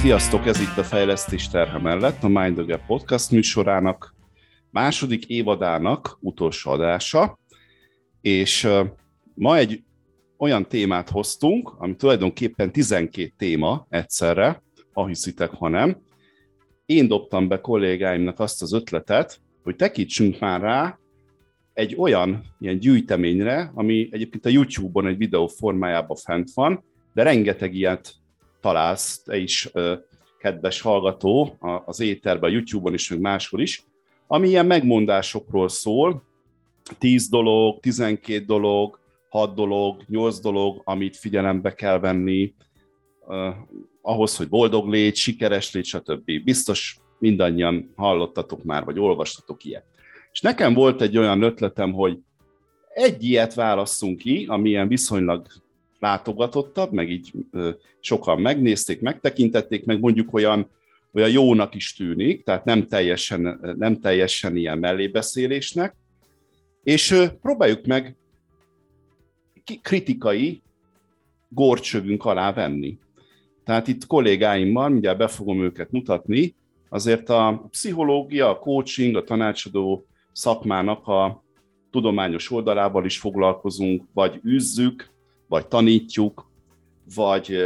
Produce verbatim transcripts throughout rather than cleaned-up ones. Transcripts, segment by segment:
Sziasztok, ez itt a Fejlesztés terhe mellett, a Mind the Gap podcast műsorának második évadának utolsó adása, és ma egy olyan témát hoztunk, ami tulajdonképpen tizenkét téma egyszerre, ha hiszitek, ha nem. Én dobtam be kollégáimnak azt az ötletet, hogy tekítsünk már rá egy olyan ilyen gyűjteményre, ami egyébként a YouTube-on egy videó formájában fent van, de rengeteg ilyet találsz, te is, kedves hallgató, az éterben, a YouTube-on is, meg máshol is, ami ilyen megmondásokról szól, tíz dolog, tizenkét dolog, hat dolog, nyolc dolog, amit figyelembe kell venni, eh, ahhoz, hogy boldog légy, sikeres légy, stb. Biztos mindannyian hallottatok már, vagy olvastatok ilyet. És nekem volt egy olyan ötletem, hogy egy ilyet válasszunk ki, ami ilyen viszonylag látogatottabb, meg így ö, sokan megnézték, megtekintették, meg mondjuk olyan, olyan jónak is tűnik, tehát nem teljesen, nem teljesen ilyen mellébeszélésnek, és ö, próbáljuk meg kritikai górcsövünk alá venni. Tehát itt kollégáimmal, mindjárt be fogom őket mutatni, azért a pszichológia, a coaching, a tanácsadó szakmának a tudományos oldalával is foglalkozunk, vagy űzzük, vagy tanítjuk, vagy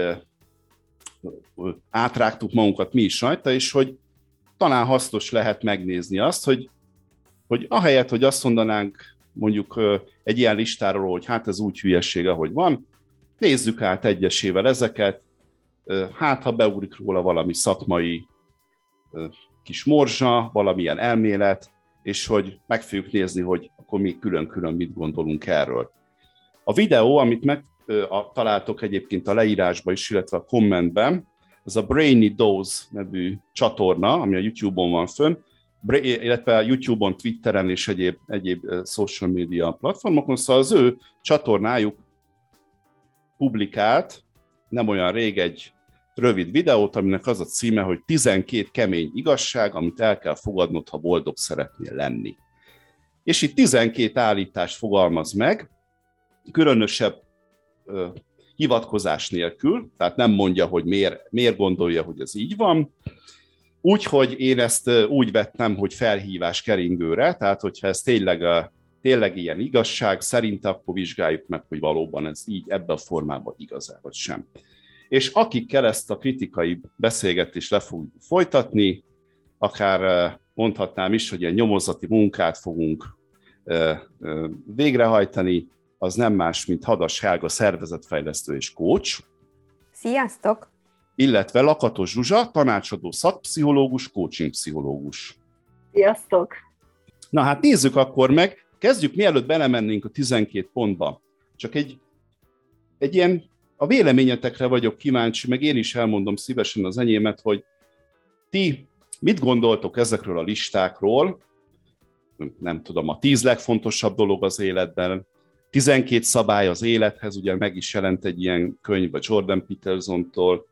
átrágtuk magunkat mi is rajta, és hogy talán hasznos lehet megnézni azt, hogy, hogy ahelyett, hogy azt mondanánk mondjuk egy ilyen listáról, hogy hát ez úgy hülyesség, ahogy van, nézzük át egyesével ezeket, hát ha beugrik róla valami szakmai kis morzsa, valamilyen elmélet, és hogy meg fogjuk nézni, hogy akkor mi külön-külön mit gondolunk erről. A videó, amit meg a, találtok egyébként a leírásban is, illetve a kommentben, ez a Brainy Dose nevű csatorna, ami a YouTube-on van fönn, illetve a YouTube-on, Twitteren és egyéb, egyéb social media platformokon, szóval az ő csatornájuk publikált nem olyan rég egy rövid videót, aminek az a címe, hogy tizenkét kemény igazság, amit el kell fogadnod, ha boldog szeretnél lenni. És itt tizenkét állítást fogalmaz meg, különösebb ö, hivatkozás nélkül, tehát nem mondja, hogy miért, miért gondolja, hogy ez így van. Úgyhogy én ezt ö, úgy vettem, hogy felhívás keringőre, tehát hogyha ez tényleg, ö, tényleg ilyen igazság, szerint akkor vizsgáljuk meg, hogy valóban ez így ebben a formában igaz-e, vagy sem. És akikkel ezt a kritikai beszélgetést le fogjuk folytatni, akár mondhatnám is, hogy ilyen nyomozati munkát fogunk ö, ö, végrehajtani, az nem más, mint Hadas Helga, szervezetfejlesztő és coach. Sziasztok! Illetve Lakatos Zsuzsa, tanácsadó szakpszichológus, coaching pszichológus. Sziasztok! Na hát nézzük akkor meg, kezdjük mielőtt belemennénk a tizenkét pontba. Csak egy, egy ilyen, a véleményetekre vagyok kíváncsi, meg én is elmondom szívesen az enyémet, hogy ti mit gondoltok ezekről a listákról, nem tudom, a tíz legfontosabb dolog az életben, tizenkét szabály az élethez, ugye meg is jelent egy ilyen könyv a Jordan Petersontól.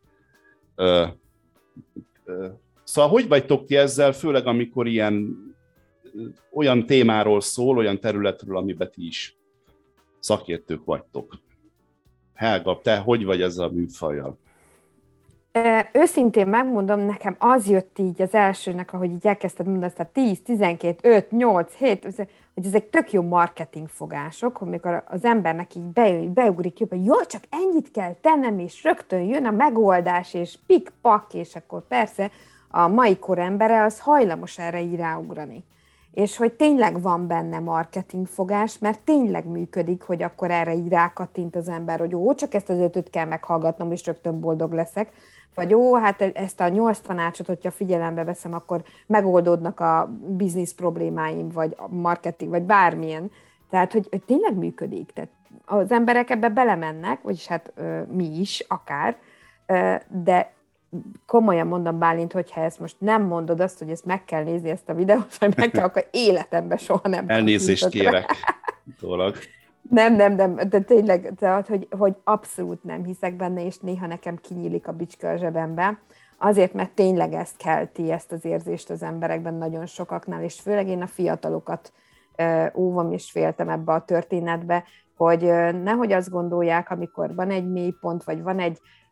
Szóval hogy vagytok ti ezzel, főleg amikor ilyen olyan témáról szól, olyan területről, amiben ti is szakértők vagytok. Helga, te hogy vagy ezzel a műfajjal? Őszintén megmondom, nekem az jött így az elsőnek, ahogy így elkezdted mondani, tehát tíz, tizenkét, öt, nyolc, hét, hogy ezek tök jó marketingfogások, amikor az embernek így be, beugrik jobban, jó, csak ennyit kell tennem, és rögtön jön a megoldás, és pik-pak, és akkor persze a mai kor embere az hajlamos erre így ráugrani. És hogy tényleg van benne marketingfogás, mert tényleg működik, hogy akkor erre így rákattint az ember, hogy ó, csak ezt az ötöt kell meghallgatnom, és rögtön boldog leszek. Vagy ó, hát ezt a nyolc tanácsot, hogyha figyelembe veszem, akkor megoldódnak a biznisz problémáim, vagy a marketing, vagy bármilyen. Tehát, hogy, hogy tényleg működik. Tehát az emberek ebbe belemennek, vagyis hát mi is, akár, de komolyan mondom, Bálint, hogyha ezt most nem mondod azt, hogy ezt meg kell nézni, ezt a videót, vagy meg kell, akkor életemben soha nem. Elnézést kérek. Tólag. Nem, nem, nem, de tényleg, tehát, hogy, hogy abszolút nem hiszek benne, és néha nekem kinyílik a bicska a zsebembe. Azért, mert tényleg ezt kelti, ezt az érzést az emberekben nagyon sokaknál, és főleg én a fiatalokat óvom és féltem ebbe a történetbe, hogy nehogy azt gondolják, amikor van egy mélypont, vagy van egy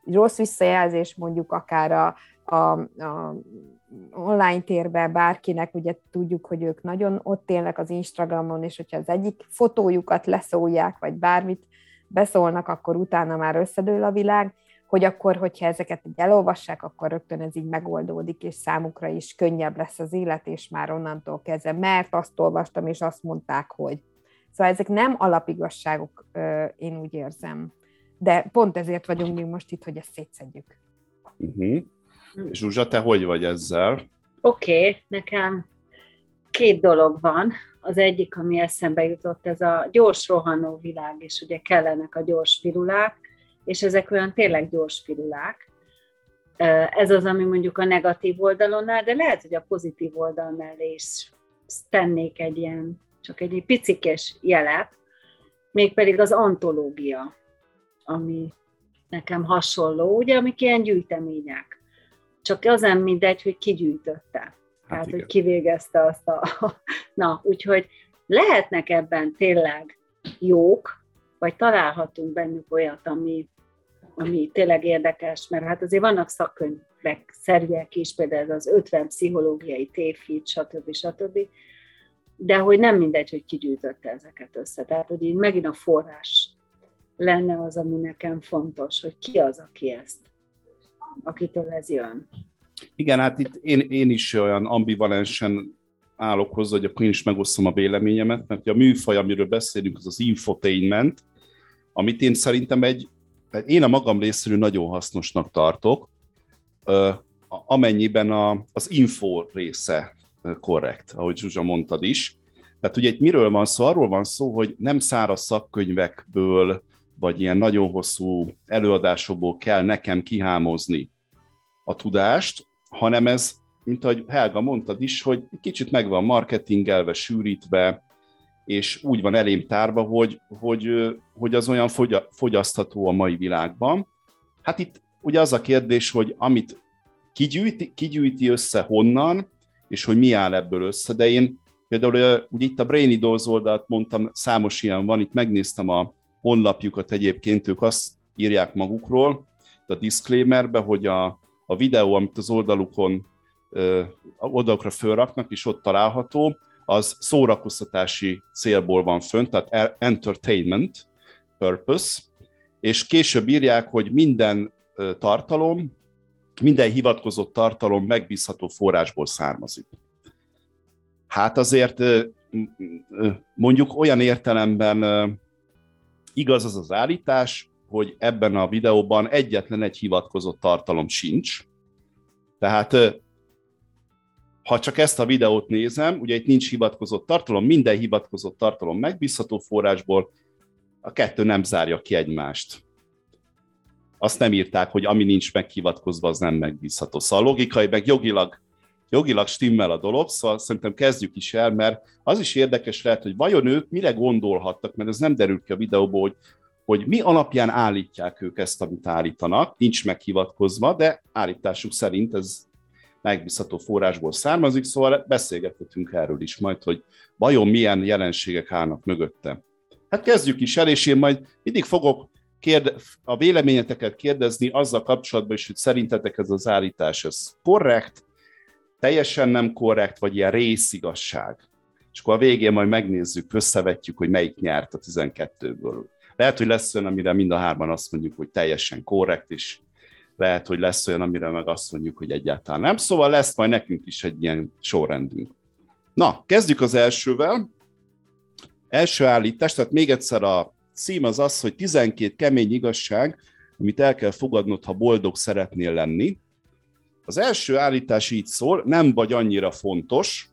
rossz visszajelzés mondjuk akár a, a, a online térben bárkinek, ugye tudjuk, hogy ők nagyon ott élnek az Instagramon, és hogyha az egyik fotójukat leszólják, vagy bármit beszólnak, akkor utána már összedől a világ, hogy akkor, hogyha ezeket így elolvassák, akkor rögtön ez így megoldódik, és számukra is könnyebb lesz az élet, és már onnantól kezdve, mert azt olvastam, és azt mondták, hogy. Szóval ezek nem alapigazságok, én úgy érzem. De pont ezért vagyunk mi most itt, hogy ezt szétszedjük. Uh-huh. Zsuzsa, te hogy vagy ezzel? Oké, okay, nekem két dolog van. Az egyik, ami eszembe jutott, ez a gyors rohanó világ, és ugye kellenek a gyors pirulák, és ezek olyan tényleg gyors pirulák. Ez az, ami mondjuk a negatív oldalon áll, de lehet, hogy a pozitív oldal mellé is tennék egy ilyen, csak egy picikés jelet, mégpedig az antológia, ami nekem hasonló, ugye, amik ilyen gyűjtemények. Csak az nem mindegy, hogy ki gyűjtötte. Hát tehát, igen. Hogy ki végezte azt a... Na, úgyhogy lehetnek ebben tényleg jók, vagy találhatunk bennük olyat, ami, ami tényleg érdekes, mert hát azért vannak szakkönyvek, szerűek is, például az ötven pszichológiai tévhit, stb. stb. De hogy nem mindegy, hogy ki gyűjtötte ezeket össze. Tehát, hogy így megint a forrás lenne az, ami nekem fontos, hogy ki az, aki ezt, akitől ez jön. Igen, hát itt én, én is olyan ambivalensen állok hozzá, hogy akkor én is megosztom a véleményemet, mert a műfaj, amiről beszélünk, az az infotainment, amit én szerintem egy, én a magam részéről nagyon hasznosnak tartok, amennyiben a, az info része korrekt, ahogy Zsuzsa mondtad is. Tehát ugye itt miről van szó? Arról van szó, hogy nem száraz szakkönyvekből, vagy ilyen nagyon hosszú előadásokból kell nekem kihámozni a tudást, hanem ez, mint ahogy Helga mondtad is, hogy kicsit meg van marketingelve, sűrítve, és úgy van elém tárva, hogy, hogy, hogy az olyan fogyasztható a mai világban. Hát itt ugye az a kérdés, hogy amit kigyűjti, kigyűjti össze honnan, és hogy mi áll ebből össze, de én például ugye itt a Brainy Dolls oldalt mondtam, számos ilyen van, itt megnéztem a honlapjukat egyébként, ők azt írják magukról, a disclaimerbe, hogy a, a videó, amit az oldalukon ö, oldalukra fölraknak, és ott található, az szórakoztatási célból van fönt, tehát entertainment purpose, és később írják, hogy minden ö, tartalom, minden hivatkozott tartalom megbízható forrásból származik. Hát azért ö, ö, mondjuk olyan értelemben ö, igaz az az állítás, hogy ebben a videóban egyetlen egy hivatkozott tartalom sincs. Tehát ha csak ezt a videót nézem, ugye itt nincs hivatkozott tartalom, minden hivatkozott tartalom megbízható forrásból, a kettő nem zárja ki egymást. Azt nem írták, hogy ami nincs meghivatkozva, az nem megbízható. Szóval logikai, meg jogilag, jogilag stimmel a dolog, szóval szerintem kezdjük is el, mert az is érdekes lehet, hogy vajon ők mire gondolhattak, mert ez nem derül ki a videóból, hogy, hogy mi alapján állítják ők ezt, amit állítanak, nincs meghivatkozva, de állításuk szerint ez megbízható forrásból származik, szóval beszélgethetünk erről is majd, hogy vajon milyen jelenségek állnak mögötte. Hát kezdjük is el, és én majd mindig fogok kérde- a véleményeteket kérdezni azzal kapcsolatban is, hogy szerintetek ez az állítás ez korrekt, teljesen nem korrekt, vagy ilyen részigazság. És akkor a végén majd megnézzük, összevetjük, hogy melyik nyert a tizenkettőből. Lehet, hogy lesz olyan, amire mind a hárman azt mondjuk, hogy teljesen korrekt, és lehet, hogy lesz olyan, amire meg azt mondjuk, hogy egyáltalán nem. Szóval lesz majd nekünk is egy ilyen sorrendünk. Na, kezdjük az elsővel. Első állítás, tehát még egyszer a cím az az, hogy tizenkét kemény igazság, amit el kell fogadnod, ha boldog szeretnél lenni. Az első állítás így szól, nem vagy annyira fontos,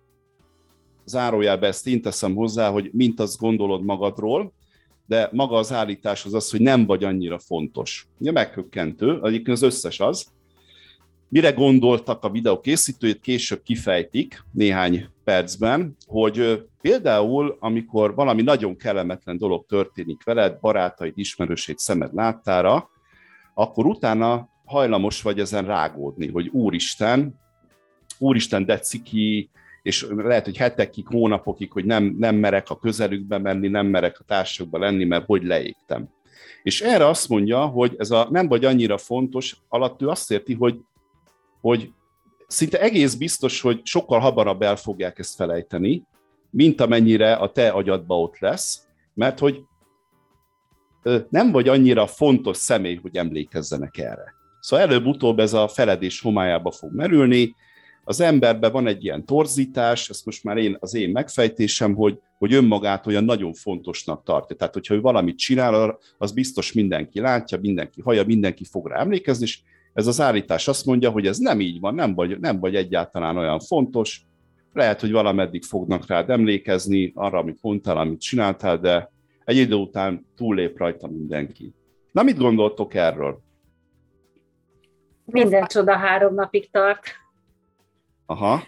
zárójelbe ezt én teszem hozzá, hogy mint azt gondolod magadról, de maga az állítás az az, hogy nem vagy annyira fontos. Ugye meghökkentő, egyébként az összes az. Mire gondoltak a videó készítőjét, később kifejtik néhány percben, hogy például, amikor valami nagyon kellemetlen dolog történik veled, barátaid, ismerősét szemed láttára, akkor utána hajlamos vagy ezen rágódni, hogy úristen, úristen de ciki, és lehet, hogy hetekig, hónapokig, hogy nem, nem merek a közelükbe menni, nem merek a társakba lenni, mert hogy leégtem. És erre azt mondja, hogy ez a nem vagy annyira fontos, alatt ő azt érti, hogy, hogy szinte egész biztos, hogy sokkal hamarabb el fogják ezt felejteni, mint amennyire a te agyadba ott lesz, mert hogy nem vagy annyira fontos személy, hogy emlékezzenek erre. Szóval előbb-utóbb ez a feledés homályába fog merülni, az emberben van egy ilyen torzítás, ezt most már én, az én megfejtésem, hogy, hogy önmagát olyan nagyon fontosnak tartja. Tehát, hogyha ő valamit csinál, az biztos mindenki látja, mindenki hallja, mindenki fog rá emlékezni, és ez az állítás azt mondja, hogy ez nem így van, nem vagy, nem vagy egyáltalán olyan fontos, lehet, hogy valameddig fognak rád emlékezni, arra, amit mondtál, amit csináltál, de egy idő után túllép rajta mindenki. Na, mit gondoltok erről? Minden csoda három napig tart. Aha.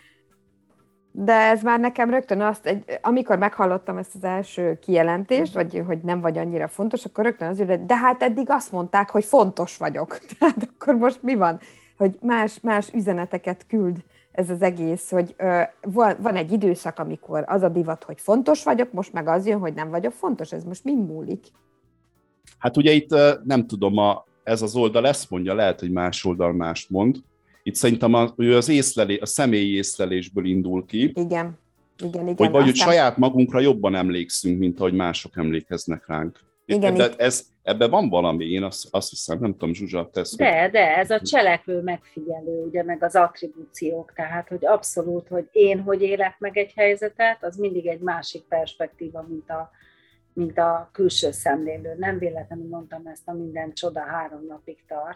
De ez már nekem rögtön azt, egy, amikor meghallottam ezt az első kijelentést, vagy hogy nem vagy annyira fontos, akkor rögtön az jött, de hát eddig azt mondták, hogy fontos vagyok. Tehát akkor most mi van? Hogy más, más üzeneteket küld ez az egész, hogy ö, van, van egy időszak, amikor az a divat, hogy fontos vagyok, most meg az jön, hogy nem vagyok fontos. Ez most mi múlik? Hát ugye itt nem tudom, a, ez az oldal ezt mondja, lehet, hogy más oldal mást mond. Itt szerintem a, ő az észlelé, a személyi észlelésből indul ki. Igen, igen, igen. Hogy vagy, hogy aztán... saját magunkra jobban emlékszünk, mint ahogy mások emlékeznek ránk. Igen, Ebben ez, ebbe van valami, én azt, azt hiszem, nem tudom, Zsuzsa, tesz. De, de, ez a cselekvő megfigyelő, ugye, meg az attribúciók, tehát, hogy abszolút, hogy én hogy élek meg egy helyzetet, az mindig egy másik perspektíva, mint a, mint a külső szemlélő. Nem véletlenül mondtam ezt, a minden csoda három napig tart,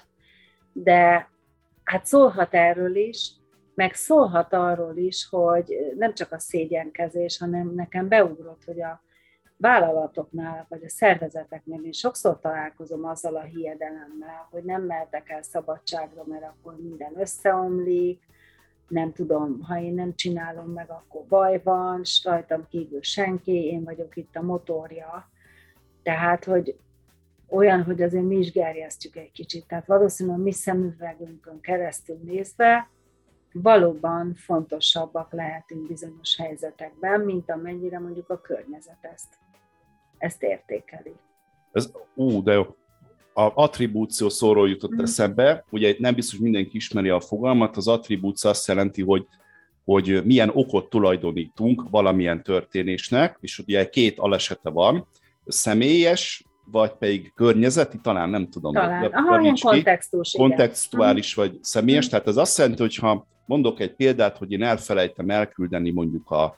de hát szólhat erről is, meg szólhat arról is, hogy nem csak a szégyenkezés, hanem nekem beugrott, hogy a vállalatoknál, vagy a szervezeteknél én sokszor találkozom azzal a hiedelemmel, hogy nem mehetek el szabadságra, mert akkor minden összeomlik, nem tudom, ha én nem csinálom meg, akkor baj van, s rajtam kívül senki, én vagyok itt a motorja. Tehát, hogy olyan, hogy azért mi is gerjesztjük egy kicsit. Tehát valószínűleg a mi szemüvegünkön keresztül nézve valóban fontosabbak lehetünk bizonyos helyzetekben, mint amennyire mondjuk a környezet ezt, ezt értékeli. Ez, ú, de jó. A attribúció szóról jutott mm. eszembe, ugye nem biztos mindenki ismeri a fogalmat, az attribúció azt jelenti, hogy, hogy milyen okot tulajdonítunk valamilyen történésnek, és ugye két alesete van, személyes, vagy pedig környezeti, talán nem tudom. Talán, de, aha, ilyen kontextus. Kontextuális igen. Vagy személyes, mm. tehát ez azt jelenti, hogy ha mondok egy példát, hogy én elfelejtem elküldeni mondjuk a,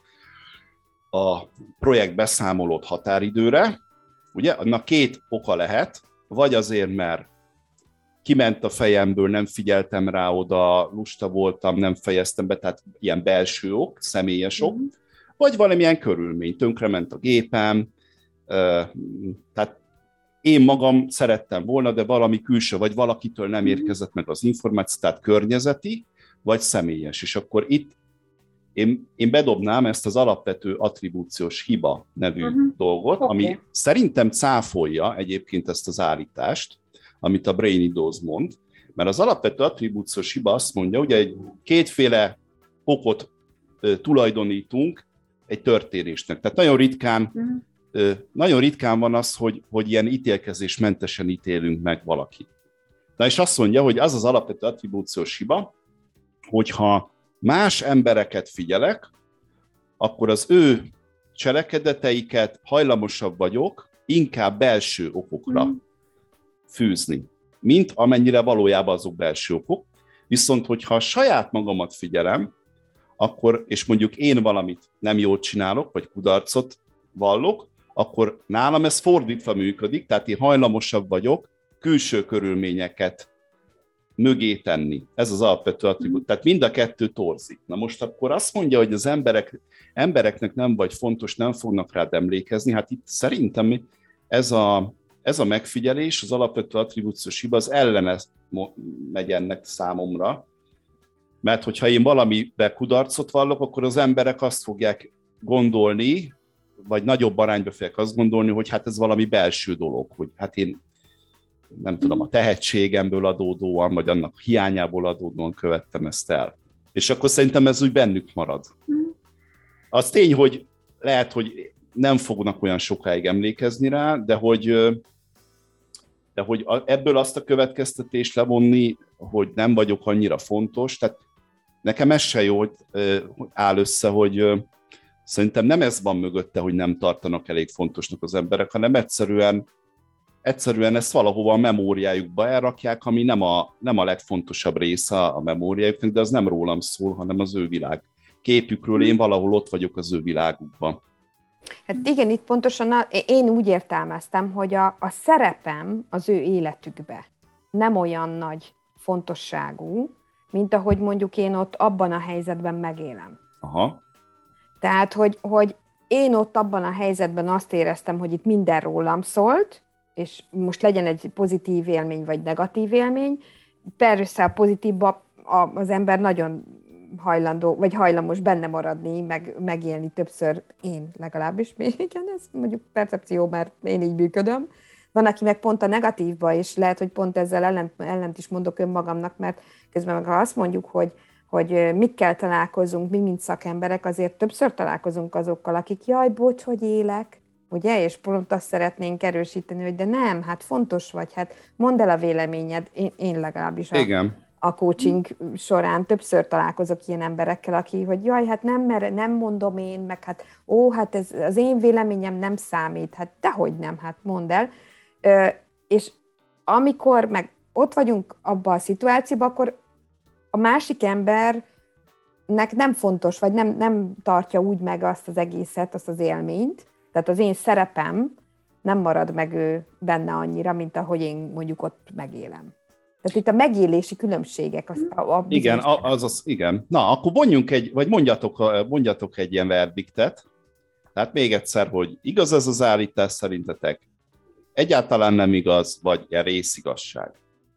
a projekt beszámolót határidőre, ugye, annak két oka lehet, vagy azért, mert kiment a fejemből, nem figyeltem rá oda, lusta voltam, nem fejeztem be, tehát ilyen belső ok, személyes ok, mm. vagy valamilyen körülmény, tönkrement a gépem, tehát én magam szerettem volna, de valami külső, vagy valakitől nem érkezett meg az információ, tehát környezeti, vagy személyes. És akkor itt én, én bedobnám ezt az alapvető attribúciós hiba nevű uh-huh. dolgot, okay. ami szerintem cáfolja egyébként ezt az állítást, amit a Brainy Dawes mond, mert az alapvető attribúciós hiba azt mondja, hogy egy kétféle okot uh, tulajdonítunk egy történésnek. Tehát nagyon ritkán uh-huh. Nagyon ritkán van az, hogy, hogy ilyen ítélkezésmentesen ítélünk meg valakit. Na és azt mondja, hogy az az alapvető attribúciós hiba, hogyha más embereket figyelek, akkor az ő cselekedeteiket hajlamosabb vagyok inkább belső okokra mm. fűzni, mint amennyire valójában azok belső okok. Viszont, hogyha a saját magamat figyelem, akkor, és mondjuk én valamit nem jól csinálok, vagy kudarcot vallok, akkor nálam ez fordítva működik, tehát én hajlamosabb vagyok külső körülményeket mögé tenni. Ez az alapvető attribút. Tehát mind a kettő torzik. Na most akkor azt mondja, hogy az emberek, embereknek nem vagy fontos, nem fognak rád emlékezni. Hát itt szerintem ez a, ez a megfigyelés, az alapvető attribúciós hiba, az ellene megy ennek számomra. Mert hogyha én valamiben kudarcot vallok, akkor az emberek azt fogják gondolni, vagy nagyobb arányba fogják azt gondolni, hogy hát ez valami belső dolog, hogy hát én nem tudom, a tehetségemből adódóan, vagy annak hiányából adódóan követtem ezt el. És akkor szerintem ez úgy bennük marad. Az tény, hogy lehet, hogy nem fognak olyan sokáig emlékezni rá, de hogy, de hogy ebből azt a következtetést levonni, hogy nem vagyok annyira fontos, tehát nekem ez se jó, hogy áll össze, hogy szerintem nem ez van mögötte, hogy nem tartanak elég fontosnak az emberek, hanem egyszerűen, egyszerűen ezt valahova a memóriájukba elrakják, ami nem a, nem a legfontosabb része a memóriájuknak, de az nem rólam szól, hanem az ő világ képükről, én valahol ott vagyok az ő világukban. Hát igen, itt pontosan a, én úgy értelmeztem, hogy a, a szerepem az ő életükbe nem olyan nagy fontosságú, mint ahogy mondjuk én ott abban a helyzetben megélem. Aha. Tehát, hogy, hogy én ott abban a helyzetben azt éreztem, hogy itt minden rólam szólt, és most legyen egy pozitív élmény, vagy negatív élmény. Persze a pozitívban az ember nagyon hajlandó, vagy hajlamos benne maradni, meg megélni többször, én legalábbis, igen, ez mondjuk percepció, mert én így működöm. Van, aki meg pont a negatívba, és lehet, hogy pont ezzel ellent, ellent is mondok önmagamnak, mert közben meg ha azt mondjuk, hogy, hogy mikkel találkozunk, mi, mint szakemberek, azért többször találkozunk azokkal, akik jaj, bocs, hogy élek, ugye? És pont azt szeretnénk erősíteni, hogy de nem, hát fontos vagy, hát mondd el a véleményed, én, én legalábbis a, Igen. a coaching során többször találkozok ilyen emberekkel, aki, hogy jaj, hát nem, mert nem mondom én, meg hát ó, hát ez, az én véleményem nem számít, hát dehogy nem, hát mondd el. Ö, és amikor meg ott vagyunk abban a szituációban, akkor a másik embernek nem fontos, vagy nem, nem tartja úgy meg azt az egészet, azt az élményt, tehát az én szerepem nem marad meg ő benne annyira, mint ahogy én mondjuk ott megélem. Tehát itt a megélési különbségek. Az, a, a igen, az az, igen. Na, akkor vonjunk egy, vagy mondjatok, mondjatok egy ilyen verdiktet. Tehát még egyszer, hogy igaz ez az állítás szerintetek? Egyáltalán nem igaz, vagy ilyen részigazság?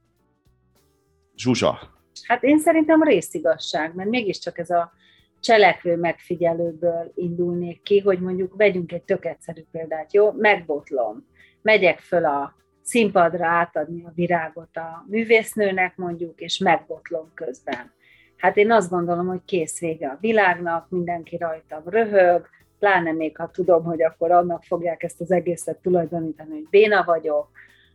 Zsuzsa. Hát én szerintem részigazság, mert mégiscsak ez a cselekvő megfigyelőből indulnék ki, hogy mondjuk vegyünk egy tök egyszerű példát, jó? Megbotlom, megyek föl a színpadra átadni a virágot a művésznőnek mondjuk, és megbotlom közben. Hát én azt gondolom, hogy kész vége a világnak, mindenki rajtam röhög, pláne még ha tudom, hogy akkor annak fogják ezt az egészet tulajdonítani, hogy béna vagyok.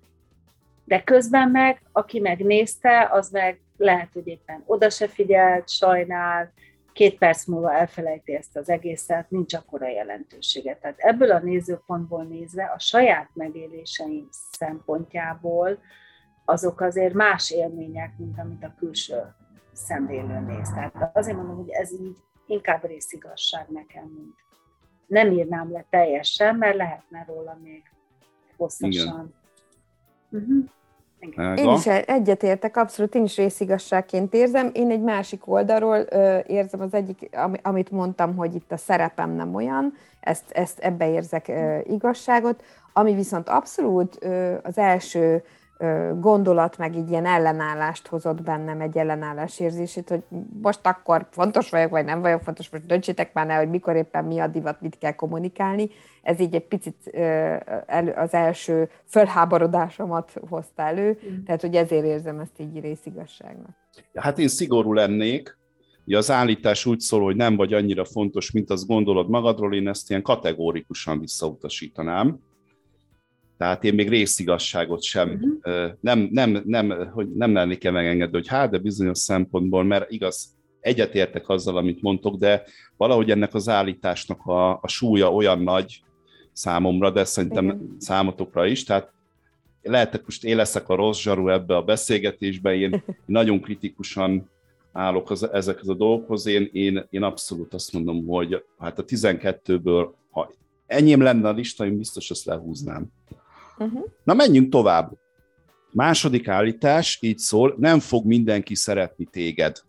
De közben meg, aki megnézte, az meg lehet, hogy éppen oda se figyelt, sajnál, két perc múlva elfelejti ezt az egészet, nincs akkora jelentősége. Tehát ebből a nézőpontból nézve, a saját megéléseim szempontjából azok azért más élmények, mint amit a külső szemlélő néz. Tehát azért mondom, hogy ez így inkább részigazság nekem, mint nem írnám le teljesen, mert lehetne róla még hosszasan. Uh-huh. Én is egyetértek, abszolút, én is részigazságként érzem. Én egy másik oldalról ö, érzem az egyik, amit mondtam, hogy itt a szerepem nem olyan, ezt, ezt ebbe érzek ö, igazságot, ami viszont abszolút ö, az első ö, gondolat, meg így ilyen ellenállást hozott bennem, egy ellenállás érzését, hogy most akkor fontos vagyok, vagy nem vagyok fontos, most döntsétek már el, hogy mikor éppen mi a divat, mit kell kommunikálni. Ez így egy picit ö, elő, az első fölháborodásomat hozta elő, mm. tehát hogy ezért érzem ezt így részigazságnak. Hát én szigorú lennék, ugye az állítás úgy szól, hogy nem vagy annyira fontos, mint azt gondolod magadról, én ezt ilyen kategórikusan visszautasítanám. Tehát én még részigazságot sem, mm-hmm. nem, nem, nem, hogy nem lennék -e megengedő, hogy hát, de bizonyos szempontból, mert igaz, egyetértek azzal, amit mondtok, de valahogy ennek az állításnak a, a súlya olyan nagy számomra, de szerintem igen. Számotokra is, tehát lehetek, most én leszek a rossz zsaru ebbe a beszélgetésbe, én nagyon kritikusan állok az, ezekhez a dolgokhoz, én, én, én abszolút azt mondom, hogy hát a tizenkettőből, ha enyém lenne a lista, én biztos azt lehúznám. Uh-huh. Na menjünk tovább. Második állítás, így szól, nem fog mindenki szeretni téged.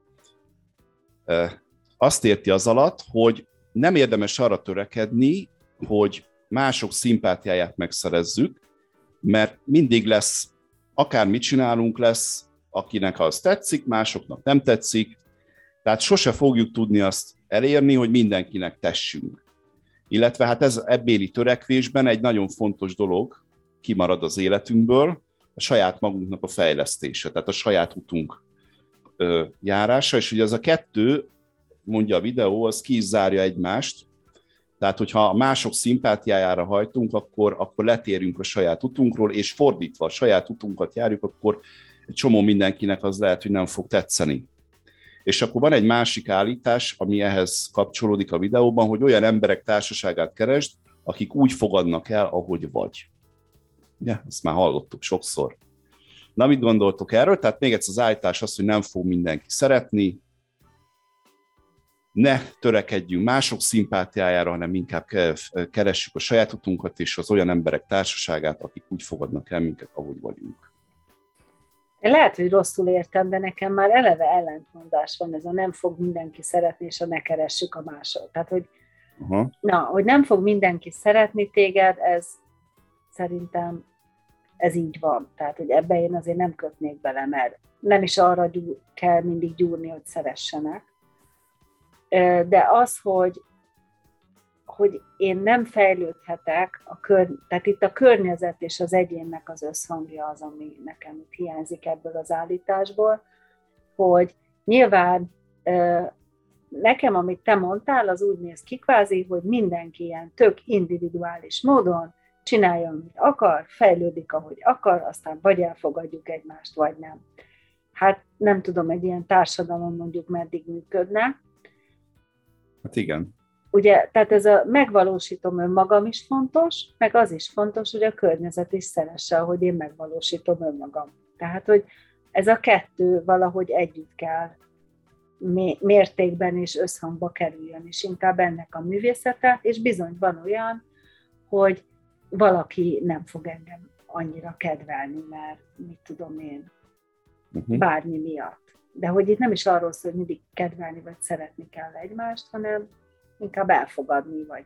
Azt érti az alatt, hogy nem érdemes arra törekedni, hogy mások szimpátiáját megszerezzük, mert mindig lesz, akármit csinálunk, lesz, akinek az tetszik, másoknak nem tetszik, tehát sose fogjuk tudni azt elérni, hogy mindenkinek tessünk. Illetve hát ez ebbéli törekvésben egy nagyon fontos dolog kimarad az életünkből, a saját magunknak a fejlesztése, tehát a saját utunk ö, járása, és ugye ez a kettő, mondja a videó, az ki is zárja egymást, Tehát, hogyha mások szimpátiájára hajtunk, akkor, akkor letérünk a saját utunkról, és fordítva a saját utunkat járjuk, akkor egy csomó mindenkinek az lehet, hogy nem fog tetszeni. És akkor van egy másik állítás, ami ehhez kapcsolódik a videóban, hogy olyan emberek társaságát keresd, akik úgy fogadnak el, ahogy vagy. Ugye, ezt már hallottuk sokszor. Na, mit gondoltok erről? Tehát még egyszer az állítás az, hogy nem fog mindenki szeretni, ne törekedjünk mások szimpátiájára, hanem inkább keressük a saját utunkat és az olyan emberek társaságát, akik úgy fogadnak el minket, ahogy vagyunk. Lehet, hogy rosszul értem, de nekem már eleve ellentmondás van, ez a nem fog mindenki szeretni, és a ne keressük a mások. Tehát, hogy, Aha. na, hogy nem fog mindenki szeretni téged, ez szerintem ez így van. Tehát, hogy ebbe én azért nem kötnék bele, mert nem is arra gyúr, kell mindig gyúrni, hogy szeressenek. De az, hogy, hogy én nem fejlődhetek, a kör, tehát itt a környezet és az egyénnek az összhangja az, ami nekem itt hiányzik ebből az állításból, hogy nyilván nekem, amit te mondtál, az úgy néz ki kvázi, hogy mindenki ilyen tök individuális módon csinálja, amit akar, fejlődik, ahogy akar, aztán vagy elfogadjuk egymást, vagy nem. Hát nem tudom, egy ilyen társadalom mondjuk meddig működne. Hát igen. Ugye, tehát ez a megvalósítom önmagam is fontos, meg az is fontos, hogy a környezet is szeresse, ahogy én megvalósítom önmagam. Tehát, hogy ez a kettő valahogy együtt kell mértékben és összhangba kerüljön, és inkább ennek a művészete, és bizony van olyan, hogy valaki nem fog engem annyira kedvelni, mert mit tudom én, uh-huh. bármi miatt. De hogy itt nem is arról szól, hogy mindig kedvelni vagy szeretni kell egymást, hanem inkább elfogadni vagy.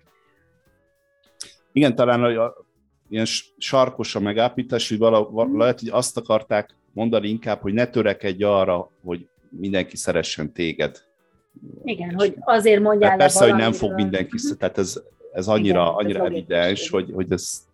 Igen, talán a, ilyen sarkos a megállapítás, hogy vala, vala, lehet, hogy azt akarták mondani inkább, hogy ne törekedj arra, hogy mindenki szeressen téged. Igen, és hogy azért mondjál le persze, valamiről. hogy nem fog mindenki, tehát ez, ez annyira, igen, annyira ez evidens, hogy, hogy ez...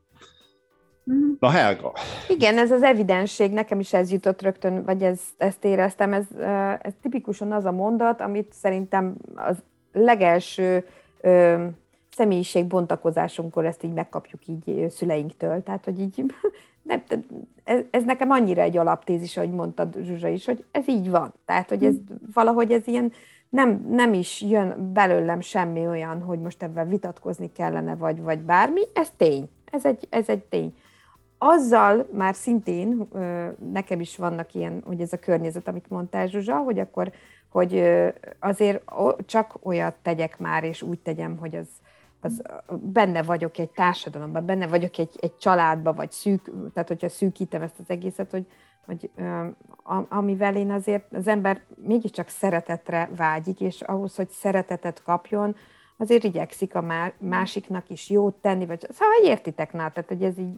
Na, Helga. Igen, ez az evidensség, nekem is ez jutott rögtön, vagy ez, ezt éreztem, ez, ez tipikusan az a mondat, amit szerintem az legelső ö, személyiségbontakozásunkkor ezt így megkapjuk így szüleinktől. Tehát, hogy így, nem, ez, ez nekem annyira egy alaptézis, ahogy mondtad, Zsuzsa is, hogy ez így van. Tehát, hogy ez valahogy ez ilyen, nem, nem is jön belőlem semmi olyan, hogy most ebben vitatkozni kellene, vagy, vagy bármi, ez tény. Ez egy, ez egy tény. Azzal már szintén nekem is vannak ilyen, hogy ez a környezet, amit mondtál, Zsuzsa, hogy akkor, hogy azért csak olyat tegyek már, és úgy tegyem, hogy az, az benne vagyok egy társadalomban, benne vagyok egy, egy családban, vagy szűk, tehát hogyha szűkítem ezt az egészet, hogy, hogy amivel én azért az ember mégiscsak szeretetre vágyik, és ahhoz, hogy szeretetet kapjon, azért igyekszik a másiknak is jót tenni, vagy szóval értitek már, tehát hogy ez így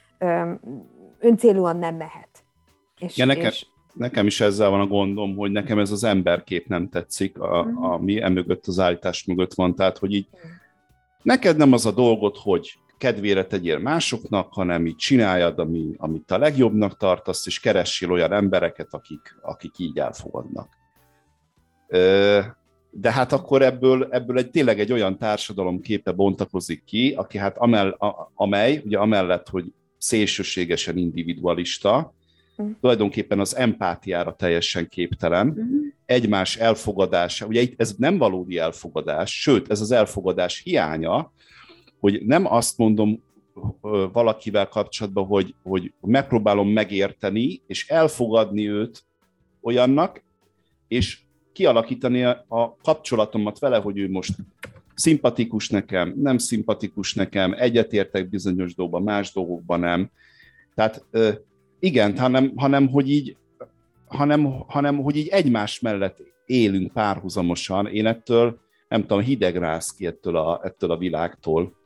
öncélúan nem mehet. És, ja, nekem, és... nekem is ezzel van a gondom, hogy nekem ez az emberkép nem tetszik, a, uh-huh. ami emögött az állítás mögött van, tehát hogy így uh-huh. neked nem az a dolgod, hogy kedvére tegyél másoknak, hanem így csináljad, ami, amit a legjobbnak tartasz, és keressél olyan embereket, akik, akik így elfogadnak. De hát akkor ebből, ebből egy, tényleg egy olyan társadalom képe bontakozik ki, aki hát amell, a, amely, ugye amellett, hogy szélsőségesen individualista, uh. tulajdonképpen az empátiára teljesen képtelen, uh-huh. egymás elfogadása, ugye itt ez nem valódi elfogadás, sőt, ez az elfogadás hiánya, hogy nem azt mondom valakivel kapcsolatban, hogy, hogy megpróbálom megérteni, és elfogadni őt olyannak, és kialakítani a kapcsolatomat vele, hogy ő most szimpatikus nekem, nem szimpatikus nekem, egyetértek bizonyos dolgokban, más dolgokban nem. Tehát igen, hanem, hanem, hogy így, hanem, hanem hogy így egymás mellett élünk párhuzamosan. Én ettől, nem tudom, hideg rász ki ettől a, ettől a világtól.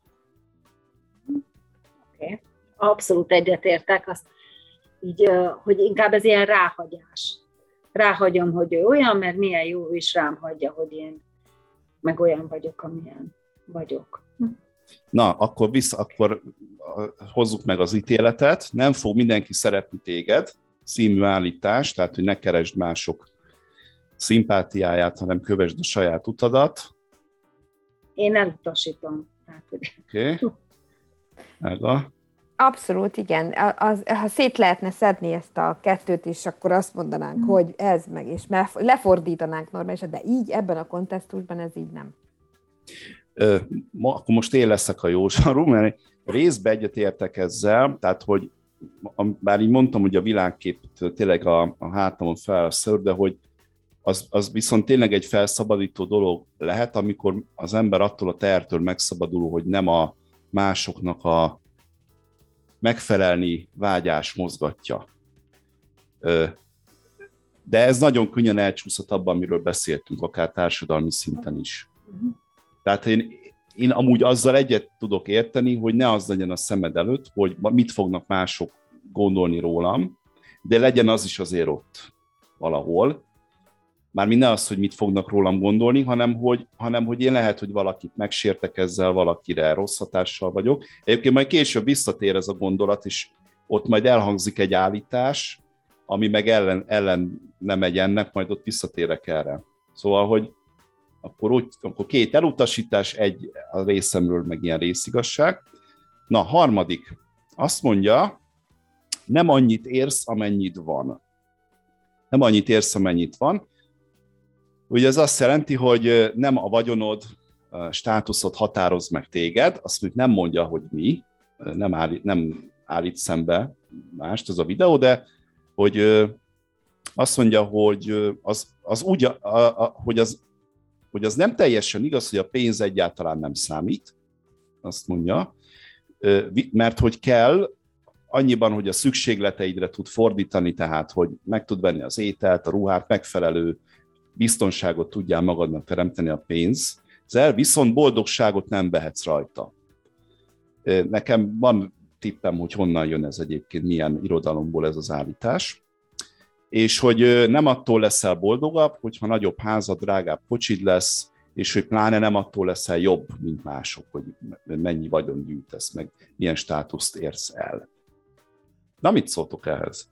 Okay. Abszolút egyetértek, azt így, hogy inkább ez ilyen ráhagyás. Ráhagyom, hogy ő olyan, mert milyen jó, és rám hagyja, hogy én meg olyan vagyok, amilyen vagyok. Na, akkor vissza, akkor hozzuk meg az ítéletet. Nem fog mindenki szeretni téged, című állítás, tehát, hogy ne keresd mások szimpátiáját, hanem kövesd a saját utadat. én elutasítom. Oké. Okay. Abszolút, igen. Az, ha szét lehetne szedni ezt a kettőt is, akkor azt mondanánk, mm. hogy ez meg, és lefordítanánk normálisan, de így ebben a kontextusban ez így nem. Ö, ma, akkor most én leszek a józanú, mert részben egyetértek ezzel, tehát, hogy bár így mondtam, hogy a világkép tényleg a, a hátamon fel a ször, de hogy az, az viszont tényleg egy felszabadító dolog lehet, amikor az ember attól a tehertől megszabadul, hogy nem a másoknak a megfelelni vágyás mozgatja. De ez nagyon könnyen elcsúszott abban, amiről beszéltünk, akár társadalmi szinten is. Tehát én, én amúgy azzal egyet tudok érteni, hogy ne az legyen a szemed előtt, hogy mit fognak mások gondolni rólam, de legyen az is azért ott valahol. Mármint ne az, hogy mit fognak rólam gondolni, hanem hogy, hanem hogy én lehet, hogy valakit megsértek ezzel, valakire rossz hatással vagyok. Egyébként majd később visszatér ez a gondolat, és ott majd elhangzik egy állítás, ami meg ellen, ellen nem megy ennek, majd ott visszatérek erre. Szóval, hogy akkor, úgy, akkor két elutasítás, egy a részemről meg ilyen részigazság. Na, harmadik. Azt mondja, nem annyit érsz, amennyit van. Nem annyit érsz, amennyit van. Ugye ez azt jelenti, hogy nem a vagyonod, a státuszod határoz meg téged, azt mondjuk nem mondja, hogy mi, nem állít, nem állít szembe mást ez a videó, de hogy azt mondja, hogy az, az úgy, a, a, hogy, az, hogy az nem teljesen igaz, hogy a pénz egyáltalán nem számít, azt mondja, mert hogy kell, annyiban, hogy a szükségleteidre tud fordítani, tehát, hogy meg tud venni az ételt, a ruhát, megfelelő biztonságot tudjál magadnak teremteni a pénzzel, viszont boldogságot nem vehetsz rajta. Nekem van tippem, hogy honnan jön ez egyébként, milyen irodalomból ez az állítás, és hogy nem attól leszel boldogabb, hogyha nagyobb házad, drágább kocsid lesz, és hogy pláne nem attól leszel jobb, mint mások, hogy mennyi vagyon gyűjtesz, meg milyen státuszt érsz el. Na, mit szóltok ehhez?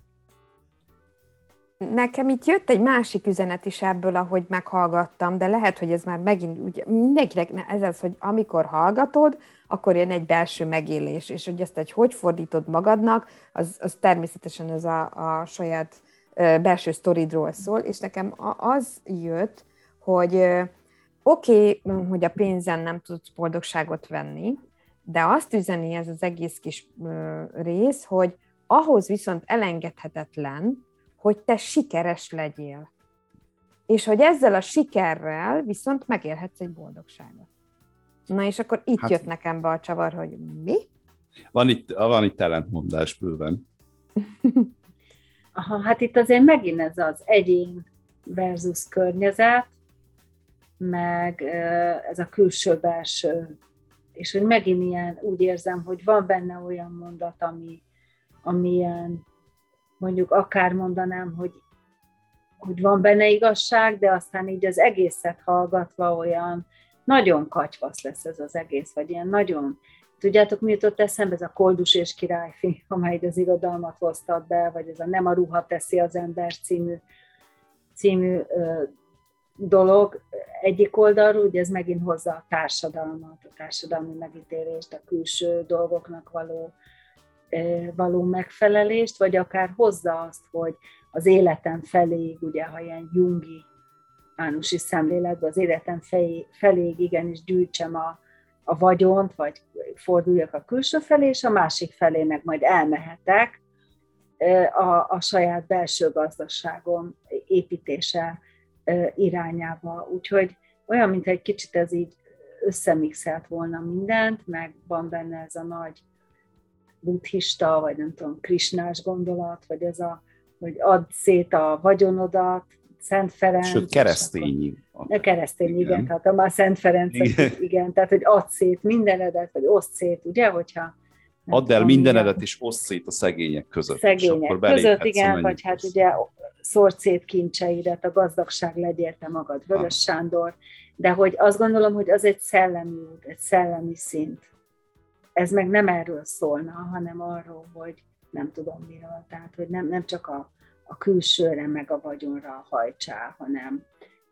Nekem itt jött egy másik üzenet is ebből, ahogy meghallgattam, de lehet, hogy ez már megint ugye, mindenkinek ez az, hogy amikor hallgatod, akkor jön egy belső megélés, és hogy ezt egy hogy fordítod magadnak, az, az természetesen ez a, a saját belső sztoridról szól, és nekem az jött, hogy oké, okay, hogy a pénzen nem tudsz boldogságot venni, de azt üzeni ez az egész kis rész, hogy ahhoz viszont elengedhetetlen, hogy te sikeres legyél. És hogy ezzel a sikerrel viszont megélhetsz egy boldogságot. Na és akkor itt hát, jött nekem be a csavar, hogy mi? Van itt, van itt ellentmondás bőven. Aha, hát itt azért megint ez az egyén versus környezet, meg ez a külső-belső. És hogy megint ilyen, úgy érzem, hogy van benne olyan mondat, ami, ami ilyen, mondjuk akár mondanám, hogy, hogy van benne igazság, de aztán így az egészet hallgatva olyan nagyon katyvasz lesz ez az egész, vagy ilyen nagyon... Tudjátok, mi jutott eszembe? Ez a Koldus és királyfi, amely az irodalmat hoztad be, vagy ez a Nem a ruha teszi az ember című, című ö, dolog. Egyik oldalról, ugye ez megint hozza a társadalmat, a társadalmi megítélést, a külső dolgoknak való, ö, való megfelelést, vagy akár hozza azt, hogy az életem feléig, ugye, ha ilyen jungi ánusi szemléletben, az életem feléig igenis gyűjtsem a a vagyont, vagy forduljak a külső felé, és a másik felé meg majd elmehetek a, a saját belső gazdaságom építése irányába. Úgyhogy olyan, mintha egy kicsit ez így összemixelt volna mindent, meg van benne ez a nagy buddhista, vagy nem tudom, krisnás gondolat, vagy ez a, hogy add szét a vagyonodat, Szent Ferenc. Sőt, keresztény. A keresztény, igen. igen, tehát már Szent Ferenc, igen. igen, tehát hogy add szét mindenedet, vagy oszd szét, ugye, hogyha... Add el mindenedet, és oszd szét a szegények között. Szegények között, igen, vagy hát ugye szórd szét kincseidet, a gazdagság legyél te magad, Vörös ah. Sándor, de hogy azt gondolom, hogy az egy szellemi út, egy szellemi szint. Ez meg nem erről szólna, hanem arról, hogy nem tudom miről, tehát hogy nem, nem csak a a külsőre, meg a vagyonra hajtsál, hanem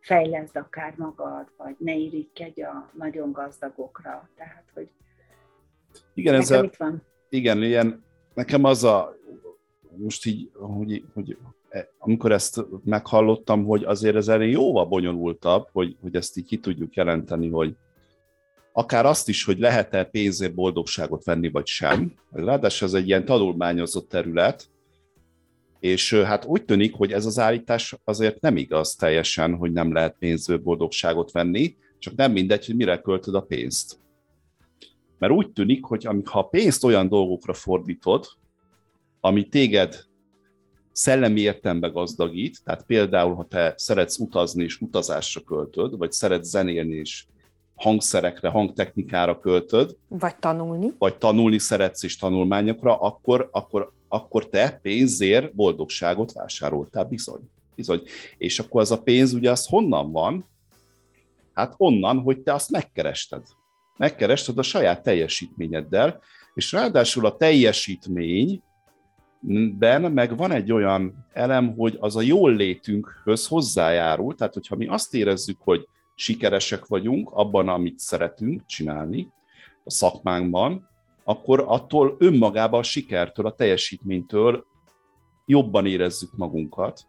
fejleszd akár magad, vagy ne irigykedj a nagyon gazdagokra. Tehát, hogy igen, nekem ezzel, itt van. Igen, ilyen, nekem az a, most így, hogy, hogy amikor ezt meghallottam, hogy azért ez elég jóval bonyolultabb, hogy, hogy ezt így ki tudjuk jelenteni, hogy akár azt is, hogy lehet-e pénzért boldogságot venni, vagy sem. Ráadásul ez egy ilyen tanulmányozott terület, és hát úgy tűnik, hogy ez az állítás azért nem igaz teljesen, hogy nem lehet pénzért boldogságot venni, csak nem mindegy, hogy mire költöd a pénzt. Mert úgy tűnik, hogy ha a pénzt olyan dolgokra fordítod, ami téged szellemi értelembe gazdagít, tehát például, ha te szeretsz utazni és utazásra költöd, vagy szeretsz zenélni és hangszerekre, hangtechnikára költöd, vagy tanulni, vagy tanulni szeretsz és tanulmányokra, akkor, akkor, akkor te pénzért boldogságot vásároltál, bizony. bizony. És akkor az a pénz, ugye az honnan van? Hát onnan, hogy te azt megkerested. Megkerested a saját teljesítményeddel, és ráadásul a teljesítményben meg van egy olyan elem, hogy az a jól létünkhöz hozzájárul, tehát hogyha mi azt érezzük, hogy sikeresek vagyunk abban, amit szeretünk csinálni a szakmánkban, akkor attól önmagában a sikertől, a teljesítménytől jobban érezzük magunkat.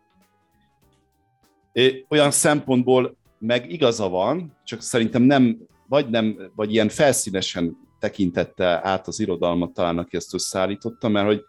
Olyan szempontból meg igaza van, csak szerintem nem, vagy nem, vagy ilyen felszínesen tekintette át az irodalmat talán, aki ezt összeállította, mert hogy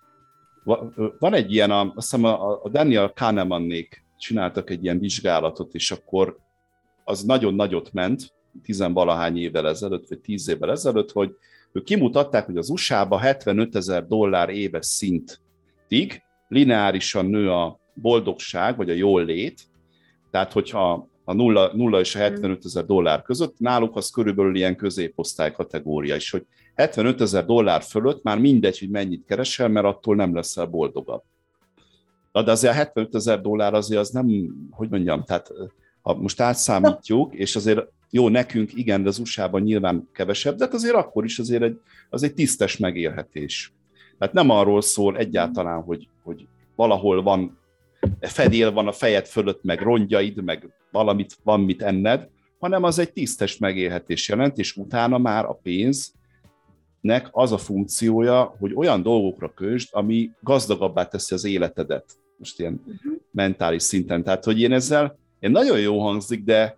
van egy ilyen, azt hiszem a Daniel Kahnemannék csináltak egy ilyen vizsgálatot, és akkor az nagyon nagyot ment, tizenvalahány évvel ezelőtt, vagy tíz évvel ezelőtt, hogy ők kimutatták, hogy az u es á-ban hetvenötezer dollár éves szintig lineárisan nő a boldogság, vagy a jól lét, tehát hogyha a nulla, nulla és a hetvenötezer dollár között, náluk az körülbelül ilyen középosztály kategória is, hogy hetvenötezer dollár fölött már mindegy, hogy mennyit keresel, mert attól nem leszel boldogabb. De azért a hetvenötezer dollár azért az nem, hogy mondjam, tehát ha most átszámítjuk, és azért jó, nekünk igen, de az u es á-ban nyilván kevesebb, de azért akkor is azért egy, az egy tisztes megélhetés. Tehát nem arról szól egyáltalán, hogy, hogy valahol van, fedél van a fejed fölött, meg rongyaid, meg valamit van mit enned, hanem az egy tisztes megélhetés jelent, és utána már a pénznek az a funkciója, hogy olyan dolgokra költsd, ami gazdagabbá teszi az életedet. Most ilyen uh-huh. mentális szinten. Tehát, hogy én ezzel, én nagyon jó hangzik, de,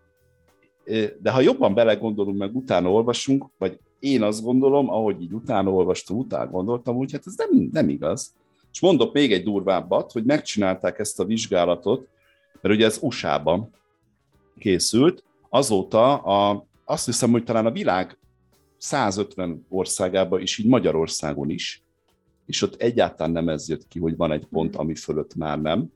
de ha jobban belegondolunk, meg utána olvasunk, vagy én azt gondolom, ahogy így utána olvastam, utána gondoltam, hogy hát ez nem, nem igaz. És mondok még egy durvábbat, hogy megcsinálták ezt a vizsgálatot, mert ugye ez u es á-ban készült, azóta a, azt hiszem, hogy talán a világ százötven országában, és így Magyarországon is, és ott egyáltalán nem ez jött ki, hogy van egy pont, ami fölött már nem,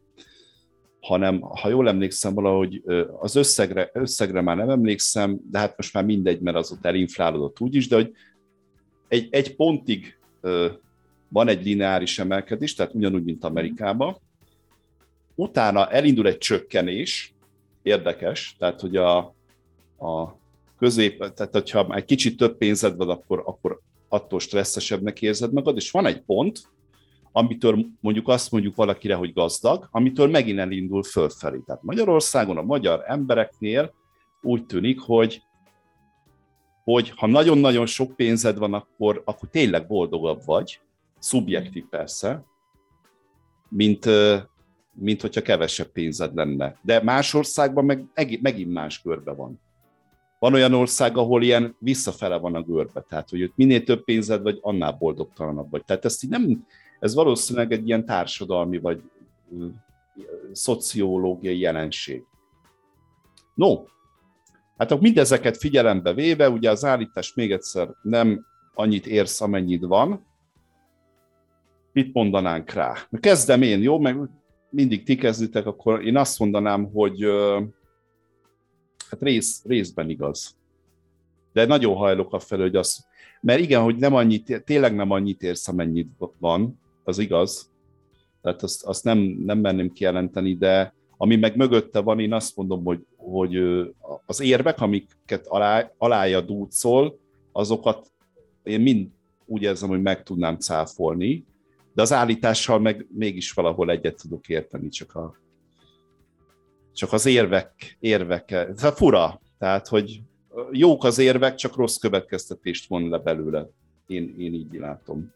hanem, ha jól emlékszem valahogy, az összegre, összegre már nem emlékszem, de hát most már mindegy, mert az ott elinflálódott úgyis, de hogy egy, egy pontig van egy lineáris emelkedés, tehát ugyanúgy, mint Amerikában. Utána elindul egy csökkenés, érdekes, tehát hogy a, a közép, tehát hogyha egy kicsit több pénzed van, akkor, akkor attól stresszesebbnek érzed magad, és van egy pont, amitől mondjuk azt mondjuk valakire, hogy gazdag, amitől megint elindul fölfelé. Tehát Magyarországon a magyar embereknél úgy tűnik, hogy, hogy ha nagyon-nagyon sok pénzed van, akkor, akkor tényleg boldogabb vagy, szubjektív persze, mint, mint hogyha kevesebb pénzed lenne. De más országban meg megint más görbe van. Van olyan ország, ahol ilyen visszafele van a görbe, tehát hogy minél több pénzed vagy, annál boldogtalanabb vagy. Tehát ezt így nem, ez valószínűleg egy ilyen társadalmi vagy uh, szociológiai jelenség. No, hát akkor mindezeket figyelembe véve, ugye az állítás még egyszer nem annyit érsz, amennyit van. Mit mondanánk rá? Kezdem én, jó? Meg mindig ti kezditek, akkor én azt mondanám, hogy uh, hát rész, részben igaz. De nagyon hajlok afelől, hogy az, mert igen, hogy nem annyit, tényleg nem annyit érsz, amennyit van, az igaz. Tehát azt, azt nem, nem merném kijelenteni, de ami meg mögötte van, én azt mondom, hogy, hogy az érvek, amiket alá, alája dúcol, azokat én mind úgy érzem, hogy meg tudnám cáfolni, de az állítással meg mégis valahol egyet tudok érteni, csak a csak az érvek, érvek, ez fura, tehát, hogy jók az érvek, csak rossz következtetést von le belőle. Én, én így látom.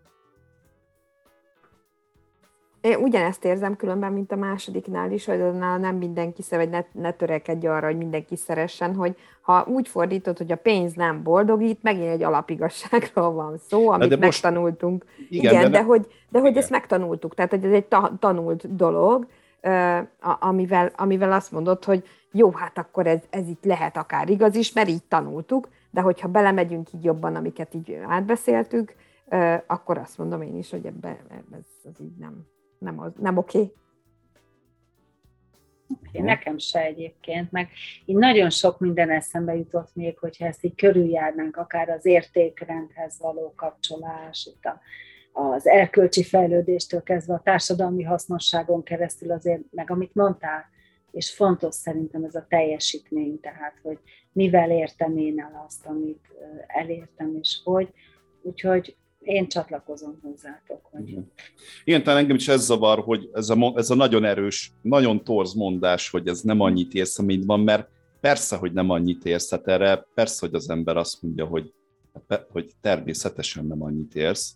Én ugyanezt érzem különben, mint a másodiknál is, hogy nála nem mindenki szeret, vagy ne, ne törekedj arra, hogy mindenki szeressen, hogy ha úgy fordítod, hogy a pénz nem boldogít, megint egy alapigasságról van szó, amit de most... megtanultunk. Igen, igen de, de, ne... hogy, de hogy ezt megtanultuk, tehát hogy ez egy ta- tanult dolog, amivel, amivel azt mondod, hogy jó, hát akkor ez, ez itt lehet akár igaz is, mert így tanultuk, de hogyha belemegyünk így jobban, amiket így átbeszéltük, akkor azt mondom én is, hogy ebbe, ez, ez így nem, nem, az, nem oké. Okay. Okay, nekem se egyébként, meg így nagyon sok minden eszembe jutott még, hogyha ezt így körüljárnánk, akár az értékrendhez való kapcsolás, itt a, az erkölcsi fejlődéstől kezdve a társadalmi hasznosságon keresztül azért, meg amit mondtál, és fontos szerintem ez a teljesítmény, tehát, hogy mivel értem én el azt, amit elértem, és hogy, úgyhogy én csatlakozom hozzátok. Hogy... Igen, talán engem is ez zavar, hogy ez a, ez a nagyon erős, nagyon torz mondás, hogy ez nem annyit érsz, amit van, mert persze, hogy nem annyit érsz, hát erre persze, hogy az ember azt mondja, hogy, hogy természetesen nem annyit érsz.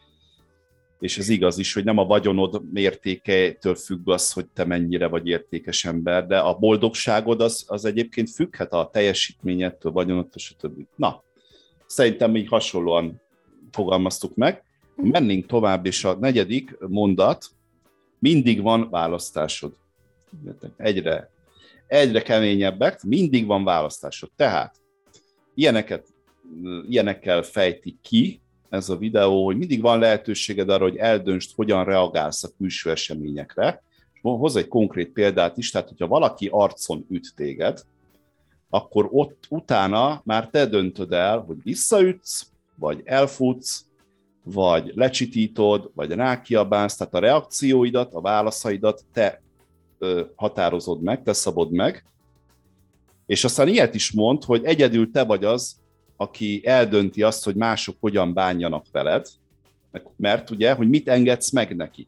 És ez igaz is, hogy nem a vagyonod mértéketől függ az, hogy te mennyire vagy értékes ember, de a boldogságod az, az egyébként függhet a teljesítményettől, vagyonodtól, stb. Na, szerintem így hasonlóan fogalmaztuk meg. Mennénk tovább, és a negyedik mondat, mindig van választásod. Egyre, egyre keményebbek, mindig van választásod. Tehát ilyeneket, ilyenekkel fejtik ki ez a videó, hogy mindig van lehetőséged arra, hogy eldöntsd, hogyan reagálsz a külső eseményekre. Hoz egy konkrét példát is, tehát hogyha valaki arcon üt téged, akkor ott utána már te döntöd el, hogy visszaütsz, vagy elfutsz, vagy lecsitítod, vagy rákiabálsz, tehát a reakcióidat, a válaszaidat te ö, határozod meg, te szabod meg, és aztán ilyet is mond, hogy egyedül te vagy az, aki eldönti azt, hogy mások hogyan bánjanak veled, mert ugye, hogy mit engedsz meg nekik.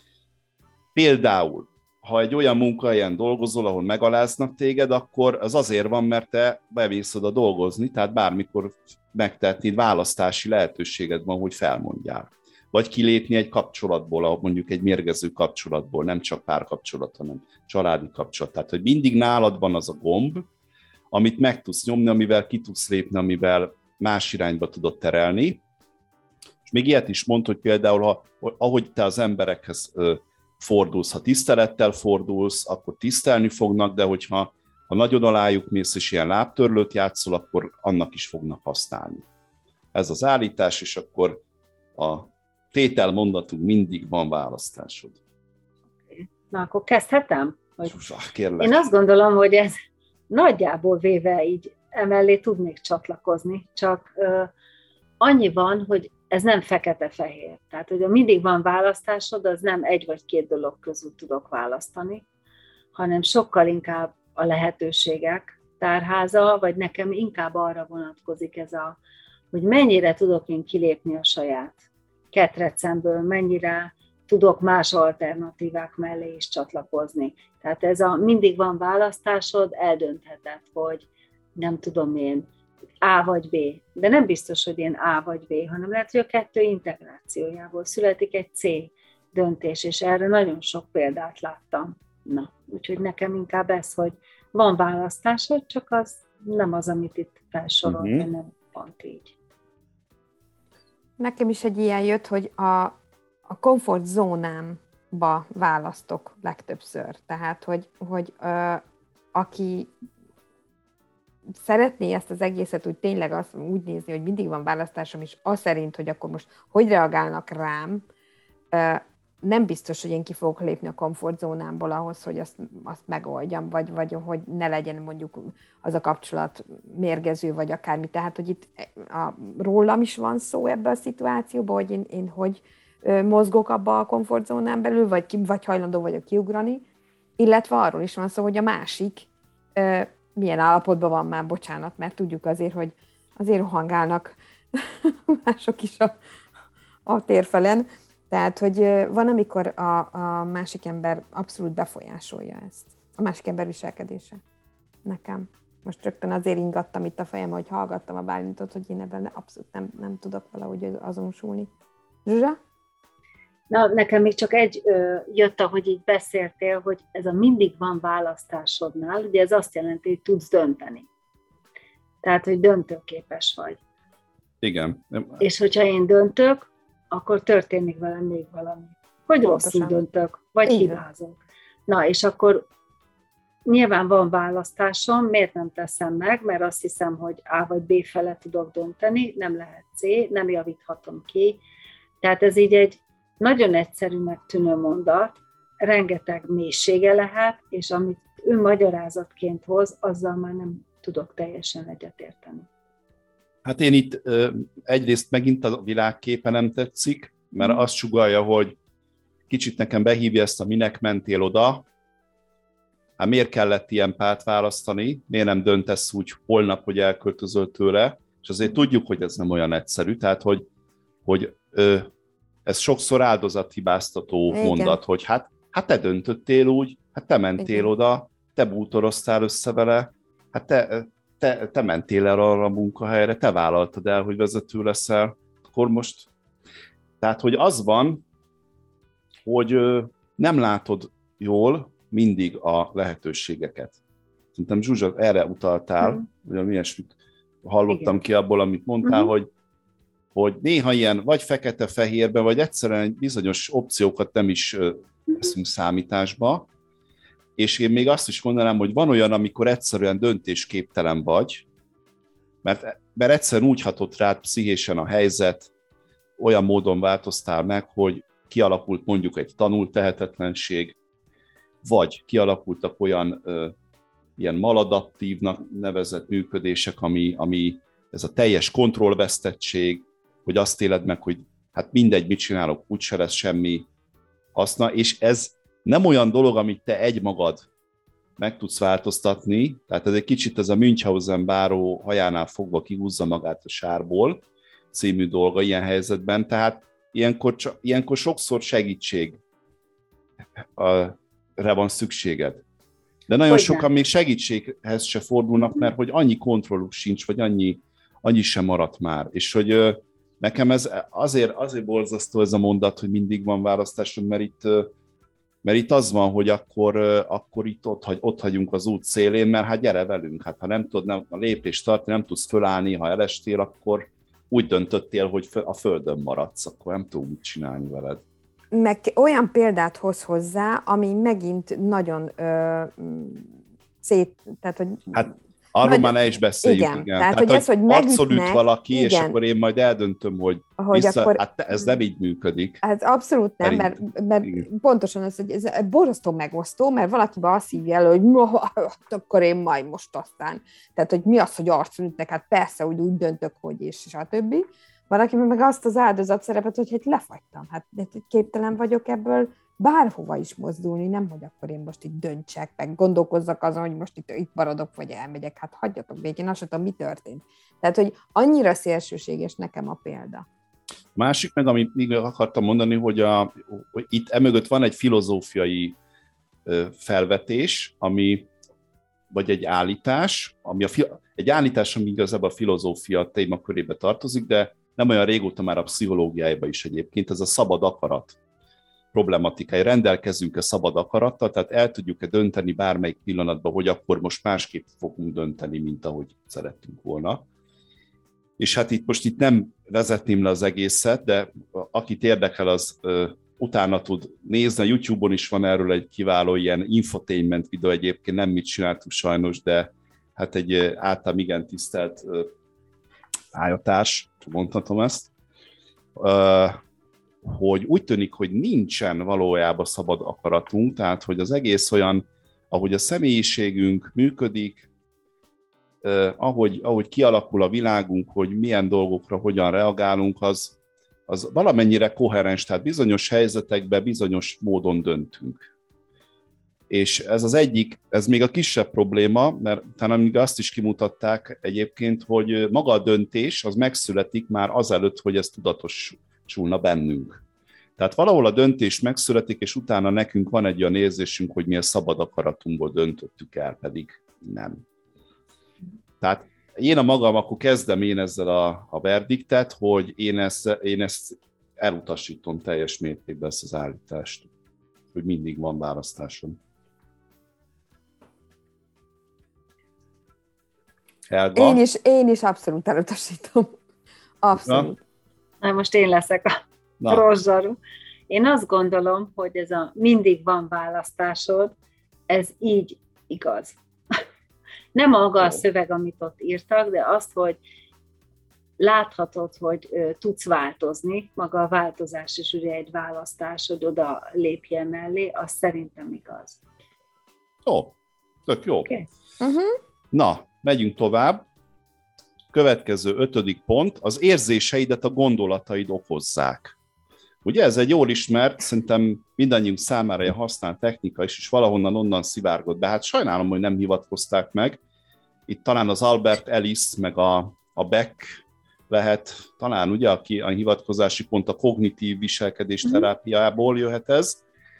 Például, ha egy olyan munkahelyen dolgozol, ahol megaláznak téged, akkor az azért van, mert te bemész oda dolgozni, tehát bármikor megtehetnéd, választási lehetőséged van, hogy felmondjál. Vagy kilépni egy kapcsolatból, mondjuk egy mérgező kapcsolatból, nem csak párkapcsolat, hanem családi kapcsolat. Tehát, hogy mindig nálad van az a gomb, amit meg tudsz nyomni, amivel ki tudsz lépni, amivel más irányba tudod terelni. És még ilyet is mond, hogy például, ha, ahogy te az emberekhez fordulsz, ha tisztelettel fordulsz, akkor tisztelni fognak, de hogyha ha nagyon alájuk mész, és ilyen lábtörlőt játszol, akkor annak is fognak használni. Ez az állítás, és akkor a tételmondatunk mindig van választásod. Na, akkor kezdhetem? Hogy... Kérlek. Én azt gondolom, hogy ez nagyjából véve így emellé tudnék csatlakozni, csak uh, annyi van, hogy ez nem fekete-fehér. Tehát, hogy mindig van választásod, az nem egy vagy két dolog közül tudok választani, hanem sokkal inkább a lehetőségek tárháza, vagy nekem inkább arra vonatkozik ez a, hogy mennyire tudok én kilépni a saját ketrecemből, mennyire tudok más alternatívák mellé is csatlakozni. Tehát ez a mindig van választásod, eldöntheted, hogy nem tudom én, A vagy B. De nem biztos, hogy én A vagy B, hanem lehet, hogy a kettő integrációjából születik egy C döntés, és erre nagyon sok példát láttam. Na, úgyhogy nekem inkább ez, hogy van választásod, csak az nem az, amit itt felsorol, uh-huh. nem pont így. Nekem is egy ilyen jött, hogy a, a komfortzónámba választok legtöbbször. Tehát, hogy, hogy ö, aki szeretné ezt az egészet úgy tényleg azt, úgy nézni, hogy mindig van választásom, és az szerint, hogy akkor most hogy reagálnak rám, ö, nem biztos, hogy én ki fogok lépni a komfortzónámból ahhoz, hogy azt, azt megoldjam, vagy, vagy hogy ne legyen mondjuk az a kapcsolat mérgező, vagy akármi. Tehát, hogy itt a, rólam is van szó ebben a szituációban, hogy én, én hogy ö, mozgok abba a komfortzónán belül, vagy, ki, vagy hajlandó vagyok kiugrani, illetve arról is van szó, hogy a másik ö, milyen állapotban van már, bocsánat, mert tudjuk azért, hogy azért rohangálnak mások is a, a térfelen. Tehát, hogy van, amikor a, a másik ember abszolút befolyásolja ezt, a másik ember viselkedése. Nekem. Most rögtön azért ingattam itt a fejem, hogy hallgattam a Bálintot, hogy én ebben abszolút nem, nem tudok valahogy azonosulni. Zsuzsa? Na, nekem még csak egy ö, jött, ahogy így beszéltél, hogy ez a mindig van választásodnál, ugye ez azt jelenti, hogy tudsz dönteni. Tehát, hogy döntőképes vagy. Igen. És hogyha én döntök, akkor történik velem még valami. Hogy rosszul döntök, vagy hibázok. Na, és akkor nyilván van választásom, miért nem teszem meg, mert azt hiszem, hogy A vagy B fele tudok dönteni, nem lehet C, nem javíthatom ki. Tehát ez így egy nagyon egyszerűnek tűnő mondat, rengeteg mélysége lehet, és amit ő magyarázatként hoz, azzal már nem tudok teljesen egyetérteni. Hát én itt egyrészt megint a világképe nem tetszik, mert azt sugallja, hogy kicsit nekem behívja ezt a minek mentél oda, hát miért kellett ilyen párt választani, miért nem döntesz úgy holnap, hogy elköltözöl tőle, és azért tudjuk, hogy ez nem olyan egyszerű, tehát hogy, hogy ö, ez sokszor áldozathibáztató Igen. mondat, hogy hát, hát te döntöttél úgy, hát te mentél Igen. oda, te bútoroztál össze vele, hát te, te, te mentél el arra a munkahelyre, te vállaltad el, hogy vezető leszel, akkor most, tehát hogy az van, hogy ö, nem látod jól mindig a lehetőségeket. Szerintem Zsuzsa, erre utaltál, mm. hogy milyen hallottam Igen. ki abból, amit mondtál, mm-hmm. hogy, hogy néha ilyen vagy fekete-fehérben, vagy egyszerűen bizonyos opciókat nem is veszünk számításba, és én még azt is mondanám, hogy van olyan, amikor egyszerűen döntésképtelen vagy, mert, mert egyszerűen úgy hatott rád pszichésen a helyzet, olyan módon változtál meg, hogy kialakult mondjuk egy tanult tehetetlenség, vagy kialakultak olyan ö, ilyen maladaptívnak nevezett működések, ami, ami ez a teljes kontrollvesztettség, hogy azt éled meg, hogy hát mindegy, mit csinálok, úgyse lesz semmi haszna, és ez nem olyan dolog, amit te egymagad meg tudsz változtatni, tehát ez egy kicsit ez a Münchhausen báró hajánál fogva kihúzza magát a sárból című dolga ilyen helyzetben, tehát ilyenkor, ilyenkor sokszor segítség re van szükséged. De nagyon hogy sokan nem. Még segítséghez se fordulnak, mert hogy annyi kontrolluk sincs, vagy annyi, annyi sem maradt már. És hogy nekem ez azért, azért borzasztó ez a mondat, hogy mindig van választásod, mert itt, mert itt az van, hogy akkor, akkor itt ott, hagy, ott hagyunk az út szélén, mert hát gyere velünk, hát ha nem tudod nem, a lépést tartani, nem tudsz fölállni, ha elestél, akkor úgy döntöttél, hogy a földön maradsz, akkor nem tudom mit csinálni veled. Meg olyan példát hoz hozzá, ami megint nagyon ö, szét, tehát hogy... Hát arról nagy, már ne is beszéljük, igen. igen. Tehát, tehát hogy ez, hogy abszolút valaki, igen. És akkor én majd eldöntöm, hogy, hogy vissza, akkor, hát ez nem így működik. Hát abszolút nem, mert, mert pontosan az, hogy ez borzasztó megosztó, mert valakiben azt hívja el, hogy akkor én majd most aztán. Tehát, hogy mi az, hogy arcon ütnek, hát persze, úgy, úgy döntök, hogy és stb. Valakiben meg azt az áldozat szerepet, hogy hát lefagytam, hát képtelen vagyok ebből bárhova is mozdulni, nem, hogy akkor én most itt döntsek, meg gondolkozzak azon, hogy most itt, itt maradok, vagy elmegyek, hát hagyjatok végén, azt sem tudom, mi történt. Tehát, hogy annyira szélsőséges nekem a példa. Másik meg, amit még akartam mondani, hogy, a, hogy itt emögött van egy filozófiai felvetés, ami, vagy egy állítás, ami a, egy állítás, ami igazából a filozófia témakörébe tartozik, de nem olyan régóta már a pszichológiájában is egyébként, ez a szabad akarat problematikája. Rendelkezünk-e szabad akarattal, tehát el tudjuk-e dönteni bármelyik pillanatban, hogy akkor most másképp fogunk dönteni, mint ahogy szerettünk volna. És hát itt most itt nem vezetném le az egészet, de akit érdekel, az uh, utána tud nézni. A YouTube-on is van erről egy kiváló ilyen infotainment videó, egyébként nem mit csináltunk sajnos, de hát egy uh, általán igen tisztelt uh, pályatárs, mondhatom ezt, uh, hogy úgy tűnik, hogy nincsen valójában szabad akaratunk, tehát hogy az egész olyan, ahogy a személyiségünk működik, eh, ahogy, ahogy kialakul a világunk, hogy milyen dolgokra hogyan reagálunk, az, az valamennyire koherens, tehát bizonyos helyzetekben bizonyos módon döntünk. És ez az egyik, ez még a kisebb probléma, mert talán még azt is kimutatták egyébként, hogy maga a döntés az megszületik már azelőtt, hogy ez tudatosulna bennünk. Tehát valahol a döntés megszületik, és utána nekünk van egy olyan érzésünk, hogy mi a szabad akaratunkból döntöttük el, pedig nem. Tehát én a magam, akkor kezdem én ezzel a, a verdiktet, hogy én ezt, én ezt elutasítom teljes mértékben, ezt az állítást, hogy mindig van választásom. Helga? Én is, én is abszolút elutasítom. Abszolút. Na, most én leszek a rossz zsaru. Én azt gondolom, hogy ez a mindig van választásod, ez így igaz. Nem maga a szöveg, amit ott írtak, de azt, hogy láthatod, hogy ö, tudsz változni, maga a változás is ugye egy választás, hogy oda lépjen mellé, az szerintem igaz. Jó, tök jó. Okay. Uh-huh. Na, megyünk tovább. Következő ötödik pont, az érzéseidet a gondolataid okozzák. Ugye ez egy jól ismert, szerintem mindannyiunk számára egy használt technika is, és valahonnan onnan szivárgott be. Hát sajnálom, hogy nem hivatkozták meg. Itt talán az Albert Ellis, meg a, a Beck lehet, talán ugye, aki a hivatkozási pont a kognitív viselkedés terápiából jöhet ez.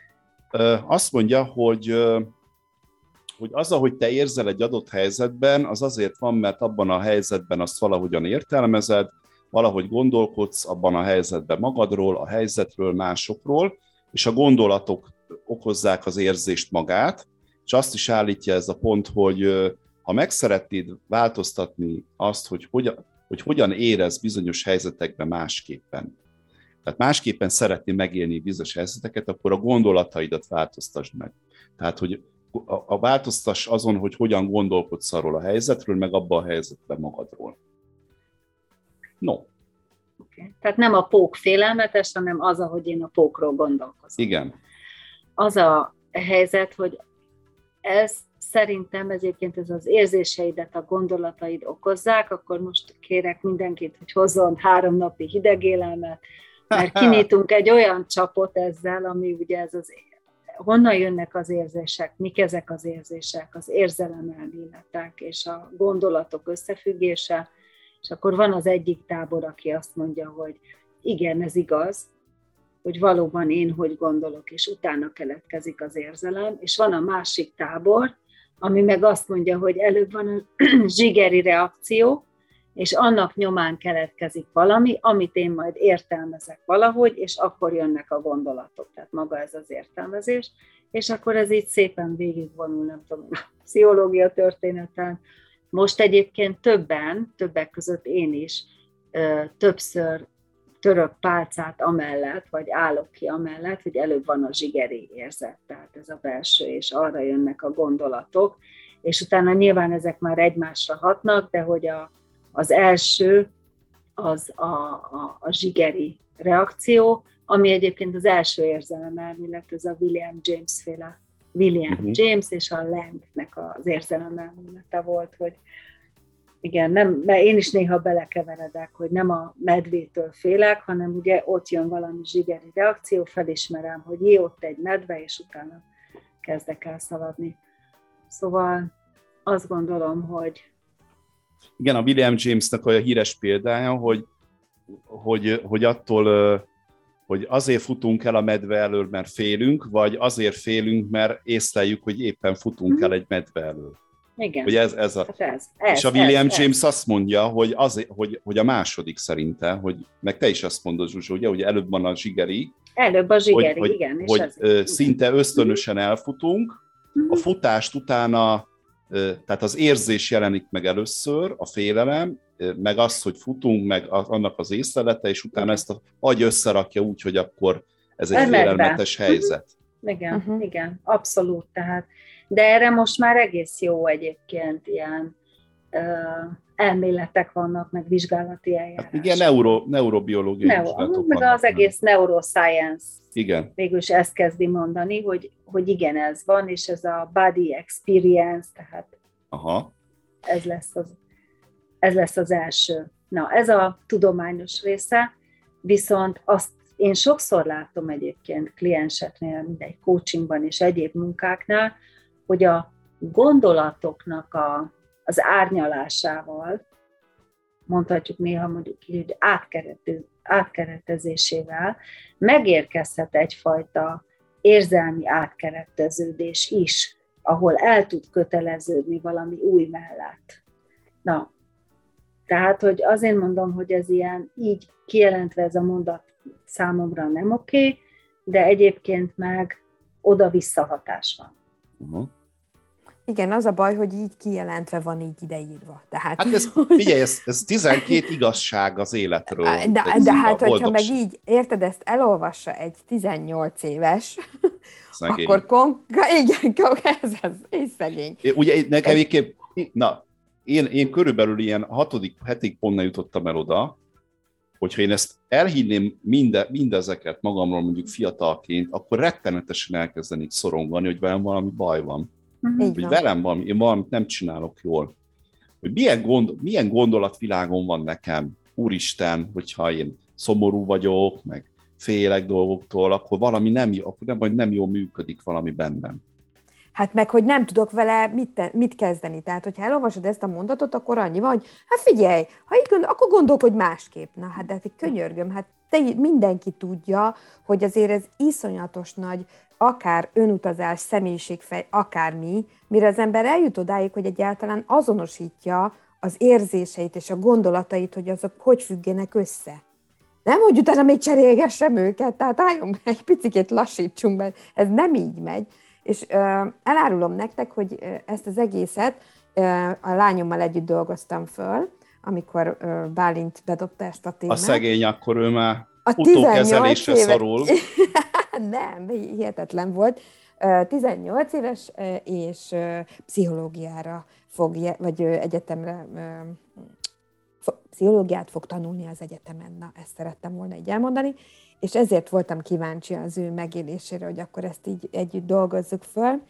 Azt mondja, hogy, hogy az, ahogy te érzel egy adott helyzetben, az azért van, mert abban a helyzetben azt valahogyan értelmezed, valahogy gondolkodsz abban a helyzetben magadról, a helyzetről, másokról, és a gondolatok okozzák az érzést magát, és azt is állítja ez a pont, hogy ha meg szeretnéd változtatni azt, hogy hogyan, hogy hogyan érez bizonyos helyzetekben másképpen, tehát másképpen szeretnél megélni bizonyos helyzeteket, akkor a gondolataidat változtasd meg. Tehát, hogy a, a változtass azon, hogy hogyan gondolkodsz arról a helyzetről, meg abban a helyzetben magadról. No. Okay. Tehát nem a pók félelmetes, hanem az, ahogy én a pókról gondolkozom. Igen. Az a helyzet, hogy ez szerintem egyébként ez az érzéseidet, a gondolataid okozzák, akkor most kérek mindenkit, hogy hozzon három napi hideg élelmet, mert kinyitunk egy olyan csapot ezzel, ami ugye ez az, honnan jönnek az érzések, mik ezek az érzések, az érzelemelméletek és a gondolatok összefüggése, és akkor van az egyik tábor, aki azt mondja, hogy igen, ez igaz, hogy valóban én hogy gondolok, és utána keletkezik az érzelem, és van a másik tábor, ami meg azt mondja, hogy előbb van a zsigeri reakció, és annak nyomán keletkezik valami, amit én majd értelmezek valahogy, és akkor jönnek a gondolatok, tehát maga ez az értelmezés, és akkor ez így szépen végigvonul, nem tudom, a pszichológia történeten. Most egyébként többen, többek között én is, többször török pálcát amellett, vagy állok ki amellett, hogy előbb van a zsigeri érzet, tehát ez a belső, és arra jönnek a gondolatok, és utána nyilván ezek már egymásra hatnak, de hogy a, az első az a, a, a zsigeri reakció, ami egyébként az első érzelemelmélet, ez a William James féle, William uh-huh. James és a Langnek az érzelemelmélete volt, hogy igen, nem, mert én is néha belekeveredek, hogy nem a medvétől félek, hanem ugye ott jön valami zsigeri reakció, felismerem, hogy jé, ott egy medve, és utána kezdek el szaladni. Szóval azt gondolom, hogy... Igen, a William Jamesnek olyan híres példája, hogy, hogy, hogy attól, hogy azért futunk el a medve elől, mert félünk, vagy azért félünk, mert észleljük, hogy éppen futunk hmm. el egy medve elől. Igen. Hogy ez, ez a... hát ez, ez, és a William ez, James ez. azt mondja, hogy, az, hogy, hogy a második szerinte, hogy, meg te is azt mondod, Zsuzsa, ugye, hogy előbb van a zsigeri, előbb a zsigeri, hogy, igen. Hogy, és hogy azért. szinte ösztönösen elfutunk, a futást utána, tehát az érzés jelenik meg először, a félelem, meg az, hogy futunk, meg annak az észlelete, és utána igen. ezt a agy összerakja úgy, hogy akkor ez egy félelmetes helyzet. Igen, uh-huh. igen, abszolút. Tehát. De erre most már egész jó egyébként ilyen uh, elméletek vannak, meg vizsgálati eljárások. Hát igen, neuro, neurobiológiai Neuro, vizsgálatok meg vannak. az egész neuroscience igen. végülis ezt kezdi mondani, hogy, hogy igen, ez van, és ez a body experience, tehát Aha. Ez, lesz az, ez lesz az első. Na, ez a tudományos része, viszont azt én sokszor látom egyébként klienseknél, mindegy coachingban és egyéb munkáknál, hogy a gondolatoknak a, az árnyalásával, mondhatjuk néha mondjuk így, hogy átkerető, átkeretezésével megérkezhet egyfajta érzelmi átkereteződés is, ahol el tud köteleződni valami új mellett. Na, tehát, hogy azért mondom, hogy ez ilyen így kijelentve ez a mondat számomra nem oké, de egyébként meg oda-vissza hatás van. Uh-huh. Igen, az a baj, hogy így kijelentve van így ideírva. Tehát, hát ez, figyelj, ez, ez tizenkét igazság az életről. De, de hát, hogyha meg így, érted, ezt elolvassa egy tizennyolc éves, szegény. Akkor kon... igen, ez az, és szegény. Ugye nekem egyébként, na, én, én körülbelül ilyen hatodik, hetig pontnál jutottam el oda, hogyha én ezt elhinném minde, mindezeket magamról mondjuk fiatalként, akkor rettenetesen elkezdenék szorongani, hogy velem valami baj van. Uh-huh. Hogy velem valami, én valamit nem csinálok jól. Hogy milyen, gond, milyen gondolatvilágon van nekem, Úristen, hogyha én szomorú vagyok, meg félek dolgoktól, akkor valami nem jó, akkor nem, vagy nem jól működik valami bennem. Hát meg, hogy nem tudok vele mit, te, mit kezdeni. Tehát, hogyha elolvasod ezt a mondatot, akkor annyi van, hogy hát figyelj, ha így gondol, akkor gondolkodj másképp. Na, hát de hát könyörgöm, hát te, mindenki tudja, hogy azért ez iszonyatos nagy, akár önutazás, személyiségfej, akármi, mire az ember eljut odáig, hogy egyáltalán azonosítja az érzéseit és a gondolatait, hogy azok hogy függenek össze. Nem, hogy utána még cserélgessem őket, tehát álljunk meg, egy picit lassítsunk be, ez nem így megy. És uh, elárulom nektek, hogy uh, ezt az egészet uh, a lányommal együtt dolgoztam föl, amikor uh, Bálint bedobta ezt a témát. A szegény, akkor ő már utókezelésre éve... szorul. Nem, hihetetlen volt. Uh, tizennyolc éves, uh, és uh, pszichológiára fog, vagy uh, egyetemre, uh, pszichológiát fog tanulni az egyetemen. Na, ezt szerettem volna így elmondani. És ezért voltam kíváncsi az ő megélésére, hogy akkor ezt így együtt dolgozzuk föl,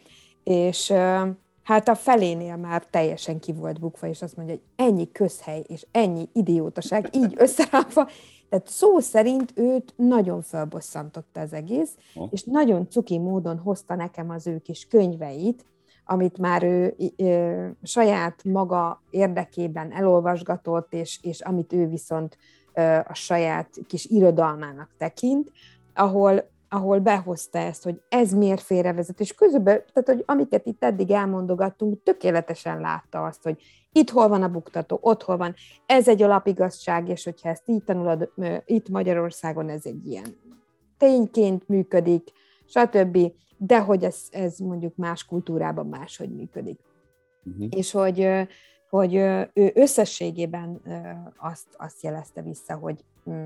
és hát a felénél már teljesen ki volt bukva, és azt mondja, hogy ennyi közhely, és ennyi idiótaság, így összerakva, tehát szó szerint őt nagyon felbosszantotta az egész, oh. és nagyon cuki módon hozta nekem az ő kis könyveit, amit már ő ö, saját maga érdekében elolvasgatott, és, és amit ő viszont a saját kis irodalmának tekint, ahol, ahol behozta ezt, hogy ez miért félrevezet, és közben, tehát, hogy amiket itt eddig elmondogattunk, tökéletesen látta azt, hogy itt hol van a buktató, ott hol van, ez egy alapigazság, és hogyha ezt így tanulod, itt Magyarországon ez egy ilyen tényként működik, stb., de hogy ez, ez mondjuk más kultúrában máshogy működik. Uh-huh. És hogy hogy ő összességében azt, azt jelezte vissza, hogy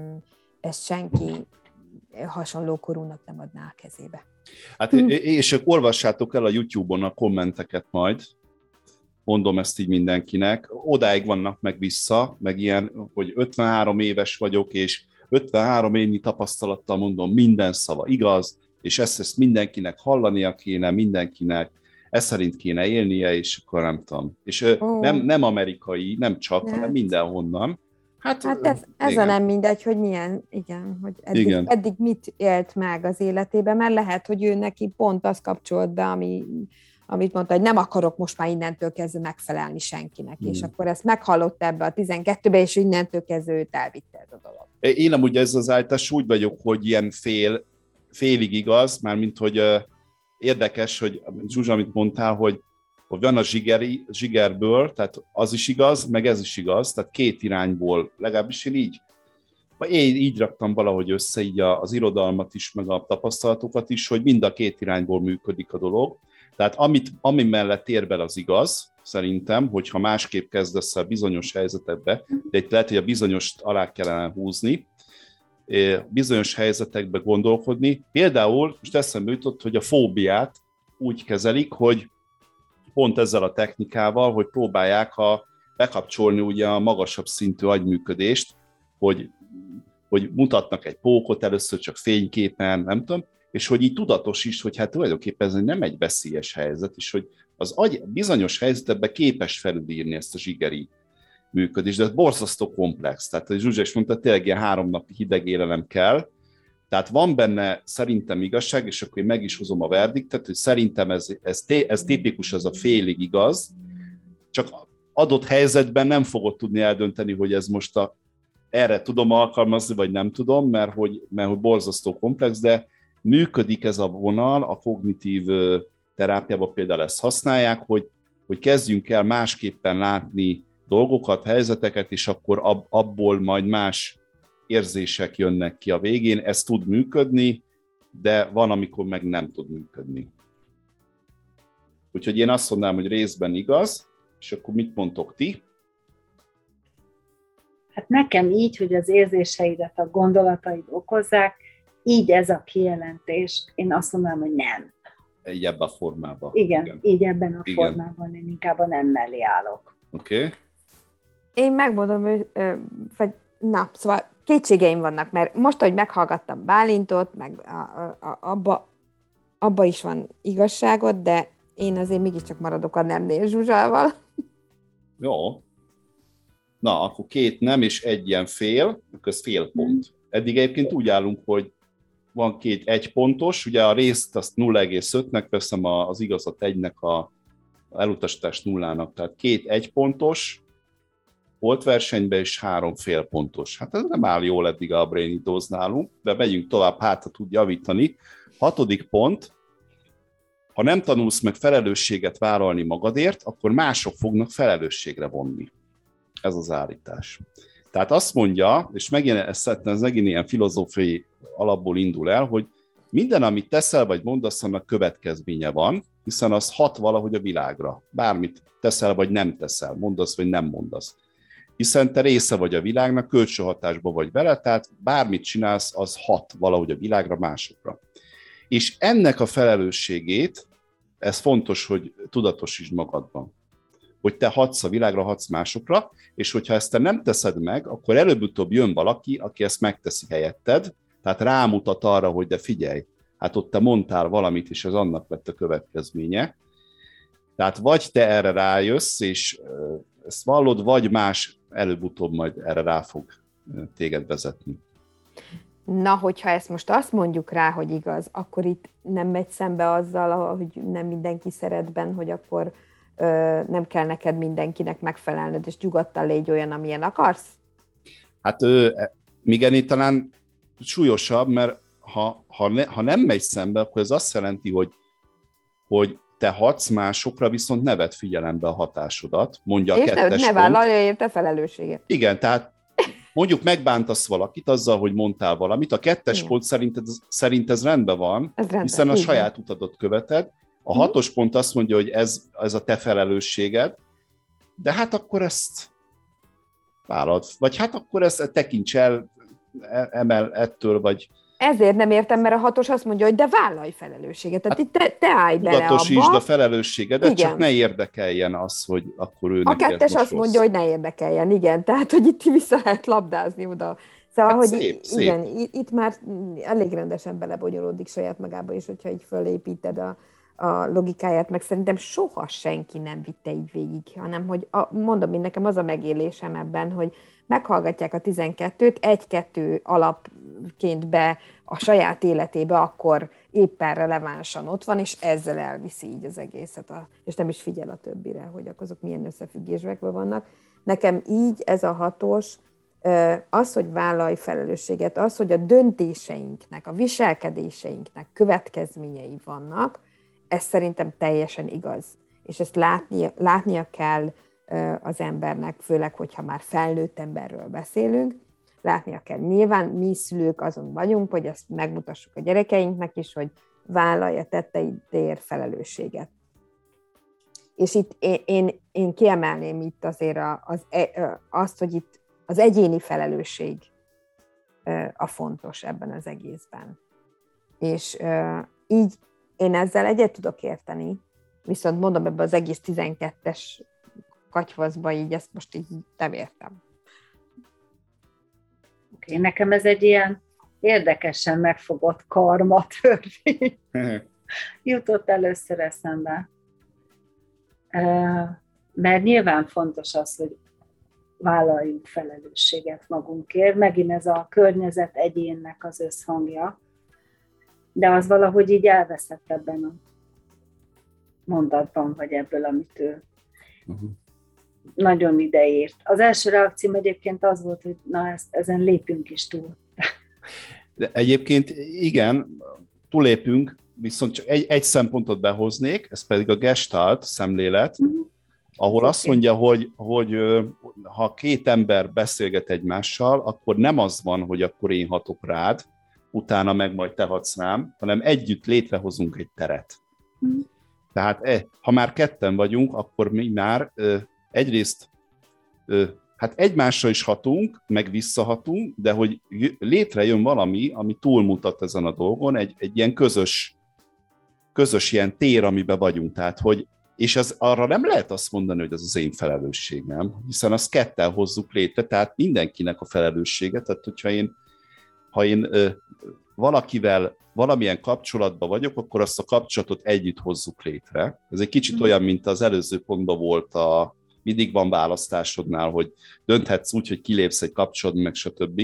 ezt senki hasonló korúnak nem adná a kezébe. Hát hm. és olvassátok el a YouTube-on a kommenteket majd, mondom ezt így mindenkinek, odáig vannak meg vissza, meg ilyen, hogy ötvenhárom éves vagyok, és ötvenhárom évnyi tapasztalattal mondom, minden szava igaz, és ezt, ezt mindenkinek hallania kéne, mindenkinek, ez szerint kéne élnie, és akkor nem tudom. És oh. nem, nem amerikai, nem csak, nem. hanem mindenhonnan. Hát, hát ez, ez a nem mindegy, hogy milyen, igen, hogy eddig, igen. eddig mit élt meg az életében, mert lehet, hogy ő neki pont az kapcsolt be, ami, amit mondta, hogy nem akarok most már innentől kezdve megfelelni senkinek, hmm. és akkor ezt meghallotta ebbe a tizenkettőbe, és innentől kezdve őt elvitte ez a dolog. Én amúgy ez az általános úgy vagyok, hogy ilyen fél, félig igaz, mármint, hogy érdekes, hogy Zsuzsa, amit mondtál, hogy, hogy van a zsigeri, zsigerből, tehát az is igaz, meg ez is igaz, tehát két irányból, legalábbis én így, én így raktam valahogy össze így az irodalmat is, meg a tapasztalatokat is, hogy mind a két irányból működik a dolog. Tehát amit, ami mellett ér bele az igaz, szerintem, hogyha másképp kezdesz el bizonyos helyzetekbe, de itt lehet, hogy a bizonyost alá kellene húzni, bizonyos helyzetekbe gondolkodni. Például most eszembe jutott, hogy a fóbiát úgy kezelik, hogy pont ezzel a technikával, hogy próbálják ha bekapcsolni ugye a magasabb szintű agyműködést, hogy, hogy mutatnak egy pókot először csak fényképen, nem tudom, és hogy így tudatos is, hogy hát tulajdonképpen ez nem egy veszélyes helyzet, és hogy az agy bizonyos helyzetekben képes felülírni ezt a zsigeri működés, de ez borzasztó komplex. Tehát, hogy Zsuzsa is mondta, tényleg ilyen három napi hideg élelem kell. Tehát van benne szerintem igazság, és akkor én meg is hozom a verdiktet, hogy szerintem ez, ez, ez tipikus, ez a félig igaz, csak adott helyzetben nem fogod tudni eldönteni, hogy ez most a erre tudom alkalmazni, vagy nem tudom, mert hogy, mert hogy borzasztó komplex, de működik ez a vonal, a kognitív terápiában például ezt használják, hogy, hogy kezdjünk el másképpen látni dolgokat, helyzeteket, és akkor ab, abból majd más érzések jönnek ki a végén. Ez tud működni, de van, amikor meg nem tud működni. Úgyhogy én azt mondanám, hogy részben igaz, és akkor mit mondtok ti? Hát nekem így, hogy az érzéseidet a gondolataid okozzák, így ez a kijelentés, én azt mondanám, hogy nem. Így ebben a formában. Igen, Igen. így ebben a Igen. formában én inkább a nem mellé állok. Oké. Okay. Én megmondom, hogy vagy, na, szóval kétségeim vannak, mert most, hogy meghallgattam Bálintot, meg a, a, a, abba, abba is van igazságot, de én azért mégiscsak maradok a nemnél Zsuzsával. Jó. Na, akkor két nem és egy ilyen fél, akkor ez fél pont. Eddig egyébként úgy állunk, hogy van két egy pontos, ugye a részt azt nulla egész ötnek veszem, az igazat egynek, a elutasítás nullának, tehát két egy pontos voltversenyben és három fél pontos. Hát ez nem áll jól eddig a Brainidóz nálunk, de megyünk tovább, hát ha tud javítani. Hatodik pont, ha nem tanulsz meg felelősséget vállalni magadért, akkor mások fognak felelősségre vonni. Ez az állítás. Tehát azt mondja, és megint, ez, ez megint ilyen filozófiai alapból indul el, hogy minden, amit teszel vagy mondasz, annak következménye van, hiszen az hat valahogy a világra. Bármit teszel vagy nem teszel, mondasz vagy nem mondasz. Hiszen te része vagy a világnak, kölcsönhatásban vagy vele, tehát bármit csinálsz, az hat valahogy a világra, másokra. És ennek a felelősségét, ez fontos, hogy tudatosítsd magadban, hogy te hatsz a világra, hatsz másokra, és hogyha ezt te nem teszed meg, akkor előbb-utóbb jön valaki, aki ezt megteszi helyetted, tehát rámutat arra, hogy de figyelj, hát ott te mondtál valamit, és ez annak lett a következménye. Tehát vagy te erre rájössz, és ezt vallod, vagy más előbb-utóbb majd erre rá fog téged vezetni. Na, hogyha ezt most azt mondjuk rá, hogy igaz, akkor itt nem megy szembe azzal, hogy nem mindenki szeretben, hogy akkor ö, nem kell neked mindenkinek megfelelned, és nyugodtan légy olyan, amilyen akarsz? Hát ö, igen, talán súlyosabb, mert ha, ha, ne, ha nem megy szembe, akkor ez azt jelenti, hogy, hogy te hatsz másokra, viszont ne vedd figyelembe a hatásodat, mondja a és kettes pont. És ne vállalja érte felelősséget. Igen, tehát mondjuk megbántasz valakit azzal, hogy mondtál valamit, a kettes igen. pont szerint ez, szerint ez rendben van, ez rendben, hiszen a igen. saját utadat követed. A hmm. hatos pont azt mondja, hogy ez, ez a te felelősséged, de hát akkor ezt vállald, vagy hát akkor ezt tekints el, emel ettől, vagy... Ezért nem értem, mert a hatos azt mondja, hogy de vállalj felelősséget. Tehát hát, te, te állj bele abba. Tudatosítsd a felelősségedet, igen. csak ne érdekeljen az, hogy akkor ő A kettes azt rossz. mondja, hogy ne érdekeljen, igen. Tehát, hogy itt vissza lehet labdázni oda. Szóval, hát hogy szép, igen, szép. Itt már elég rendesen belebonyolódik saját magába, és hogyha így fölépíted a, a logikáját, meg szerintem soha senki nem vitte így végig, hanem, hogy a, mondom én, nekem az a megélésem ebben, hogy meghallgatják a tizenkettőt, egy-kettő alapként be a saját életébe, akkor éppen relevánsan ott van, és ezzel elviszi így az egészet, a, és nem is figyel a többire, hogy azok milyen összefüggésekben vannak. Nekem így ez a hatos, az, hogy vállalj felelősséget, az, hogy a döntéseinknek, a viselkedéseinknek következményei vannak, ez szerintem teljesen igaz. És ezt látnia, látnia kell az embernek, főleg, hogyha már felnőtt emberről beszélünk, látnia kell. Nyilván mi szülők azon vagyunk, hogy ezt megmutassuk a gyerekeinknek is, hogy vállalj a tetteidért felelősséget. És itt én, én, én kiemelném itt azért az, azt, hogy itt az egyéni felelősség a fontos ebben az egészben. És így én ezzel egyet tudok érteni, viszont mondom, ebben az egész tizenkettes katyvaszba így ezt most így nem értem. Oké, okay, nekem ez egy ilyen érdekesen megfogott karma törvény. Jutott először eszembe. Mert nyilván fontos az, hogy vállaljunk felelősséget magunkért. Megint ez a környezet egyénnek az összhangja. De az valahogy így elveszett ebben a mondatban, vagy ebből, amit ő... Uh-huh. nagyon ideért. Az első reakcióm egyébként az volt, hogy na, ezt, ezen lépünk is túl. De egyébként igen, túlépünk, viszont csak egy, egy szempontot behoznék, ez pedig a gestalt szemlélet, uh-huh. ahol ez azt okay. mondja, hogy, hogy ha két ember beszélget egymással, akkor nem az van, hogy akkor én hatok rád, utána meg majd te hatsz rám, hanem együtt létrehozunk egy teret. Uh-huh. Tehát ha már ketten vagyunk, akkor mi már egyrészt hát egymásra is hatunk, meg visszahatunk, de hogy létrejön valami, ami túlmutat ezen a dolgon, egy, egy ilyen közös, közös ilyen tér, amiben vagyunk. Tehát, hogy, és az, arra nem lehet azt mondani, hogy ez az én felelősségem, hiszen azt ketten hozzuk létre, tehát mindenkinek a felelőssége. Tehát, hogyha én, ha én ö, valakivel valamilyen kapcsolatban vagyok, akkor azt a kapcsolatot együtt hozzuk létre. Ez egy kicsit olyan, mint az előző pontban volt a mindig van választásodnál, hogy dönthetsz úgy, hogy kilépsz egy kapcsolatban, meg stb.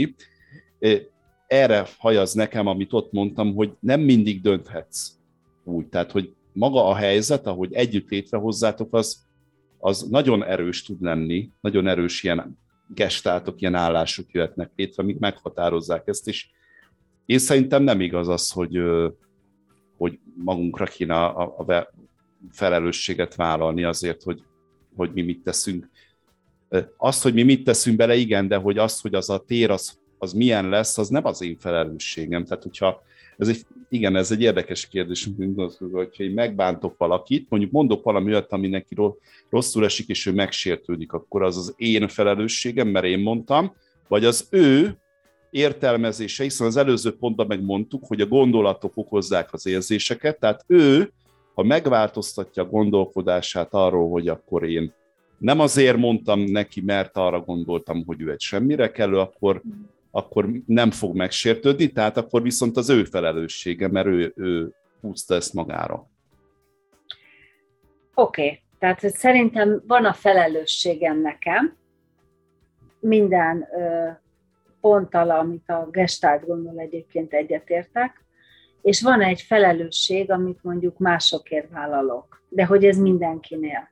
Erre hajaz nekem, amit ott mondtam, hogy nem mindig dönthetsz úgy. Tehát, hogy maga a helyzet, ahogy együtt létrehozzátok, az, az nagyon erős tud lenni, nagyon erős ilyen gestáltok, ilyen állások jöhetnek létre, amik meghatározzák ezt is. Én szerintem nem igaz az, hogy, hogy magunkra kéne a, a felelősséget vállalni azért, hogy hogy mi mit teszünk. Azt, hogy mi mit teszünk bele, igen, de hogy az, hogy az a tér, az, az milyen lesz, az nem az én felelősségem. Tehát, hogyha, ez egy, igen, ez egy érdekes kérdés, hogyha én megbántok valakit, mondjuk mondok valami olyat, ami neki rosszul esik, és ő megsértődik, akkor az az én felelősségem, mert én mondtam, vagy az ő értelmezése, hiszen az előző pontban megmondtuk, hogy a gondolatok okozzák az érzéseket, tehát ő, ha megváltoztatja a gondolkodását arról, hogy akkor én nem azért mondtam neki, mert arra gondoltam, hogy ő egy semmire kellő, akkor, akkor nem fog megsértődni, tehát akkor viszont az ő felelőssége, mert ő, ő húzta ezt magára. Oké, okay. Tehát szerintem van a felelősségem nekem, minden ö, ponttal, amit a Gestalt gondol, egyébként egyetértek, és van egy felelősség, amit mondjuk másokért vállalok, de hogy ez mindenkinél.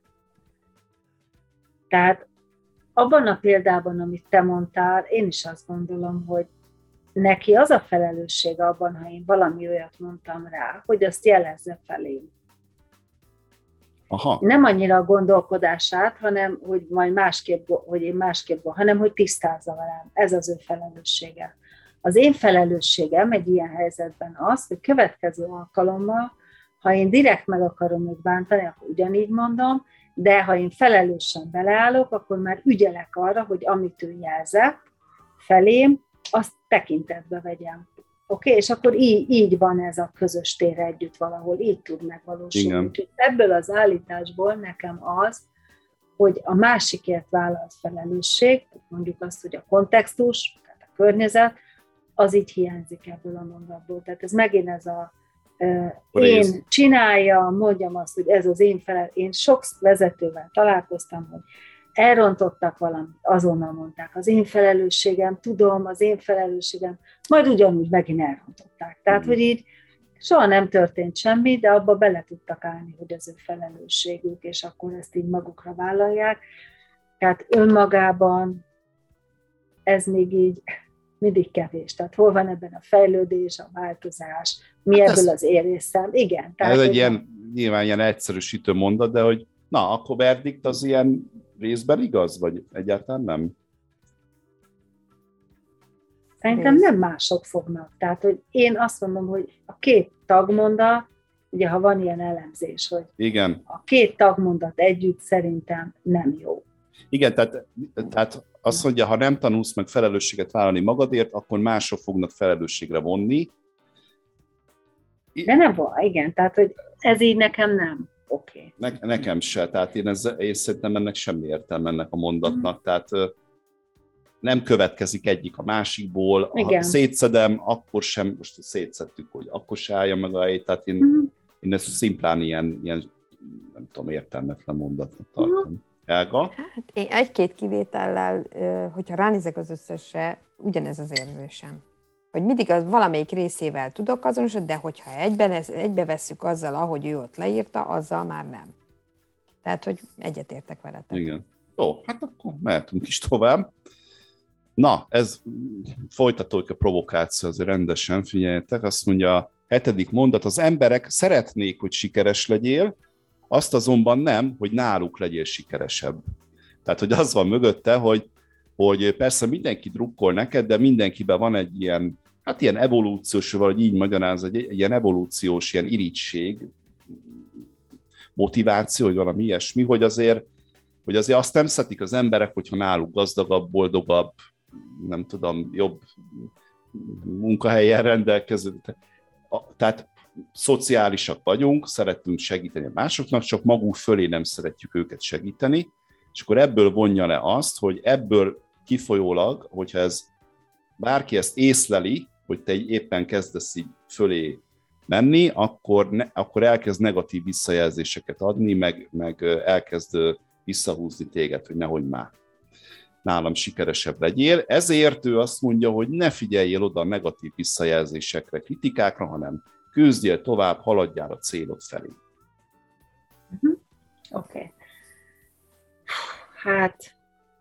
Tehát abban a példában, amit te mondtál, én is azt gondolom, hogy neki az a felelősség abban, ha én valami olyat mondtam rá, hogy azt jelezze felém. Aha. Nem annyira a gondolkodását, hanem hogy majd másképp, hogy én másképp, hanem hogy tisztázza velem. Ez az ő felelőssége. Az én felelősségem egy ilyen helyzetben az, hogy következő alkalommal, ha én direkt meg akarom őt bántani, akkor ugyanígy mondom, de ha én felelősen beleállok, akkor már ügyelek arra, hogy amit ő jelzett felém, azt tekintetbe vegyem. Oké? Okay? És akkor így, így van ez a közös tér együtt valahol, így tud megvalósulni. Úgyhogy ebből az állításból nekem az, hogy a másikért vállalt felelősség, mondjuk azt, hogy a kontextus, tehát a környezet, az így hiányzik ebből a mondatból. Tehát ez megint ez a uh, én csináljam, mondjam azt, hogy ez az én felel. Én sok vezetővel találkoztam, hogy elrontottak valamit, azonnal mondták, az én felelősségem, tudom, az én felelősségem, majd ugyanúgy megint elrontották. Tehát, mm. hogy így soha nem történt semmi, de abba bele tudtak állni, hogy az ő felelősségük, és akkor ezt így magukra vállalják. Tehát önmagában ez még így mindig kevés. Tehát hol van ebben a fejlődés, a változás, mi hát ebből az érészem? Igen. Tehát ez egy ilyen, nyilván ilyen egyszerűsítő mondat, de hogy na, akkor verdikt az ilyen részben igaz, vagy egyáltalán nem? Szerintem nem mások fognak. Tehát, hogy én azt mondom, hogy a két tagmondat, ugye ha van ilyen elemzés, hogy igen. A két tagmondat együtt szerintem nem jó. Igen, tehát, tehát azt mondja, ha nem tanulsz meg felelősséget vállalni magadért, akkor mások fognak felelősségre vonni. De nem van, igen, tehát hogy ez így nekem nem oké. Okay. Ne, nekem se, tehát én, ez, én szerintem ennek semmi értelme ennek a mondatnak, mm. tehát nem következik egyik a másikból, igen. Ha szétszedem, akkor sem, most szétszedtük, hogy akkor se állja meg a helyét, tehát én, mm. én ezt szimplán ilyen, ilyen, nem tudom, értelmetlen mondatnak tartom. Mm. Elga? Hát én egy-két kivétellel, hogyha ránézek az összesre, ugyanez az érzésem. Hogy mindig az valamelyik részével tudok azonosodni, de hogyha egyben, egybevesszük azzal, ahogy ő ott leírta, azzal már nem. Tehát, hogy egyetértek veletek. Igen. Jó, hát akkor mehetünk is tovább. Na, ez folytatódik a provokáció azért rendesen, figyeljetek, azt mondja a hetedik mondat, az emberek szeretnék, hogy sikeres legyél, azt azonban nem, hogy náluk legyél sikeresebb. Tehát, hogy az van mögötte, hogy, hogy persze mindenki drukkol neked, de mindenkiben van egy ilyen, hát ilyen evolúciós, vagy így magyaráz, egy ilyen evolúciós, ilyen irigység, motiváció, vagy valami ilyesmi, hogy azért, hogy azért azt nem szeretik az emberek, hogyha náluk gazdagabb, boldogabb, nem tudom, jobb munkahelyen rendelkező. Tehát szociálisak vagyunk, szeretünk segíteni a másoknak, csak magunk fölé nem szeretjük őket segíteni, és akkor ebből vonja le azt, hogy ebből kifolyólag, hogyha ez, bárki ezt észleli, hogy te éppen kezdesz így fölé menni, akkor, ne, akkor elkezd negatív visszajelzéseket adni, meg, meg elkezd visszahúzni téged, hogy nehogy már nálam sikeresebb legyél. Ezért ő azt mondja, hogy ne figyeljél oda a negatív visszajelzésekre, kritikákra, hanem küzdjél tovább, haladjál a célod felé. Uh-huh. Oké. Okay. Hát...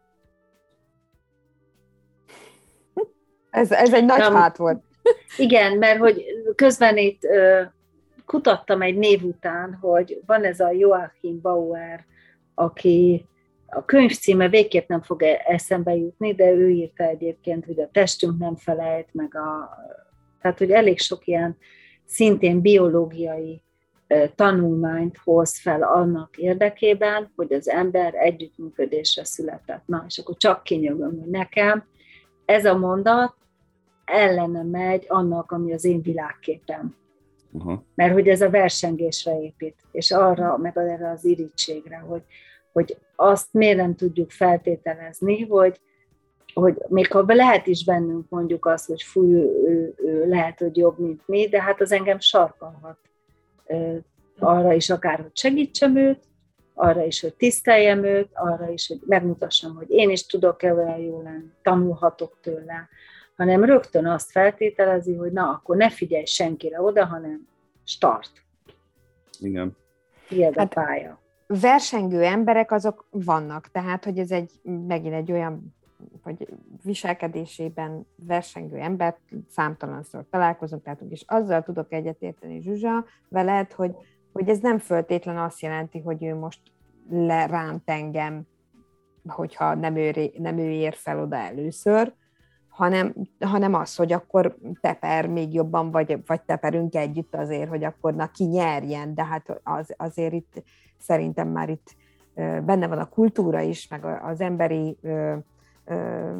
Ez, ez egy nagy hát volt. Igen, mert hogy közben itt uh, kutattam egy név után, hogy van ez a Joachim Bauer, aki a könyv címe végképp nem fog eszembe jutni, de ő írta egyébként, hogy a testünk nem felejt, meg a, tehát, hogy elég sok ilyen szintén biológiai uh, tanulmányt hoz fel annak érdekében, hogy az ember együttműködésre született. Na, és akkor csak kinyögöm, hogy nekem ez a mondat ellene megy annak, ami az én világképem. Uh-huh. Mert hogy ez a versengésre épít, és arra, meg erre az irítségre, hogy, hogy azt miért nem tudjuk feltételezni, hogy, hogy még ha lehet is bennünk mondjuk azt, hogy fúj, ő, ő lehet, hogy jobb, mint mi, de hát az engem sarkalhat arra is akár, hogy segítsem őt, arra is, hogy tiszteljem őt, arra is, hogy megmutassam, hogy én is tudok-e olyan jól lenni, tanulhatok tőle, hanem rögtön azt feltételezi, hogy na, akkor ne figyelj senkire oda, hanem start. Igen. Tiéd a pálya. Versengő emberek azok vannak, tehát, hogy ez egy, megint egy olyan, hogy viselkedésében versengő embert számtalanszor találkozunk, tehát és azzal tudok egyetérteni, Zsuzsa, veled, hogy, hogy ez nem föltétlen azt jelenti, hogy ő most leránt engem, hogyha nem ő, nem ő ér fel oda először, hanem, hanem az, hogy akkor teper még jobban, vagy, vagy teperünk együtt azért, hogy akkor na ki nyerjen, de hát az, azért itt szerintem már itt benne van a kultúra is, meg az emberi ö, ö,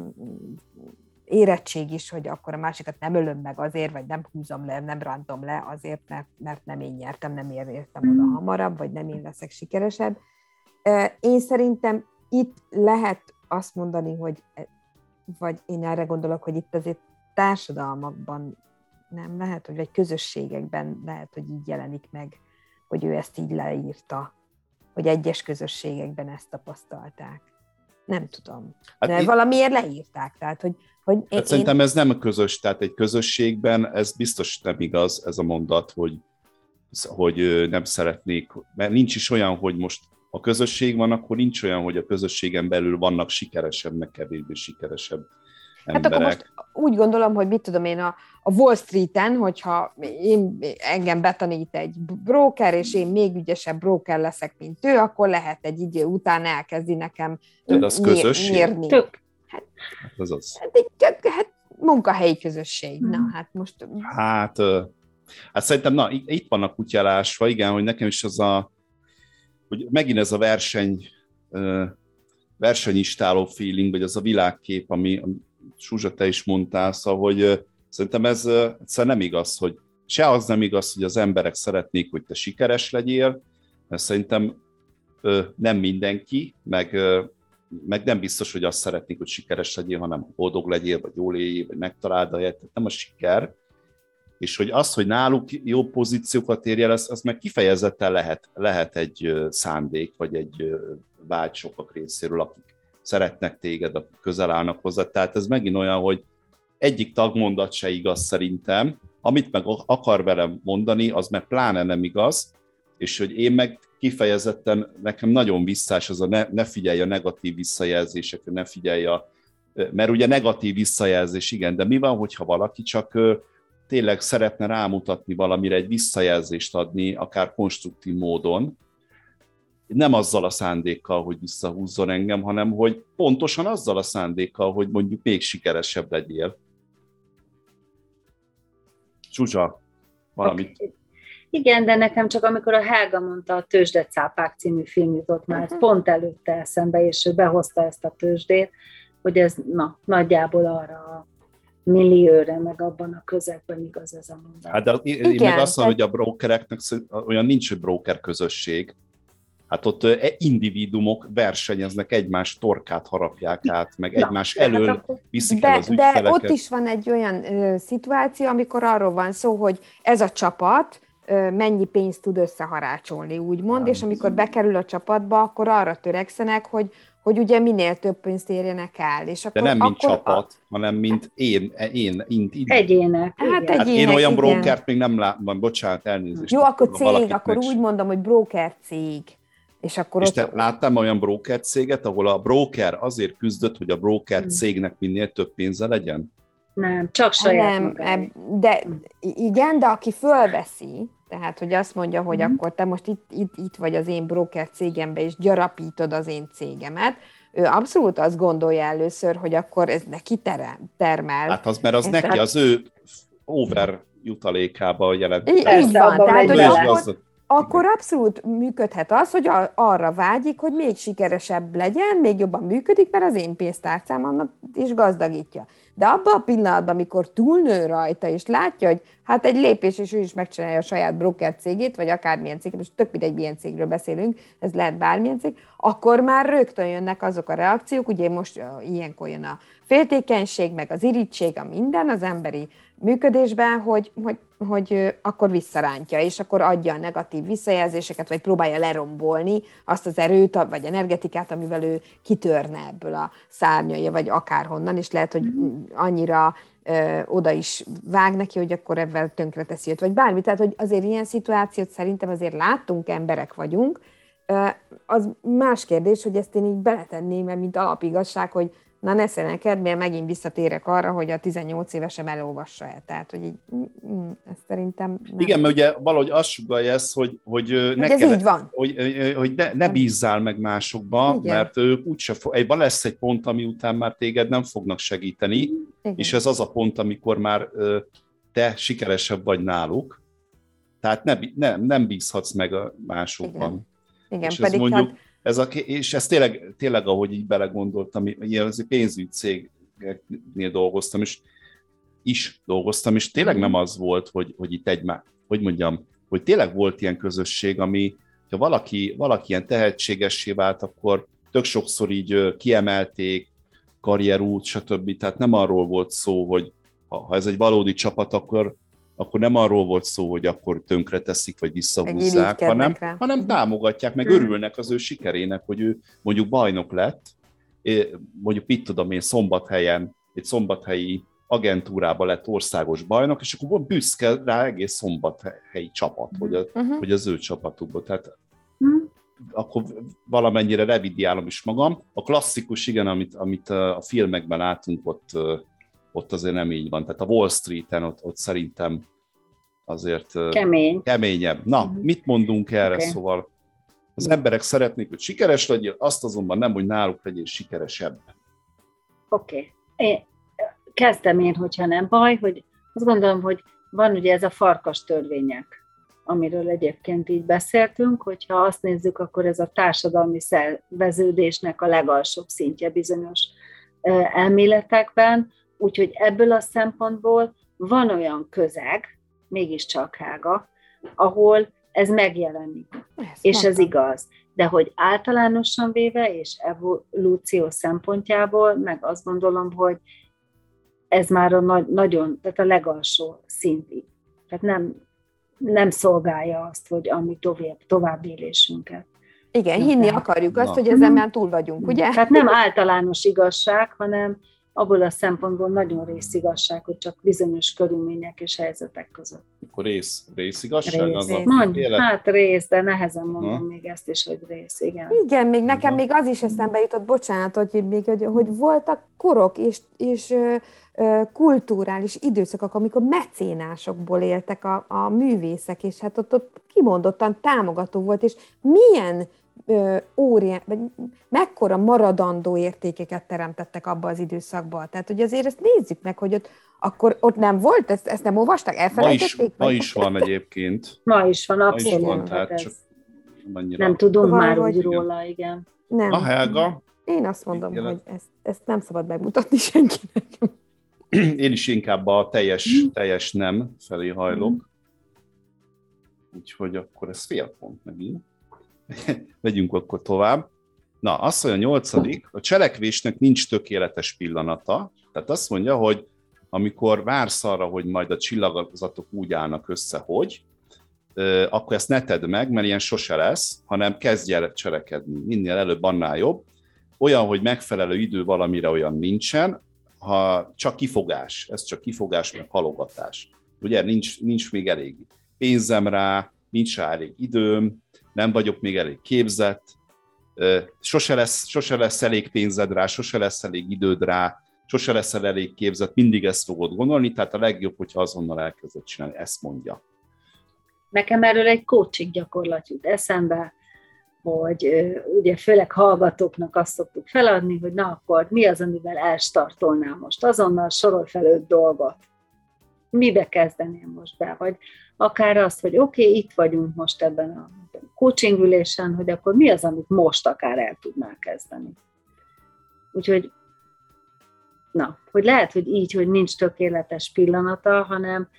érettség is, hogy akkor a másikat nem ölöm meg azért, vagy nem húzom le, nem rántom le azért, mert, mert nem én nyertem, nem én értem oda hamarabb, vagy nem én leszek sikeresebb. Én szerintem itt lehet azt mondani, hogy vagy én erre gondolok, hogy itt azért társadalmakban nem lehet, hogy vagy közösségekben lehet, hogy így jelenik meg, hogy ő ezt így leírta, hogy egyes közösségekben ezt tapasztalták. Nem tudom. Hát de itt... valamiért leírták. Tehát, hogy, hogy hát én... Szerintem ez nem közös, tehát egy közösségben ez biztos nem igaz, ez a mondat, hogy, hogy nem szeretnék, mert nincs is olyan, hogy most a közösség van, akkor nincs olyan, hogy a közösségen belül vannak sikeresebb, meg kevésbé sikeresebb emberek. Hát akkor most úgy gondolom, hogy mit tudom én, a, a Wall Streeten, hogyha én, engem betanít egy broker, és én még ügyesebb broker leszek, mint ő, akkor lehet egy idő után elkezdi nekem mérni. Tök. Hát, hát az az. Hát egy tök, hát munkahelyi közösség. Hmm. Na, hát most... Hát, hát szerintem, na, itt van a kutyálásva, igen, hogy nekem is az a hogy megint ez a verseny, versenyistáló feeling, vagy az a világkép, ami Zsuzsa, te is mondtál, szóval, hogy szerintem ez egyszerűen nem igaz, hogy se az nem igaz, hogy az emberek szeretnék, hogy te sikeres legyél, mert szerintem nem mindenki, meg, meg nem biztos, hogy azt szeretnék, hogy sikeres legyél, hanem boldog legyél, vagy jól éljél, vagy megtaláld a helyet, tehát nem a siker. És hogy az, hogy náluk jó pozíciókat érje el, az, az meg kifejezetten lehet, lehet egy szándék, vagy egy vágy sokak részéről, akik szeretnek téged, akik közel állnak hozzá. Tehát ez megint olyan, hogy egyik tagmondat se igaz szerintem, amit meg akar velem mondani, az meg pláne nem igaz, És hogy én meg kifejezetten, nekem nagyon visszás az a ne, ne figyelj a negatív visszajelzésekre, ne figyelj a, mert ugye negatív visszajelzés, igen, de mi van, hogyha valaki csak tényleg szeretne rámutatni valamire, egy visszajelzést adni, akár konstruktív módon, nem azzal a szándékkal, hogy visszahúzzon engem, hanem hogy pontosan azzal a szándékkal, hogy mondjuk még sikeresebb legyél. Zsuzsa, valamit. Okay. Igen, de nekem csak amikor a Helga mondta, a Tőzsdecápák című film jutott már, uh-huh. pont előtte eszembe, és ő behozta ezt a tőzsdét, hogy ez na, nagyjából arra a millióra, meg abban a közegben igaz ez a mondat. Hát de én Igen, meg azt mondom, hogy a brokereknek olyan nincs, hogy broker közösség. Hát ott individuumok versenyeznek, egymás torkát harapják át, meg Na, egymás elől hát viszik el az ügyfeleket. De ott is van egy olyan ö, szituáció, amikor arról van szó, hogy ez a csapat ö, mennyi pénzt tud összeharácsolni, úgymond, és amikor bekerül a csapatba, akkor arra törekszenek, hogy hogy ugye minél több pénzt érjenek el. És akkor, de nem mint akkor csapat, a... hanem mint én. én, én, én. Egyének. Hát, hát egyének, én olyan igen. brokert még nem látom, bocsánat, elnézést. Jó, akkor cég, akkor meg... úgy mondom, hogy broker cég. És, akkor és ott... te láttam olyan broker céget, ahol a broker azért küzdött, hogy a broker cégnek minél több pénze legyen? Nem, csak saját nem, eb, de igen, de aki fölveszi, tehát, hogy azt mondja, hogy mm. akkor te most itt, itt, itt vagy az én broker cégembe, és gyarapítod az én cégemet, ő abszolút azt gondolja először, hogy akkor ez neki termel. Hát az, mert az neki, tehát... az ő over jutalékába jelent. Így, így van, tehát, hogy akkor, akkor abszolút működhet az, hogy arra vágyik, hogy még sikeresebb legyen, még jobban működik, mert az én pénztárcám annak is gazdagítja. De abban a pillanatban, amikor túlnő rajta, és látja, hogy hát egy lépés, és ő is megcsinálja a saját broker cégét, vagy akármilyen cég, most tök mindegy, milyen cégről beszélünk, ez lehet bármilyen cég, akkor már rögtön jönnek azok a reakciók, ugye most uh, ilyenkor jön a féltékenység, meg az irigység, a minden az emberi működésben, hogy, hogy, hogy uh, akkor visszarántja, és akkor adja a negatív visszajelzéseket, vagy próbálja lerombolni azt az erőt, vagy energetikát, amivel ő kitörne ebből a szárnyai, vagy akárhonnan, és lehet, hogy annyira ö, oda is vág neki, hogy akkor ebben tönkreteszi őt, vagy bármi. Tehát, hogy azért ilyen szituációt szerintem azért láttunk, emberek vagyunk. Ö, az más kérdés, hogy ezt én így beletenném, mert mint alapigazság, hogy na nesze neked, mert megint visszatérek arra, hogy a tizennyolc évesem elolvassa el. Tehát, hogy így, mm, ezt szerintem nem. Igen, mert ugye valahogy azt sugallja ezt, hogy, hogy, ne ez kell, így van. hogy, hogy ne, ne bízzál meg másokba, Igen. mert ők úgyse fog, van lesz egy pont, ami után már téged nem fognak segíteni, Igen. és ez az a pont, amikor már te sikeresebb vagy náluk, tehát ne, nem, nem bízhatsz meg a másokban. Igen, Igen és pedig ez mondjuk, hát... Ez a, és ez tényleg, tényleg, ahogy így belegondoltam, ilyen pénzügyi cégnél dolgoztam, és is dolgoztam, és tényleg nem az volt, hogy, hogy itt egy, hogy mondjam, hogy tényleg volt ilyen közösség, ami, ha valaki, valaki ilyen tehetségessé vált, akkor tök sokszor így kiemelték, karrierút, stb. Tehát nem arról volt szó, hogy ha, ha ez egy valódi csapat, akkor akkor nem arról volt szó, hogy akkor tönkreteszik, vagy visszahúzzák, hanem, hanem támogatják, meg örülnek az ő sikerének, hogy ő mondjuk bajnok lett, mondjuk mit tudom én, Szombathelyen, egy szombathelyi agentúrában lett országos bajnok, és akkor büszke rá egész szombathelyi csapat, hogy, a, uh-huh. hogy az ő csapatukban. Tehát uh-huh. akkor valamennyire revidiálom is magam. A klasszikus, igen, amit, amit a filmekben látunk, ott ott azért nem így van. Tehát a Wall Streeten ott, ott szerintem azért Kemény. keményebb. Na, uh-huh. mit mondunk erre? Okay. Szóval az emberek szeretnék, hogy sikeres legyél, azt azonban nem, hogy náluk legyél sikeresebb. Oké. Okay. Kezdem én, hogyha nem baj, hogy azt gondolom, hogy van ugye ez a farkas törvények, amiről egyébként így beszéltünk, hogyha azt nézzük, akkor ez a társadalmi szerveződésnek a legalsóbb szintje bizonyos elméletekben, úgyhogy ebből a szempontból van olyan közeg, mégiscsak Helga, ahol ez megjelenik, ezt és mondtam. Ez igaz. De hogy általánosan véve, és evolúció szempontjából, meg azt gondolom, hogy ez már a nagy, nagyon, tehát a legalsó szintig. Tehát nem, nem szolgálja azt, hogy ami tovább, tovább élésünket. Igen, hinni akarjuk azt, Na. hogy ezen már túl vagyunk, ugye? Tehát nem általános igazság, hanem abból a szempontból nagyon részigazság, hogy csak bizonyos körülmények és helyzetek között. Akkor rész, részigazság? Rész. Az a Mondj, élet? hát rész, de nehezen mondom ha? még ezt is, hogy rész, igen. Igen, még nekem Aha. még az is eszembe jutott, bocsánat, hogy, még, hogy, hogy voltak korok és, és ö, ö, kulturális időszakok, amikor mecénásokból éltek a, a művészek, és hát ott, ott kimondottan támogató volt, és milyen óriás, vagy mekkora maradandó értékeket teremtettek abba az időszakban. Tehát, hogy azért ezt nézzük meg, hogy ott, akkor ott nem volt, ezt, ezt nem olvasták, elfelejtették? Ma is, ma is van egyébként. Ma is van, Ma abszolút. is van, tehát ez csak annyira. nem tudunk Szóval, már hogy- úgy róla, igen. Nem. A Helga, Én azt mondom, Élet. hogy ezt, ezt nem szabad megmutatni senkinek. én is inkább a teljes, teljes nem felé hajlok. Úgyhogy akkor ez fél pont megint. Megyünk akkor tovább. Na, azt mondja a nyolcadik, a cselekvésnek nincs tökéletes pillanata. Tehát azt mondja, hogy amikor vársz arra, hogy majd a csillagzatok úgy állnak össze, hogy, ö, akkor ezt ne tedd meg, mert ilyen sose lesz, hanem kezdj el cselekedni. Minél előbb, annál jobb. Olyan, hogy megfelelő idő valamire olyan nincsen, ha csak kifogás, ez csak kifogás, meg halogatás. Ugye, nincs, nincs még elég pénzem rá, nincs rá elég időm, nem vagyok még elég képzett, sose lesz, sose lesz elég pénzed rá, sose lesz elég időd rá, sose leszel elég képzett, mindig ezt fogod gondolni, tehát a legjobb, hogyha azonnal elkezded csinálni, ezt mondja. Nekem erről egy coaching gyakorlat jut eszembe, hogy ö, ugye főleg hallgatóknak azt szoktuk feladni, hogy na akkor mi az, amivel elstartolnál most? Azonnal sorol fel öt dolgot. Mibe kezdeném most be? Vagy akár azt, hogy oké, okay, itt vagyunk most ebben a coaching ülésen, hogy akkor mi az, amit most akár el tudnál kezdeni. Úgyhogy, na, hogy lehet, hogy így, hogy nincs tökéletes pillanata, hanem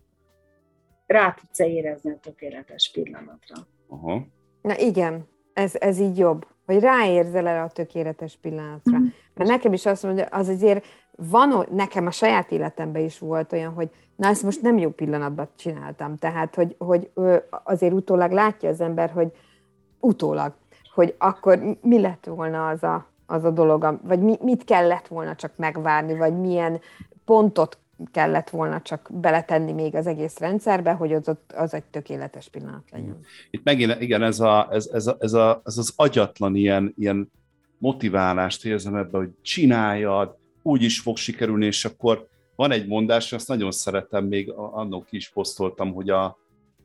rá tudsz érezni a tökéletes pillanatra. Aha. Na igen, ez, ez így jobb, hogy ráérzel erre a tökéletes pillanatra. Mhm. Mert nekem is azt mondja, az azért van, nekem a saját életemben is volt olyan, hogy na ezt most nem jó pillanatban csináltam, tehát hogy, hogy azért utólag látja az ember, hogy utólag, hogy akkor mi lett volna az a, az a dolog, vagy mi, mit kellett volna csak megvárni, vagy milyen pontot kellett volna csak beletenni még az egész rendszerbe, hogy az, az egy tökéletes pillanat legyen. Itt megint, igen, ez, a, ez, ez, a, ez, a, ez az agyatlan ilyen, ilyen motiválást érzem ebben, hogy csináljad, úgy is fog sikerülni, és akkor van egy mondás, azt nagyon szeretem, még annak is posztoltam, hogy a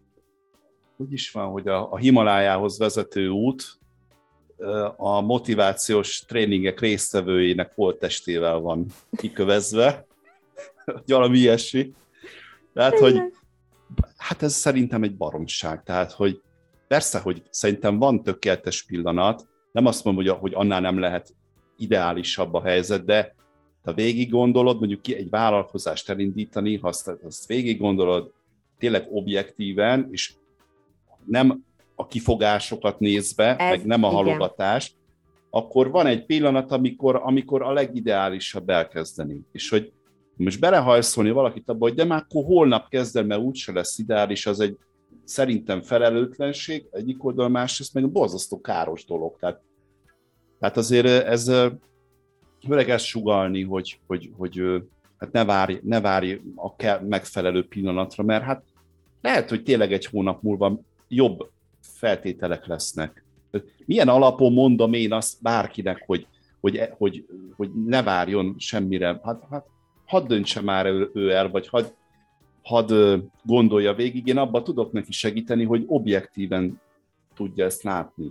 úgy is van, hogy a, a Himalájához vezető út a motivációs tréningek résztvevőjének holttestével van kikövezve, valami ilyesmi. Tehát, hogy hát ez szerintem egy baromság. Tehát, hogy persze, hogy szerintem van tökéletes pillanat, nem azt mondom, hogy, hogy annál nem lehet ideálisabb a helyzet, de ha végig gondolod, mondjuk ki egy vállalkozást elindítani, ha azt, azt végig gondolod tényleg objektíven, és nem a kifogásokat nézve, ez, meg nem a halogatást, akkor van egy pillanat, amikor, amikor a legideálisabb elkezdeni. És hogy most belehajszolni valakit abba, hogy de már akkor holnap kezdem, mert úgyse lesz ideális, az egy szerintem felelőtlenség, egyik oldal, másrészt meg borzasztó káros dolog. Tehát, tehát azért ez főleg ezt sugallni, hogy, hogy, hogy hát ne várj, ne várj a megfelelő pillanatra, mert hát lehet, hogy tényleg egy hónap múlva jobb feltételek lesznek. Milyen alapon mondom én azt bárkinek, hogy, hogy, hogy, hogy ne várjon semmire? Hát, hát hadd döntse már ő, ő el, vagy hadd, hadd gondolja végig. Én abban tudok neki segíteni, hogy objektíven tudja ezt látni.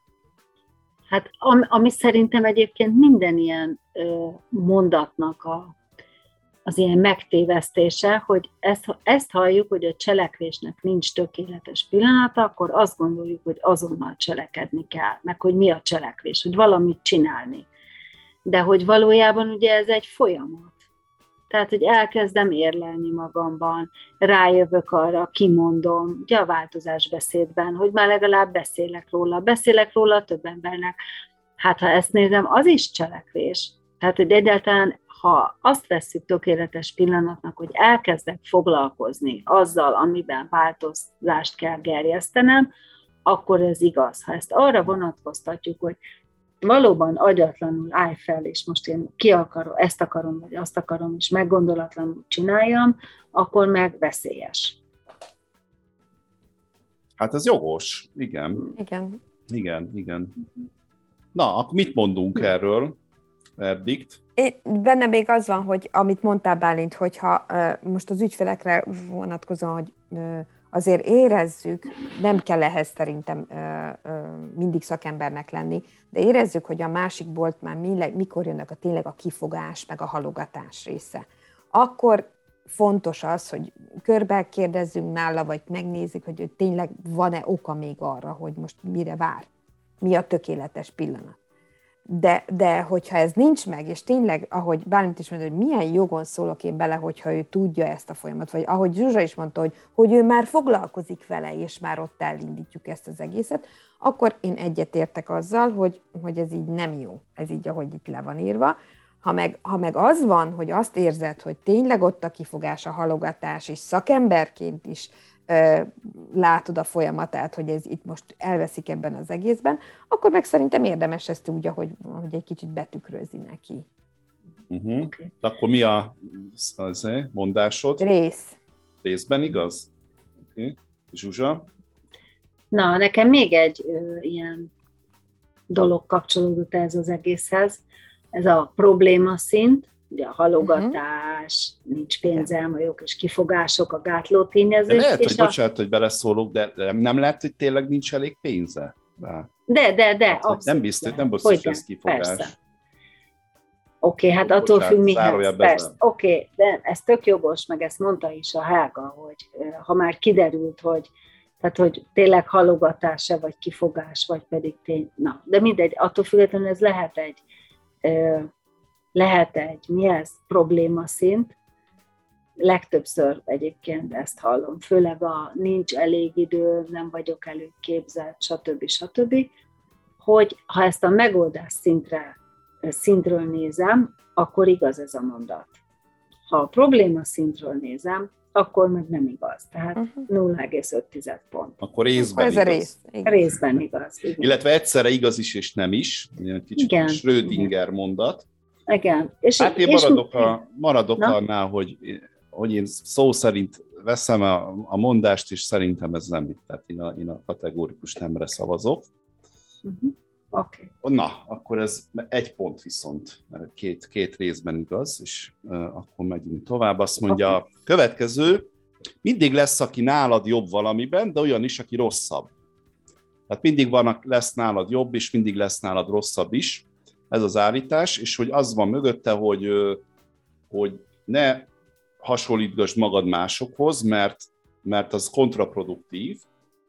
Hát ami, ami szerintem egyébként minden ilyen ö, mondatnak a, az ilyen megtévesztése, hogy ezt, ezt halljuk, hogy a cselekvésnek nincs tökéletes pillanata, akkor azt gondoljuk, hogy azonnal cselekedni kell, meg hogy mi a cselekvés, hogy valamit csinálni. De hogy valójában ugye ez egy folyamat. Tehát, hogy elkezdem érlelni magamban, rájövök arra, kimondom, ugye a változásbeszédben, hogy már legalább beszélek róla, beszélek róla több embernek. Hát, ha ezt nézem, az is cselekvés. Tehát, hogy egyáltalán, ha azt vesszük tökéletes pillanatnak, hogy elkezdek foglalkozni azzal, amiben változást kell gerjesztenem, akkor ez igaz. Ha ezt arra vonatkoztatjuk, hogy valóban agyatlanul állj fel, és most én ki akarom, ezt akarom, vagy azt akarom, és meggondolatlanul csináljam, akkor meg veszélyes. Hát ez jogos, igen. Igen. Igen, igen. Na, akkor mit mondunk erről, verdikt? Én, benne még az van, hogy amit mondtál, Bálint, hogyha uh, most az ügyfelekre vonatkozóan, hogy uh, azért érezzük, nem kell ehhez szerintem uh, uh, mindig szakembernek lenni, de érezzük, hogy a másik bolt már mi, mikor jönnek a tényleg a kifogás, meg a halogatás része. Akkor fontos az, hogy körbe kérdezzünk nála, vagy megnézzük, hogy tényleg van-e oka még arra, hogy most mire vár, mi a tökéletes pillanat. De, de hogyha ez nincs meg, és tényleg, ahogy Bálint is mondta, hogy milyen jogon szólok én bele, hogyha ő tudja ezt a folyamat, vagy ahogy Zsuzsa is mondta, hogy, hogy ő már foglalkozik vele, és már ott elindítjuk ezt az egészet, akkor én egyetértek azzal, hogy, hogy ez így nem jó, ez így, ahogy itt le van írva. Ha meg, ha meg az van, hogy azt érzed, hogy tényleg ott a kifogás, a halogatás, és szakemberként is ö, látod a folyamatát, hogy ez itt most elveszik ebben az egészben, akkor meg szerintem érdemes ezt úgy, ahogy, ahogy egy kicsit betükrözi neki. Uh-huh. Okay. Akkor mi a az, mondásod? Rész. Részben igaz? Okay. Zsuzsa? Na, nekem még egy ö, ilyen dolog kapcsolódott ez az egészhez. Ez a problémaszint, ugye a halogatás, uh-huh. nincs pénzem, a jók és kifogások, a gátló tényezés. De lehet, és hogy a... bocsánat, hogy beleszólok, de nem lehet, hogy tényleg nincs elég pénze? De, de, de. de hát, nem biztos, nem biztos, hogy ez kifogás. Oké, okay, hát attól függ mihez. Persze, oké, okay, de ez tök jogos, meg ezt mondta is a Hága, hogy ha már kiderült, hogy tehát, hogy tényleg halogatás-e, vagy kifogás, vagy pedig tény. Na, de mindegy, attól függetlenül ez lehet egy lehet egy, mi ez, problémaszint. Legtöbbször egyébként ezt hallom, főleg a nincs elég idő, nem vagyok előképzett, stb. stb., hogy ha ezt a megoldás szintre, szintről nézem, akkor igaz ez a mondat. Ha a probléma szintről nézem, akkor meg nem igaz. Tehát uh-huh. nulla egész öt pont. Akkor részben ez igaz. A rész. Részben igaz. Igen. Illetve egyszerre igaz is és nem is. Kicsit igen, Schrödinger igen. mondat. Igen. És, hát én és maradok, a, maradok annál, hogy, hogy én szó szerint veszem a, a mondást, és szerintem ez nem itt. Tehát én a, én a kategórikus nemre szavazok. Uh-huh. Okay. Na, akkor ez egy pont viszont, mert két, két részben igaz, és uh, akkor megyünk tovább. Azt mondja, okay. A következő, mindig lesz, aki nálad jobb valamiben, de olyan is, aki rosszabb. Tehát mindig van, lesz nálad jobb, és mindig lesz nálad rosszabb is. Ez az állítás, és hogy az van mögötte, hogy, hogy ne hasonlítgasd magad másokhoz, mert, mert az kontraproduktív.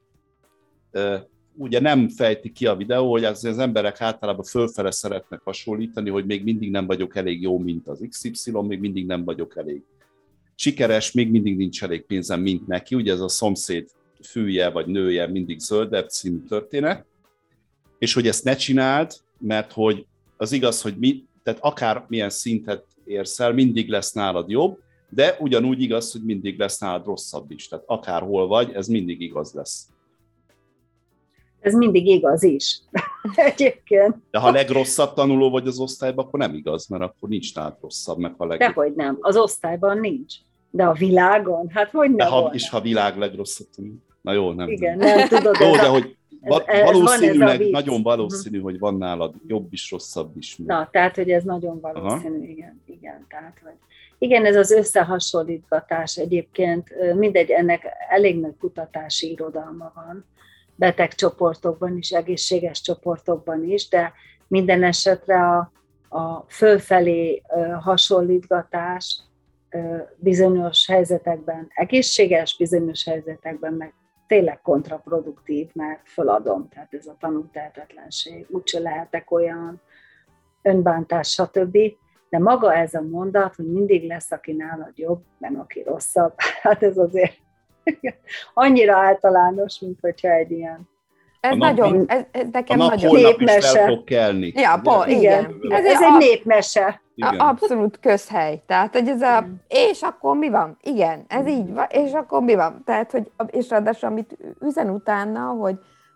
Ugye nem fejti ki a videó, hogy az, az emberek általában fölfele szeretnek hasonlítani, hogy még mindig nem vagyok elég jó, mint az iksz ipszilon, még mindig nem vagyok elég sikeres, még mindig nincs elég pénzem, mint neki. Ugye ez a szomszéd fűje vagy nője mindig zöldebb című történet. És hogy ezt ne csináld, mert hogy az igaz, hogy mi, tehát akár milyen szintet érsz el, mindig lesz nálad jobb, de ugyanúgy igaz, hogy mindig lesz nálad rosszabb is. Tehát akárhol vagy, ez mindig igaz lesz. Ez mindig igaz is. Egyébként. De ha a legrosszabb tanuló vagy az osztályban, akkor nem igaz, mert akkor nincs nálad rosszabb, meg ha leg... Dehogy nem. Az osztályban nincs. De a világon? Hát hogy nem ha, és ha a világ legrosszabb tanuló. Na jó, nem. Igen, nem, nem tudod. Jó, de hogy va- ez, valószínűleg, nagyon valószínű, hogy van nálad jobb is, rosszabb is. Na, tehát, hogy ez nagyon valószínű, igen. igen, tehát, hogy igen, ez az összehasonlítgatás egyébként, mindegy, ennek elég nagy kutatási irodalma van, betegcsoportokban is, egészséges csoportokban is, de minden esetre a, a fölfelé hasonlítgatás bizonyos helyzetekben egészséges, bizonyos helyzetekben meg tényleg kontraproduktív, mert föladom, tehát ez a tanultehetetlenség, úgyse lehetek olyan, önbántás, stb. De maga ez a mondat, hogy mindig lesz, aki nálad jobb, nem aki rosszabb, hát ez azért annyira általános, mint hogyha egy ilyen... Ez nap, nagyon, ez, ez nekem a nap nagyon... holnap is fel fog kelni. Ja, po, igen. igen. Ez, ez egy népmese. Igen. Abszolút közhely. Tehát, hogy ez a, és akkor mi van? Igen, ez így van, és akkor mi van? Tehát, hogy, és ráadásul, amit üzen utána, hogy,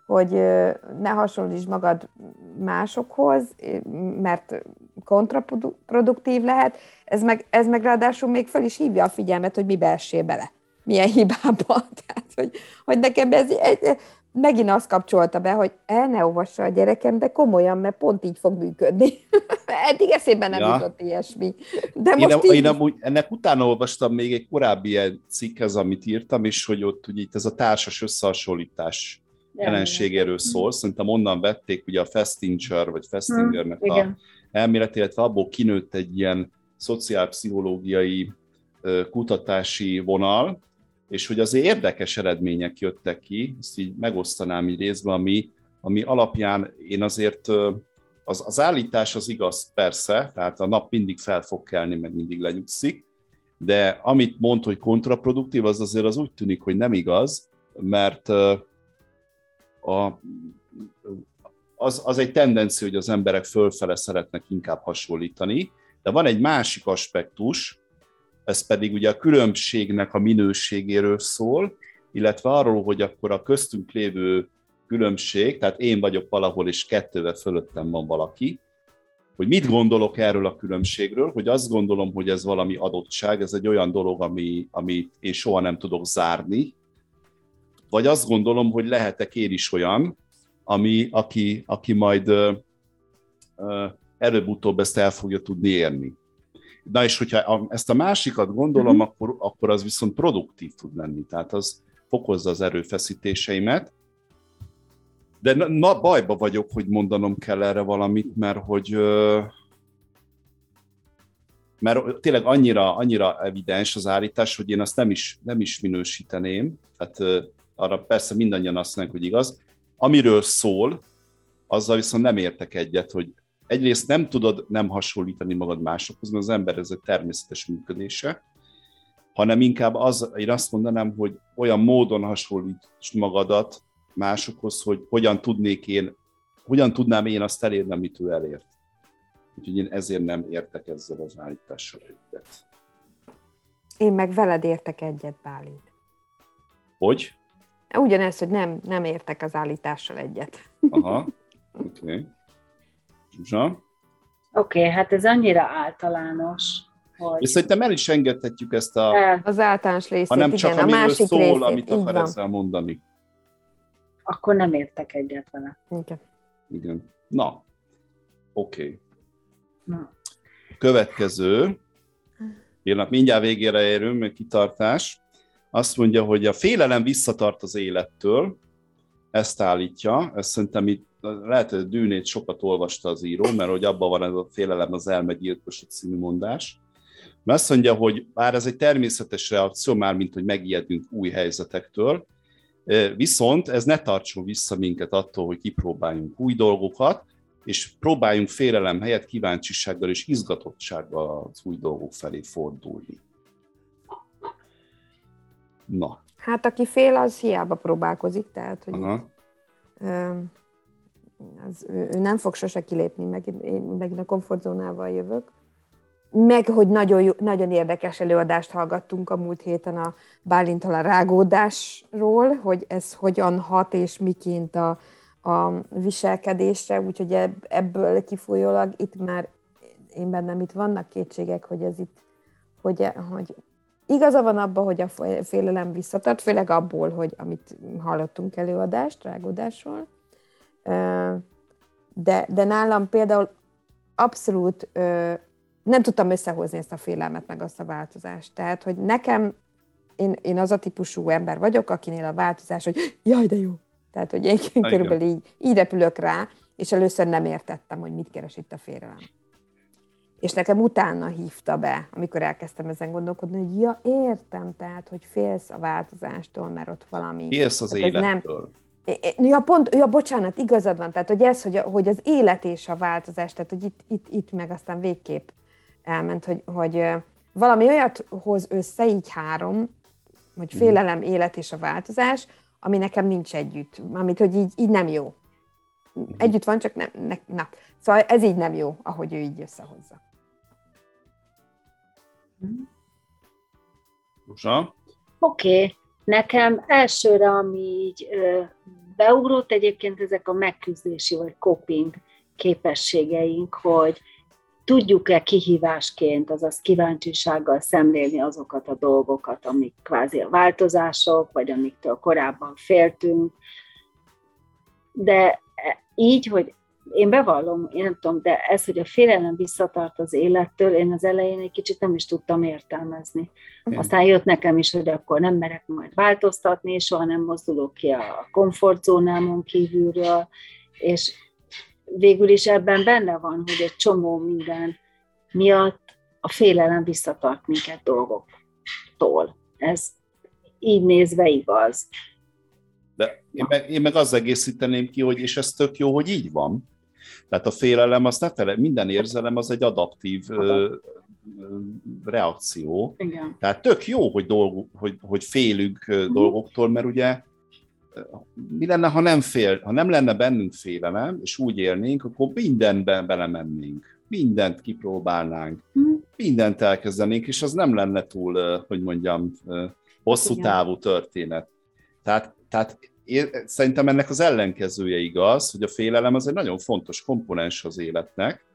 hogy ne hasonlítsd magad másokhoz, mert kontraproduktív lehet, ez meg, ez meg ráadásul még fel is hívja a figyelmet, hogy mibe essél bele, milyen hibába. Tehát, hogy, hogy nekem ez egy, megint azt kapcsolta be, hogy el ne olvassa a gyerekem, de komolyan, mert pont így fog működni. Eddig eszében nem ja. jutott ilyesmi. De most én, így... én amúgy, ennek utána olvastam még egy korábbi ilyen cikkhez, amit írtam, és hogy ott ugye itt ez a társas összehasonlítás jelenségéről szól. Szerintem onnan vették ugye a Festinger, vagy Festingernek hmm, a elmélet, illetve abból kinőtt egy ilyen szociálpszichológiai kutatási vonal, és hogy azért érdekes eredmények jöttek ki, ezt így megosztanám így részben, ami, ami alapján én azért, az, az állítás az igaz persze, tehát a nap mindig fel fog kelni, meg mindig lenyugszik, de amit mond, hogy kontraproduktív, az azért az úgy tűnik, hogy nem igaz, mert a, az, az egy tendencia, hogy az emberek fölfele szeretnek inkább hasonlítani, de van egy másik aspektus, ez pedig ugye a különbségnek a minőségéről szól, illetve arról, hogy akkor a köztünk lévő különbség, tehát én vagyok valahol, és kettővel fölöttem van valaki, hogy mit gondolok erről a különbségről, hogy azt gondolom, hogy ez valami adottság, ez egy olyan dolog, ami, amit én soha nem tudok zárni, vagy azt gondolom, hogy lehetek én is olyan, ami, aki, aki majd ö, ö, előbb-utóbb ezt el fogja tudni érni. Na és hogyha ezt a másikat gondolom, uh-huh. akkor, akkor az viszont produktív tud lenni, tehát az fokozza az erőfeszítéseimet. De na, na bajba vagyok, hogy mondanom kell erre valamit, mert hogy mert tényleg annyira, annyira evidens az állítás, hogy én azt nem is, nem is minősíteném, tehát arra persze mindannyian azt mondják, hogy igaz. Amiről szól, azzal viszont nem értek egyet, hogy egyrészt nem tudod nem hasonlítani magad másokhoz, mert az ember ez egy természetes működése, hanem inkább az, én azt mondanám, hogy olyan módon hasonlítsd magadat másokhoz, hogy hogyan tudnék én, hogyan tudnám én azt elérni, amit ő elért. Úgyhogy én ezért nem értek ezzel az állítással egyet. Én meg veled értek egyet, Bálint. Hogy? Ugyanez, hogy nem, nem értek az állítással egyet. Aha, oké. Okay. Zsuzsa? Oké, okay, hát ez annyira általános, hogy... És szerintem el is engedhetjük ezt a... Az általános részét, hanem csak igen, a másik szól, részét, amit akar ezzel mondani. Akkor nem értek egyet vele. Igen. Igen. Na, oké. Okay. Na. Következő, pillanat, mindjárt végére érünk, meg kitartás. Azt mondja, hogy a félelem visszatart az élettől, ezt állítja, ezt szerintem itt lehet, hogy a Dűnét sokat olvasta az író, mert hogy abban van ez a félelem az elmegyilkosod című mondás. Mert azt mondja, hogy bár ez egy természetes reakció, már mint hogy megijedünk új helyzetektől, viszont ez ne tartson vissza minket attól, hogy kipróbáljunk új dolgokat, és próbáljunk félelem helyett kíváncsisággal és izgatottsággal az új dolgok felé fordulni. Na. Hát aki fél, az hiába próbálkozik, tehát hogy az, ő, ő nem fog sose kilépni, meg én megint a komfortzónával jövök. Meg, hogy nagyon, nagyon érdekes előadást hallgattunk a múlt héten a Bálinttal a rágódásról, hogy ez hogyan hat és miként a, a viselkedésre, úgyhogy ebből kifolyólag itt már én bennem itt vannak kétségek, hogy ez itt, hogy, hogy igaza van abban, hogy a félelem visszatart, főleg abból, hogy amit hallottunk előadást, rágódásról. De, de nálam például abszolút nem tudtam összehozni ezt a félelmet, meg azt a változást. Tehát, hogy nekem, én, én az a típusú ember vagyok, akinél a változás, hogy jaj, de jó. Tehát, hogy én Igen. körülbelül így, így repülök rá, és először nem értettem, hogy mit keres itt a félelem. És nekem utána hívta be, amikor elkezdtem ezen gondolkodni, hogy ja, értem, tehát, hogy félsz a változástól, mert ott valami... Félsz az élettől. Nem, ja, pont, ja, bocsánat, igazad van, tehát, hogy ez, hogy, hogy az élet és a változás, tehát, hogy itt, itt, itt meg aztán végképp elment, hogy, hogy valami olyat hoz össze, így három, hogy félelem, élet és a változás, ami nekem nincs együtt, amit, hogy így, így nem jó. Együtt van, csak nem, ne, na. Szóval ez így nem jó, ahogy ő így összehozza. Zsuzsa? Oké. Okay. Nekem elsőre, ami így ö, beugrott egyébként ezek a megküzdési vagy coping képességeink, hogy tudjuk-e kihívásként, azaz kíváncsisággal szemlélni azokat a dolgokat, amik kvázi a változások, vagy amiktől korábban féltünk. De így, hogy én bevallom, én nem tudom, de ez, hogy a félelem visszatart az élettől, én az elején egy kicsit nem is tudtam értelmezni. Aztán jött nekem is, hogy akkor nem merek majd változtatni, soha nem mozdulok ki a komfortzónámon kívülről, és végül is ebben benne van, hogy egy csomó minden miatt a félelem visszatart minket dolgoktól. Ez így nézve igaz. De én meg, én meg azt egészíteném ki, hogy és ez tök jó, hogy így van. Tehát a félelem, az ne fele, minden érzelem az egy adaptív ö, ö, reakció. Igen. Tehát tök jó, hogy, dolgok, hogy, hogy félünk uh-huh. dolgoktól, mert ugye mi lenne, ha nem, fél, ha nem lenne bennünk félelem, és úgy élnénk, akkor mindenben belemennénk, mindent kipróbálnánk, uh-huh. mindent elkezdenénk, és az nem lenne túl, hogy mondjam, hosszú Igen. távú történet. Tehát, tehát én, szerintem ennek az ellenkezője igaz, hogy a félelem az egy nagyon fontos komponens az életnek,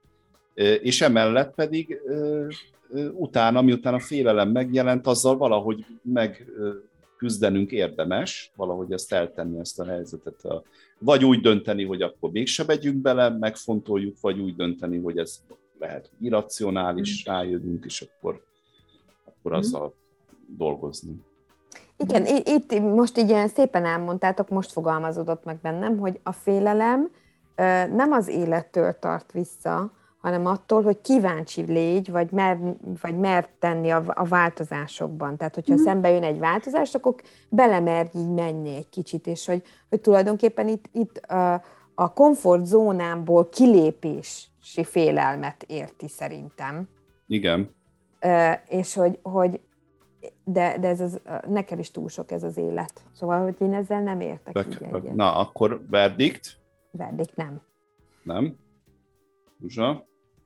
és emellett pedig utána, miután a félelem megjelent, azzal valahogy megküzdenünk érdemes, valahogy ezt eltenni, ezt a helyzetet. Vagy úgy dönteni, hogy akkor mégse megyünk bele, megfontoljuk, vagy úgy dönteni, hogy ez lehet irracionális, rájövünk, és akkor, akkor azzal dolgozni. Igen, itt most így ilyen szépen elmondtátok, most fogalmazódott meg bennem, hogy a félelem nem az élettől tart vissza, hanem attól, hogy kíváncsi légy, vagy mer, vagy mer tenni a, a változásokban. Tehát, hogyha mm. szembe jön egy változás, akkor belemerj így menni egy kicsit, és hogy, hogy tulajdonképpen itt, itt a, a komfortzónámból kilépési félelmet érti szerintem. Igen. És hogy, hogy de, de ez az, neked is túl sok ez az élet. Szóval, hogy én ezzel nem értek Be, így egyet. Na, akkor verdikt? Verdikt nem. Nem? Zsuzsa?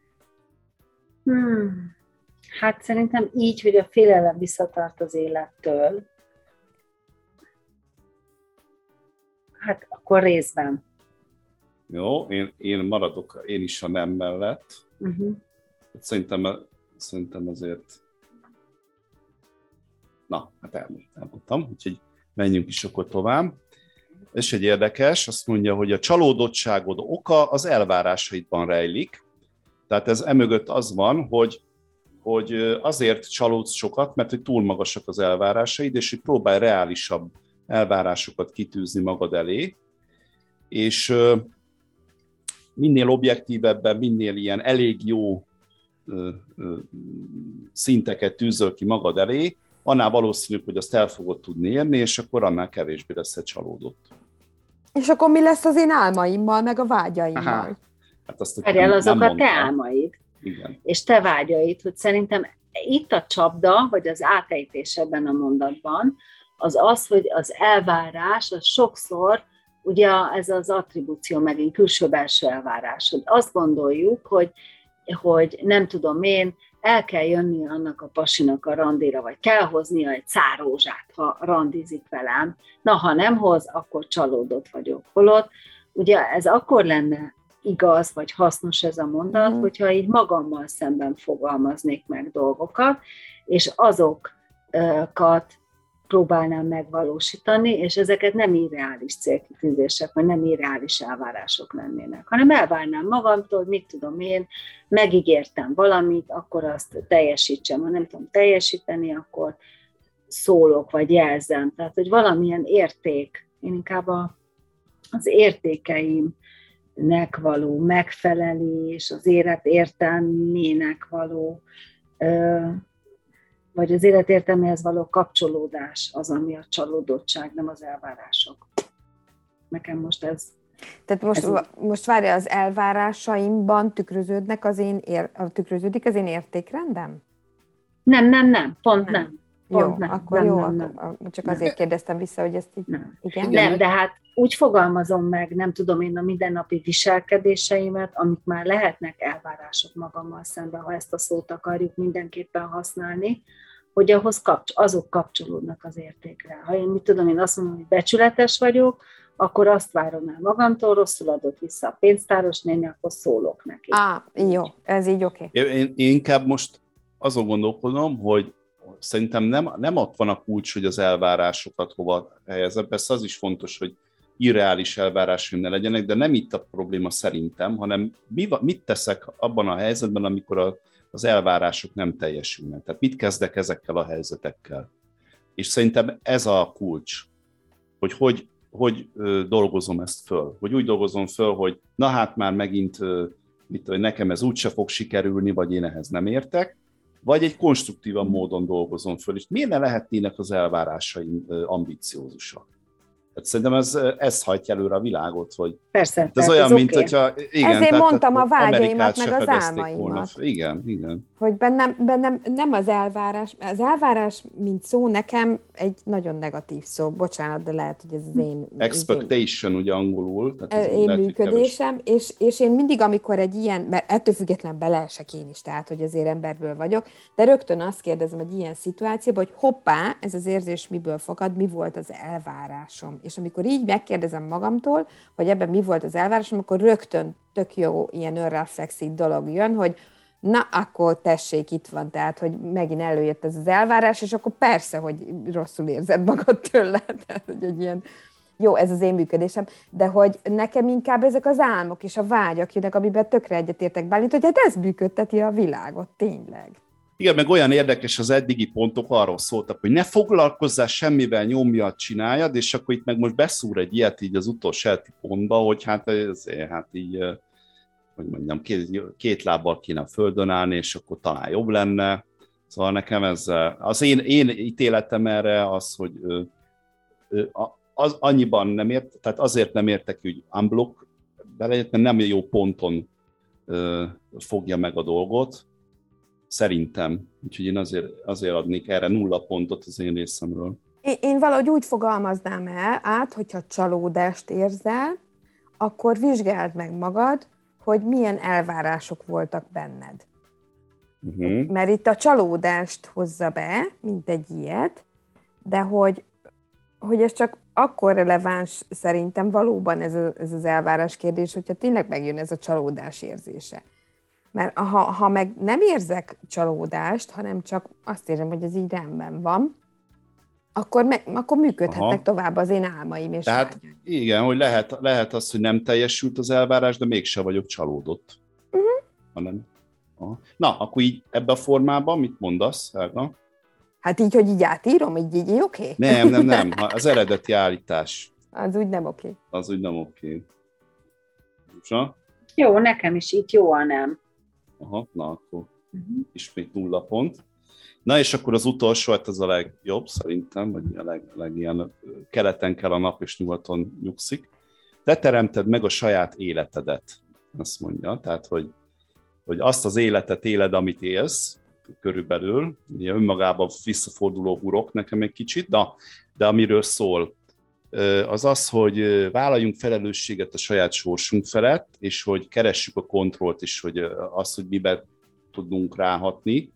Hmm. Hát szerintem így, hogy a félelem visszatart az élettől. Hát akkor részben. Jó, én, én maradok, én is a nem mellett. Uh-huh. Szerintem, szerintem azért Na, hát elmondtam, úgyhogy menjünk is akkor tovább. És egy érdekes, azt mondja, hogy a csalódottságod oka az elvárásaidban rejlik. Tehát ez emögött az van, hogy, hogy azért csalódsz sokat, mert hogy túl magasak az elvárásaid, és hogy próbálj reálisabb elvárásokat kitűzni magad elé, és minél objektívebben, minél ilyen elég jó szinteket tűzöl ki magad elé, annál valószínűbb, hogy azt el fogod tudni érni, és akkor annál kevésbé lesz egy csalódott. És akkor mi lesz az én álmaimmal, meg a vágyaimmal? Aha. Hát azt Erről azok a te álmaid. Igen. És te vágyaid, hogy szerintem itt a csapda, vagy az átejtés ebben a mondatban, az az, hogy az elvárás, az sokszor, ugye ez az attribúció megint külső-belső elvárás, hogy azt gondoljuk, hogy, hogy nem tudom én, el kell jönni annak a pasinak a randira, vagy kell hoznia egy szárózsát, ha randizik velem. Na, ha nem hoz, akkor csalódott vagyok. Holott, ugye ez akkor lenne igaz, vagy hasznos ez a mondat, mm. hogyha így magammal szemben fogalmaznék meg dolgokat, és azokat próbálnám megvalósítani, és ezeket nem irreális célkitűzések, vagy nem irreális elvárások lennének, hanem elvárnám magamtól, hogy mit tudom én, megígértem valamit, akkor azt teljesítsem, ha nem tudom teljesíteni, akkor szólok, vagy jelzem. Tehát, hogy valamilyen érték, én inkább az értékeimnek való megfelelés, az élet értelmének való vagy az élet értelméhez való kapcsolódás az, ami a csalódottság, nem az elvárások. Nekem most ez... Tehát most, ez most várja, az elvárásaimban tükröződnek az én ér, tükröződik az én értékrendem? Nem, nem, nem, pont nem. nem. Pont jó, nem, akkor nem, jó, nem, akkor nem. csak azért nem. kérdeztem vissza, hogy ezt így... Nem. Igen? nem, de hát úgy fogalmazom meg, nem tudom én a mindennapi viselkedéseimet, amik már lehetnek elvárások magammal szemben, ha ezt a szót akarjuk mindenképpen használni, hogy ahhoz kapcs- azok kapcsolódnak az értékre. Ha én mit tudom, én azt mondom, hogy becsületes vagyok, akkor azt várom el magamtól, rosszul adott vissza a pénztáros néni, akkor szólok neki. Á, jó, ez így oké. Okay. Én, én inkább most azon gondolkodom, hogy szerintem nem, nem ott van a kulcs, hogy az elvárásokat hova helyezem. Persze az is fontos, hogy irreális elvárásaim ne legyenek, de nem itt a probléma szerintem, hanem mi, mit teszek abban a helyzetben, amikor a, az elvárások nem teljesülnek. Tehát mit kezdek ezekkel a helyzetekkel. És szerintem ez a kulcs, hogy hogy, hogy ö, dolgozom ezt föl. Hogy úgy dolgozom föl, hogy na hát már megint ö, mit, hogy nekem ez úgyse fog sikerülni, vagy én ehhez nem értek, vagy egy konstruktívan módon dolgozom föl. És miért ne lehetnének az elvárásaim ö, ambiciózusak? Hát szerintem ez, ez hajtja előre a világot, hogy persze, ez olyan, ez mint okay. hogyha... Igen, ezért tehát, mondtam a vágyaimat, meg meg az álmaimat. Volna. Igen, igen. Hogy bennem, bennem nem az elvárás, az elvárás, mint szó nekem egy nagyon negatív szó, bocsánat, de lehet, hogy ez az én... Expectation, én, ugye angolul. Tehát én lehet, működésem, és, és én mindig, amikor egy ilyen, mert ettől független beleesek én is, tehát, hogy azért emberből vagyok, de rögtön azt kérdezem egy ilyen szituációban, hogy hoppá, ez az érzés miből fakad, mi volt az elvárásom. És amikor így megkérdezem magamtól, hogy ebben mi volt az elvárásom, akkor rögtön tök jó ilyen önreflexív dolog jön, hogy na, akkor tessék, itt van, tehát, hogy megint előjött ez az elvárás, és akkor persze, hogy rosszul érzed magad tőle, tehát, hogy egy ilyen, jó, ez az én működésem, de hogy nekem inkább ezek az álmok és a vágyak jönnek, amiben tökre egyetértek Bálint, hogy hát ez működteti a világot, tényleg. Igen, meg olyan érdekes, az eddigi pontok arról szóltak, hogy ne foglalkozzál semmivel, nyomjad, csináljad, és akkor itt meg most beszúr egy ilyet így az utolsó elti pontba, hogy hát, ez, hát így, hogy mondjam, két, két lábbal kéne a földön állni, és akkor talán jobb lenne. Szóval nekem ez, az én, én ítéletem erre az, hogy az annyiban nem ért, tehát azért nem értek, hogy unblock belejött, mert nem jó ponton fogja meg a dolgot, szerintem. Úgyhogy én azért, azért adnék erre nulla pontot az én részemről. Én, én valahogy úgy fogalmaznám el át, hogyha csalódást érzel, akkor vizsgáld meg magad, hogy milyen elvárások voltak benned. Uh-huh. Mert itt a csalódást hozza be, mint egy ilyet, de hogy, hogy ez csak akkor releváns szerintem valóban ez, a, ez az elvárás kérdés, hogyha tényleg megjön ez a csalódás érzése. Mert ha, ha meg nem érzek csalódást, hanem csak azt érzem, hogy ez így rendben van, akkor, me, akkor működhetnek Aha. tovább az én álmaim és Tehát vágyaim. Igen, hogy lehet, lehet az, hogy nem teljesült az elvárás, de mégse vagyok csalódott. Uh-huh. Hanem, Aha. Na, akkor így ebbe a formában mit mondasz, Helga? Hát így, hogy így átírom, így, így, így oké? Okay? Nem, nem, nem. Az eredeti állítás. Az úgy nem oké. Okay. Az úgy nem oké. Okay. Jó, nekem is így jó a nem. Aha, na akkor uh-huh. ismét nulla pont. Na és akkor az utolsó, hát ez a legjobb szerintem, vagy a leg, leg ilyen keleten kell a nap, és nyugaton nyugszik. Te teremted meg a saját életedet, azt mondja. Tehát, hogy, hogy azt az életet éled, amit élsz, körülbelül, ugye önmagában visszaforduló hurok nekem egy kicsit, de, de amiről szól, az az, hogy vállaljunk felelősséget a saját sorsunk felett, és hogy keressük a kontrollt, és hogy azt, hogy miben tudunk ráhatni.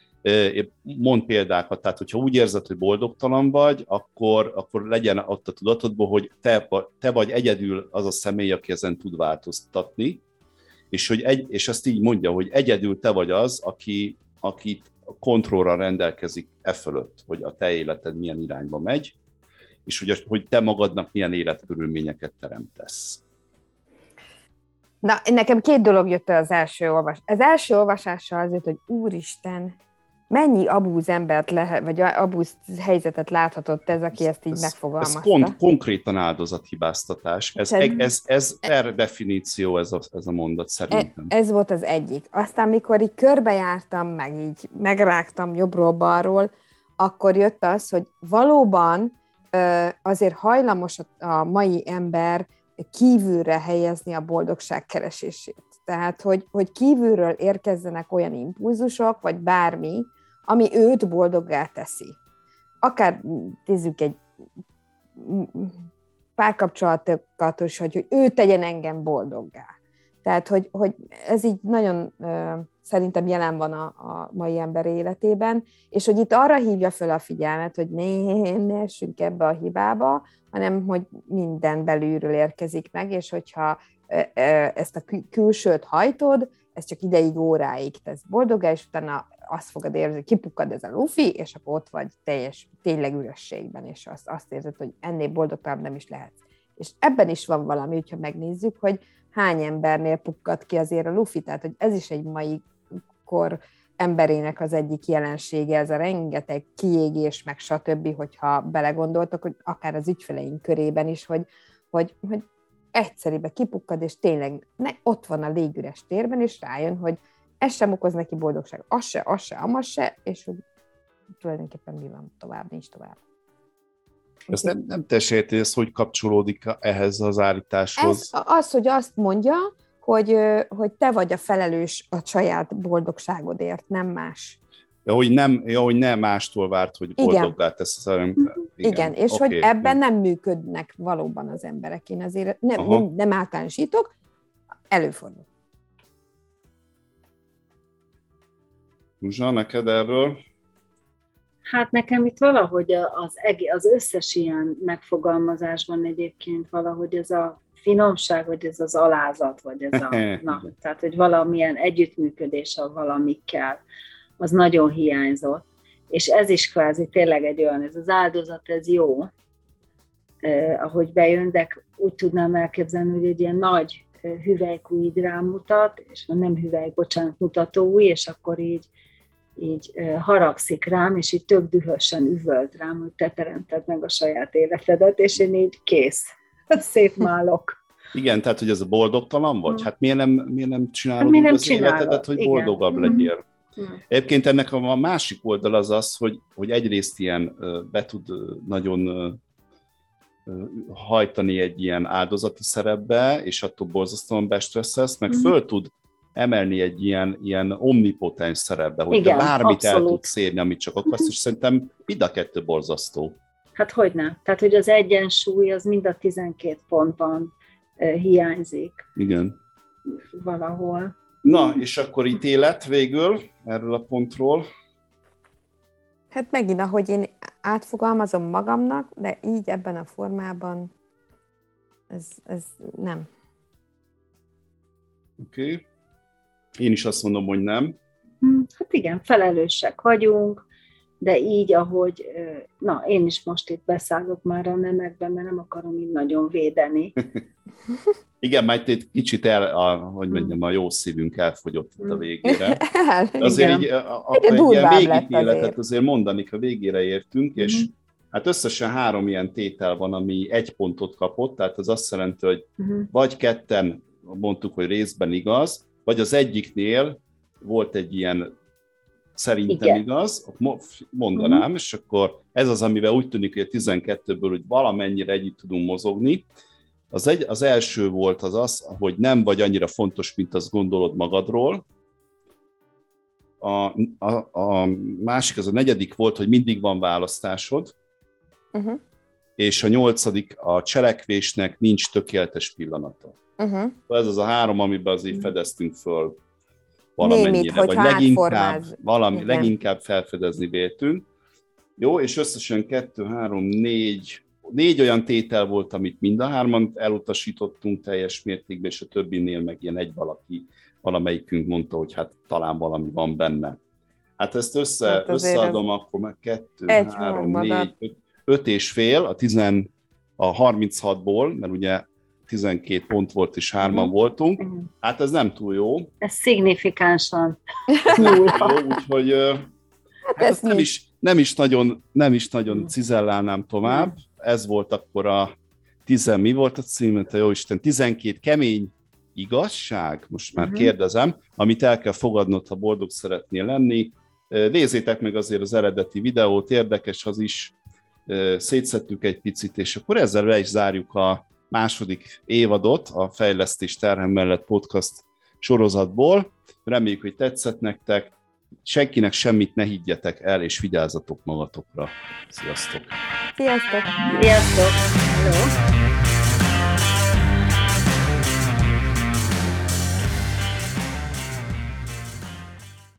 Mond példákat, tehát hogyha úgy érzed, hogy boldogtalan vagy, akkor, akkor legyen ott a tudatodban, hogy te, te vagy egyedül az a személy, aki ezen tud változtatni, és, hogy egy, és azt így mondja, hogy egyedül te vagy az, aki, aki kontrollra rendelkezik e fölött, hogy a te életed milyen irányba megy, és hogy, hogy te magadnak milyen életkörülményeket teremtesz. Na, nekem két dolog jött el az első olvasás. Az első olvasással azért, hogy úristen, mennyi abúz embert lehet, vagy abúz helyzetet láthatott ez, aki ezt így ez, megfogalmazta. Ez kon- konkrétan áldozathibáztatás. Ez, ez, ez, ez per definíció ez a, ez a mondat szerintem. Ez volt az egyik. Aztán, mikor így körbejártam, meg így megrágtam jobbról-balról, akkor jött az, hogy valóban azért hajlamos a mai ember kívülre helyezni a boldogság keresését. Tehát, hogy, hogy kívülről érkezzenek olyan impulzusok, vagy bármi, ami őt boldoggá teszi. Akár nézzük egy párkapcsolatokat is, hogy, hogy ő tegyen engem boldoggá. Tehát, hogy, hogy ez így nagyon uh, szerintem jelen van a, a mai ember életében, és hogy itt arra hívja fel a figyelmet, hogy ne, ne essünk ebbe a hibába, hanem hogy minden belülről érkezik meg, és hogyha ezt a külsőt hajtod, ez csak ideig, óráig tesz boldogá, és utána azt fogod érezni, hogy kipukkad ez a lufi, és akkor ott vagy teljes, tényleg ürességben, és azt, azt érzed, hogy ennél boldogtabb nem is lehetsz. És ebben is van valami, hogyha megnézzük, hogy hány embernél pukkad ki azért a lufi, tehát hogy ez is egy mai kor emberének az egyik jelensége, ez a rengeteg kiégés, meg stb., hogyha belegondoltak, hogy akár az ügyfeleink körében is, hogy, hogy, hogy egyszerűen kipukkad, és tényleg ne, ott van a légüres térben, és rájön, hogy ez sem okoz neki boldogság, az se, az se, amaz se, és hogy tulajdonképpen mi van tovább, nincs tovább. Ezt nem, nem teljesen érti, ez hogy kapcsolódik ehhez az állításhoz? Ez az, hogy azt mondja, hogy, hogy te vagy a felelős a saját boldogságodért, nem más. Ja, hogy nem, ja, hogy nem mástól várt, hogy boldoggá tesz. Igen, igen. igen. és okay. hogy ebben nem működnek valóban az emberek. Én azért nem, nem, nem általánosítok, előfordul. Zsuzsa, neked erről? Hát nekem itt valahogy az, az összes ilyen megfogalmazásban egyébként valahogy ez a finomság, vagy ez az alázat, vagy ez a, na, tehát, hogy valamilyen együttműködés a valamikkel, az nagyon hiányzott. És ez is kvázi tényleg egy olyan, ez az áldozat, ez jó, eh, ahogy bejön, de úgy tudnám elképzelni, hogy egy ilyen nagy eh, hüvelykúj rám mutat, és nem hüvelyk, bocsánat, mutatóúj, és akkor így így haragszik rám, és így tök dühösen üvölt rám, hogy te teremted meg a saját életedet, és én így kész, szétmálok. Igen, tehát, hogy ez a boldogtalan vagy? Hát miért nem, miért nem csinálod hát miért nem az csinálod? életedet, hogy igen. boldogabb mm-hmm. legyél? Mm. Egyébként ennek a másik oldal az az, hogy, hogy egyrészt ilyen be tud nagyon hajtani egy ilyen áldozati szerepbe, és attól borzasztóan bestresszelsz, meg mm. föl tud emelni egy ilyen, ilyen omnipotens szerepbe, hogy igen, te bármit abszolút. El tudsz érni, amit csak akarsz, és szerintem mind a kettő borzasztó. Hát hogyne. Tehát, hogy az egyensúly az mind a tizenkét pontban uh, hiányzik. Igen. Valahol. Na, és akkor ítélet végül erről a pontról? Hát megint, ahogy én átfogalmazom magamnak, de így ebben a formában ez, ez nem. Oké. Okay. Én is azt mondom, hogy nem. Hát igen, felelősek vagyunk, de így, ahogy, na, én is most itt beszállok már a nemekben, mert nem akarom így nagyon védeni. Igen, majd egy kicsit el, a, hogy mondjam, a jó szívünk elfogyott itt a végére. El, azért így, a, a, egy ilyen végítéletet azért. azért mondani, a végére értünk, és uh-huh. hát összesen három ilyen tétel van, ami egy pontot kapott, tehát az azt jelenti, hogy uh-huh. vagy ketten mondtuk, hogy részben igaz, vagy az egyiknél volt egy ilyen szerintem igen. igaz, mondanám, uh-huh. és akkor ez az, amivel úgy tűnik, hogy a tizenkettőből hogy valamennyire együtt tudunk mozogni. Az, egy, az első volt az az, hogy nem vagy annyira fontos, mint azt gondolod magadról. A, a, a másik, az a negyedik volt, hogy mindig van választásod. Uh-huh. És a nyolcadik, a cselekvésnek nincs tökéletes pillanata. Uh-huh. Ez az a három, amiben azért fedeztünk föl valamennyire, Némit, vagy leginkább, valami, leginkább felfedezni véltünk. Jó, és összesen kettő, három, négy, négy olyan tétel volt, amit mind a hárman elutasítottunk teljes mértékben, és a többinél meg ilyen egy valaki, valamelyikünk mondta, hogy hát talán valami van benne. Hát ezt össze, hát összeadom, ez... akkor meg kettő, három, négy, öt, öt és fél, a, tizen, a harminchatból, mert ugye tizenkét pont volt, és hárman uh-huh. voltunk. Uh-huh. Hát ez nem túl jó. Ez szignifikánsan jó. Úgyhogy hát hát ezt nem is, nem is nagyon, nem is nagyon uh-huh. cizellálnám tovább. Uh-huh. Ez volt akkor a tizen, mi volt a cím? Te jó Isten, tizenkét kemény igazság, most már uh-huh. kérdezem, amit el kell fogadnod, ha boldog szeretnél lenni. Nézzétek meg azért az eredeti videót, érdekes az is. Szétszettük egy picit, és akkor ezzel le is zárjuk a második évadot a Fejlesztés terhe mellett podcast sorozatból. Reméljük, hogy tetszett nektek. Senkinek semmit ne higgyetek el, és vigyázzatok magatokra. Sziasztok! Sziasztok! Sziasztok! Hello.